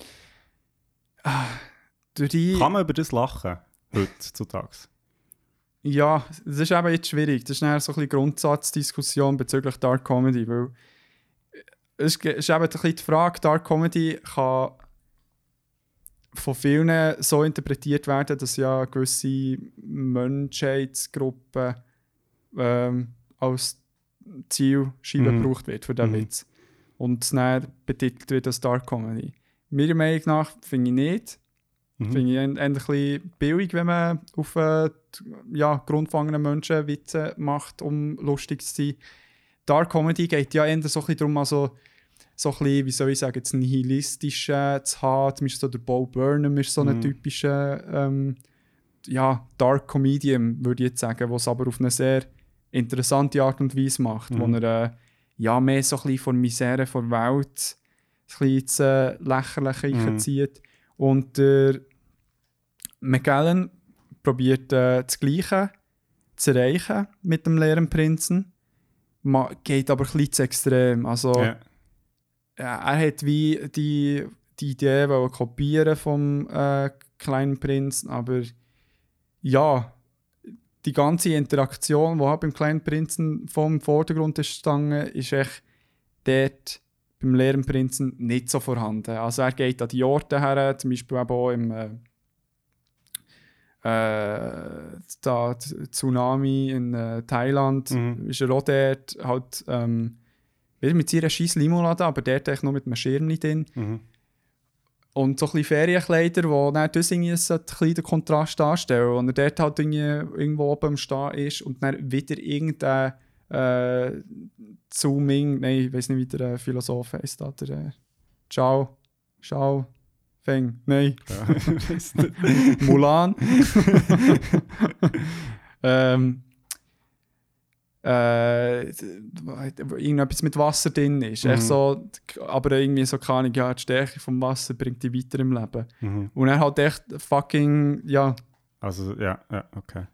Kann man über das lachen, heutzutage? Ja, das ist eben jetzt schwierig. Das ist dann so ein bisschen Grundsatzdiskussion bezüglich Dark Comedy, weil es ist eben ein bisschen die Frage, Dark Comedy kann von vielen so interpretiert werden, dass ja gewisse Menschheitsgruppen als Zielscheibe gebraucht wird für diesen Witz. Und es dann betitelt wird als Dark Comedy. Meiner Meinung nach finde ich nicht. Finde ich ein bisschen billig, wenn man auf grundfangenden Menschen Witze macht, um lustig zu sein. Dark Comedy geht ja eher so ein bisschen darum, also so ein bisschen, wie soll ich sagen, das Nihilistische zu haben. Zum Beispiel so der Bo Burnham ist so ein typischer Dark Comedian, würde ich jetzt sagen, der es aber auf eine sehr interessante Art und Weise macht, wo er mehr so ein bisschen von Misere der Welt ein bisschen ins Lächerliche einzieht. Und der Magellan probiert das Gleiche zu erreichen mit dem leeren Prinzen. Geht aber ein bisschen zu extrem. Also, er hat wie die Idee kopieren vom kleinen Prinzen, aber ja, die ganze Interaktion, die beim kleinen Prinzen vom Vordergrund ist gestanden, ist echt dort beim leeren Prinzen nicht so vorhanden. Also er geht an die Orte her, zum Beispiel auch im Tsunami in Thailand, ist er auch dort halt wieder mit seiner scheiß Limo da, aber dort eigentlich nur mit einem Schirm drin. Und so ein bisschen Ferienkleider, die dann das irgendwie den Kontrast darstellen, und er dort halt irgendwo oben am Stehen ist und dann wieder irgendein Zhu Ming, nein, ich weiß nicht, wie der Philosoph heisst, der Zhao Feng, nein. Ja. Mulan. Irgendetwas mit Wasser drin ist. Echt so, aber irgendwie so keine Ahnung, ja, die Stärke vom Wasser bringt dich weiter im Leben. Und er hat echt fucking, ja. Also, ja, okay.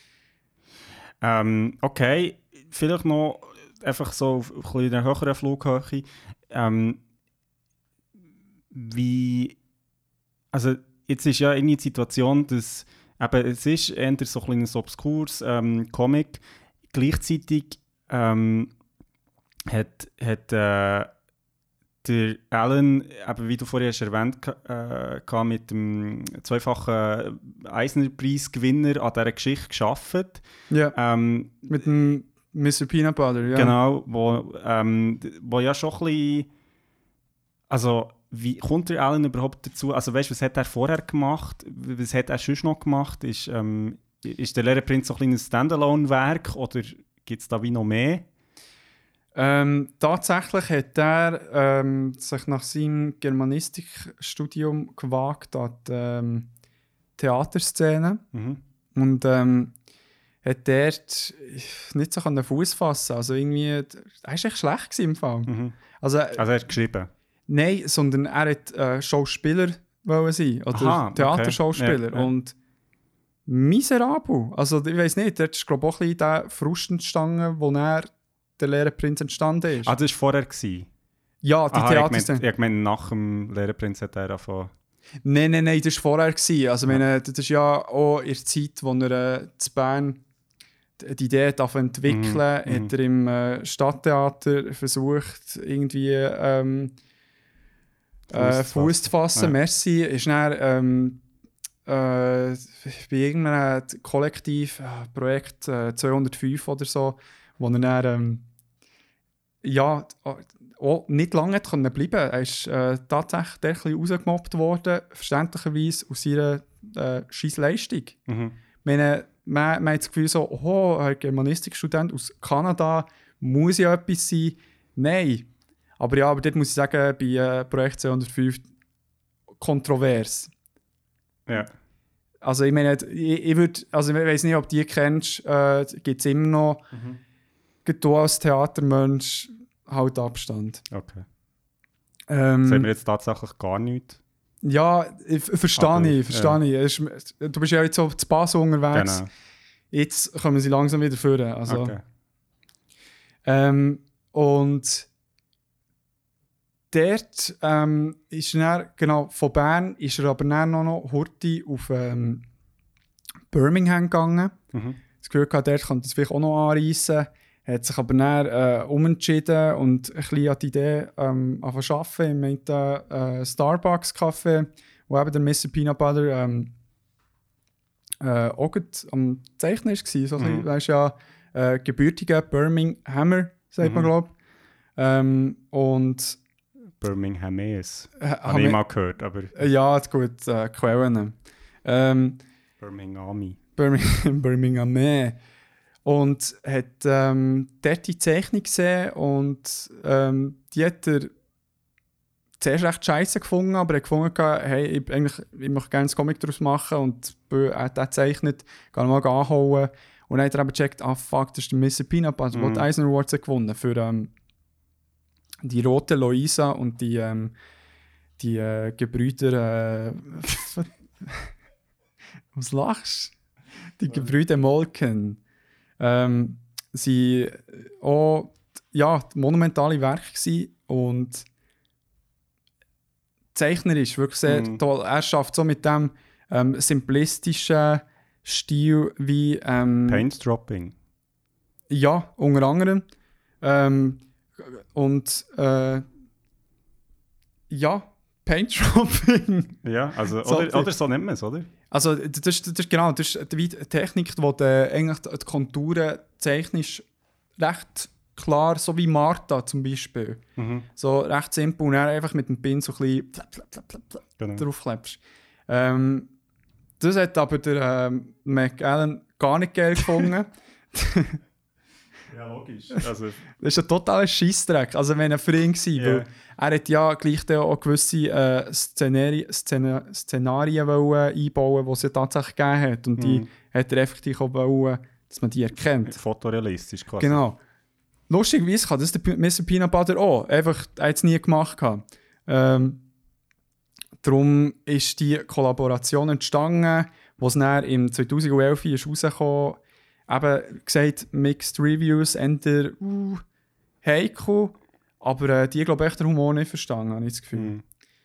Okay, vielleicht noch einfach so auf ein bisschen in einer höheren Flughöhe. Also jetzt ist ja irgendwie die Situation, dass es ist eher so ein kleines obskures Comic. Gleichzeitig hat der Alan, eben wie du vorher hast erwähnt hast, mit dem zweifachen Eisner-Preis-Gewinner an dieser Geschichte gearbeitet. Ja, mit dem Mr. Peanut Butter, ja. Genau, wo ja schon ein bisschen... Also, wie kommt der Alan überhaupt dazu? Also weißt du, was hat er vorher gemacht? Was hat er sonst noch gemacht? Ist der leere Prinz so ein kleines Standalone-Werk oder gibt es da wie noch mehr? Tatsächlich hat er sich nach seinem Germanistikstudium gewagt an die Theaterszene und hat dort nicht so einen Fuß fassen. Also irgendwie, er war echt schlecht im Fall. Also er hat geschrieben? Nein, sondern er wollte Schauspieler sein oder Theaterschauspieler. Okay. Ja. Und miserabel. Also ich weiss nicht, dort ist glaube ich auch ein bisschen der Frust entstanden, wo er der leere Prinz entstanden ist. Ah, das war vorher? Ja, die Theaterszene. Ich meine, nach dem leeren Prinz hat er angefangen. Nein, das war vorher. Also das ist ja auch in der Zeit, wo er in Bern die Idee entwickeln hat er im Stadttheater versucht, irgendwie Fuß zu fassen. Ja. Merci. Ist dann bei irgendeinem Kollektiv, Projekt 205 oder so, wo er dann auch nicht lange bleiben konnte. Er ist tatsächlich ein bisschen rausgemobbt worden, verständlicherweise aus seiner Scheissleistung. Man hat das Gefühl so, ein Germanistikstudent aus Kanada muss ja etwas sein. Nein. Aber dort muss ich sagen, bei Projekt 205 kontrovers. Ja. Also ich meine, ich weiß nicht, ob du die kennst, gibt es immer noch, du als Theatermensch, halt Abstand. Okay. Das haben wir jetzt tatsächlich gar nicht. Ja, verstehe ich. Du bist ja jetzt so zu Basel unterwegs. Genau. Jetzt kommen sie langsam wieder führen. Also. Okay. Und dort ist er, genau, von Bern ist er aber dann noch Hurti auf Birmingham gegangen. Das Gefühl gehabt, dort könnte es vielleicht auch noch anreissen. Er hat sich aber dann umentschieden und ein bisschen an die Idee angefangen zu arbeiten. Ich meinte Starbucks-Kaffee, wo eben der Mr. Peanut Butter auch am Zeichnen war. So er ist ja gebürtiger Birminghamer, sagt man, glaube ich. Und Birminghamese. Habe ich mal gehört, aber... Ja, gut, Quellen. Birmingham. Und hat dort die Zeichnung gesehen und die hat er zuerst recht scheiße gefunden, aber er gefunden, hey, ich möchte gerne ein Comic daraus machen und er hat das gezeichnet, kann mal anhauen. Und dann hat er eben gecheckt, fuck, das ist der Mr. Peanut Butter, der die Eisner Awards hat gewonnen für die rote Loisa und die Gebrüder... was lachst du? Die Gebrüder Molken. Sie auch monumentale Werke gewesen und zeichnerisch wirklich sehr toll. Er schafft so mit dem simplistischen Stil wie... Paint-Dropping. Ja, unter anderem. Paint-Dropping. Ja, also, So, oder so nennt man es, oder? Also, das ist genau, das ist wie die Technik, die eigentlich die Konturen technisch recht klar, so wie Martha zum Beispiel. So recht simpel und dann einfach mit dem Pin so ein bisschen draufklebst. Das hat aber der McAllen gar nicht geil gefunden. Ja, logisch. Also, das ist ein totaler Scheissdreck. Also wenn er für ihn war, weil er hat ja gleich auch gewisse Szenarien einbauen, die es ja tatsächlich gegeben hat. Und die hat er effektiv auch wollen, dass man die erkennt. Fotorealistisch quasi. Genau. Lustigerweise kann das der Mr. Peanut Butter auch. Einfach, er hat es nie gemacht. Darum ist die Kollaboration entstanden, die es dann im 2011 ist rausgekommen ist. Eben gesagt, Mixed Reviews, eher heikel, aber die glaube ich echt den Humor nicht verstanden, habe ich das Gefühl.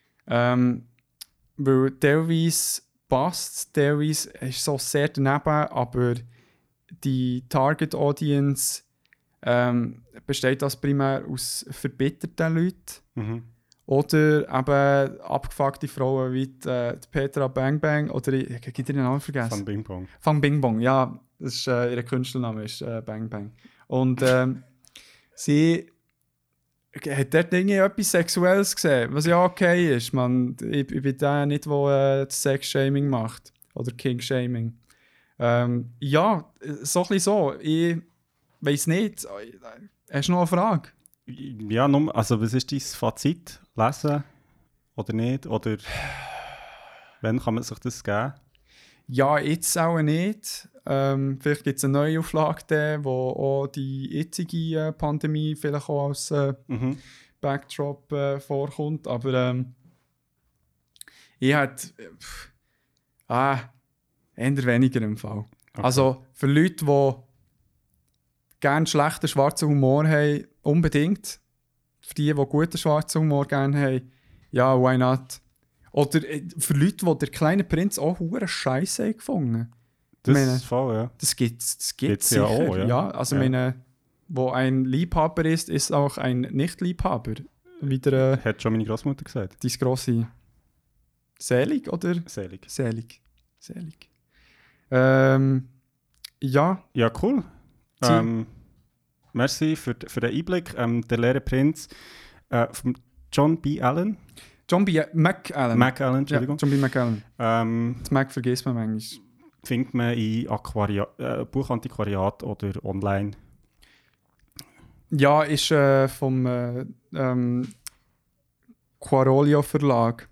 Weil teilweise passt, teilweise ist so sehr daneben, aber die Target Audience besteht das primär aus verbitterten Leuten. Oder eben abgefuckte Frauen wie die Petra Bang Bang oder ich habe den Namen vergessen. Van Bing Bong. Van Bing Bong, ja. Das ist, ihr Künstlername ist Bang Bang. Und sie hat dort irgendwie etwas Sexuelles gesehen, was ja okay ist. Ich bin der nicht, der das Sex-Shaming macht. Oder King-Shaming. Ja, so ein bisschen so. Ich weiss nicht. Hast du noch eine Frage? Ja, also was ist dein Fazit? Lesen oder nicht? Oder wann kann man sich das geben? Ja, jetzt auch nicht. Vielleicht gibt es eine neue Auflage, wo auch die jetzige Pandemie vielleicht auch als Backdrop vorkommt. Aber ich hätte eher weniger im Fall. Okay. Also für Leute, die gerne schlechten schwarzen Humor haben, unbedingt. Für die guten schwarzen Humor gerne haben, ja, why not? Oder für Leute, die der kleine Prinz auch hure Scheiße gefunden haben. Das ist voll, ja. Das gibt's sicher. Ja, auch, ja. Also meine, wo ein Liebhaber ist auch ein Nicht-Liebhaber. Wieder, hat schon meine Großmutter gesagt. Dein grosse Selig, oder? Selig. Ja. Ja, cool. Merci für den Einblick. Der leere Prinz von John B. Allen. McAllen, Entschuldigung. Ja, John B. McAllen. Das Mac vergisst man manchmal. Findet man in Buchantiquariat oder online? Ja, ist vom Quarolio Verlag.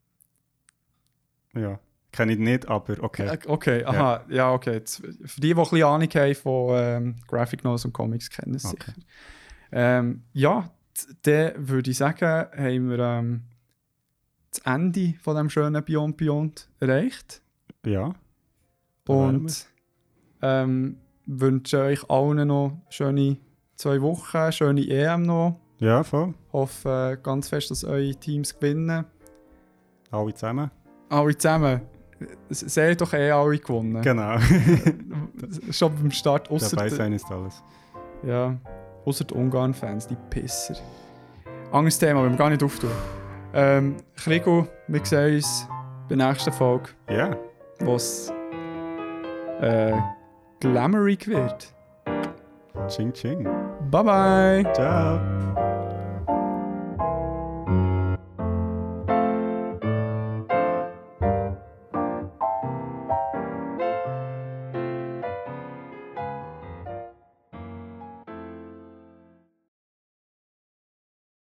Ja, kenne ich nicht, aber okay. Okay, aha, ja, okay. Jetzt, für die ein bisschen Ahnung haben von Graphic Novels und Comics, kennen es sicher. Ja, dann würde ich sagen, haben wir das Ende von diesem schönen Beyond Beyond erreicht. Ja. Und wünsche euch allen noch schöne 2 Wochen, schöne EM noch. Ja, voll. Hoffe ganz fest, dass eure Teams gewinnen. Alle zusammen. Sehr doch alle gewonnen. Genau. Schon beim Start. Dabei sein ist alles. Ja, außer die Ungarn-Fans, die Pisser. Anderes Thema, wenn wir gar nicht auftun. Krigo, wir sehen uns bei der nächsten Folge. Ja. Was glamourig wird. Ching ching. Bye bye. Ciao.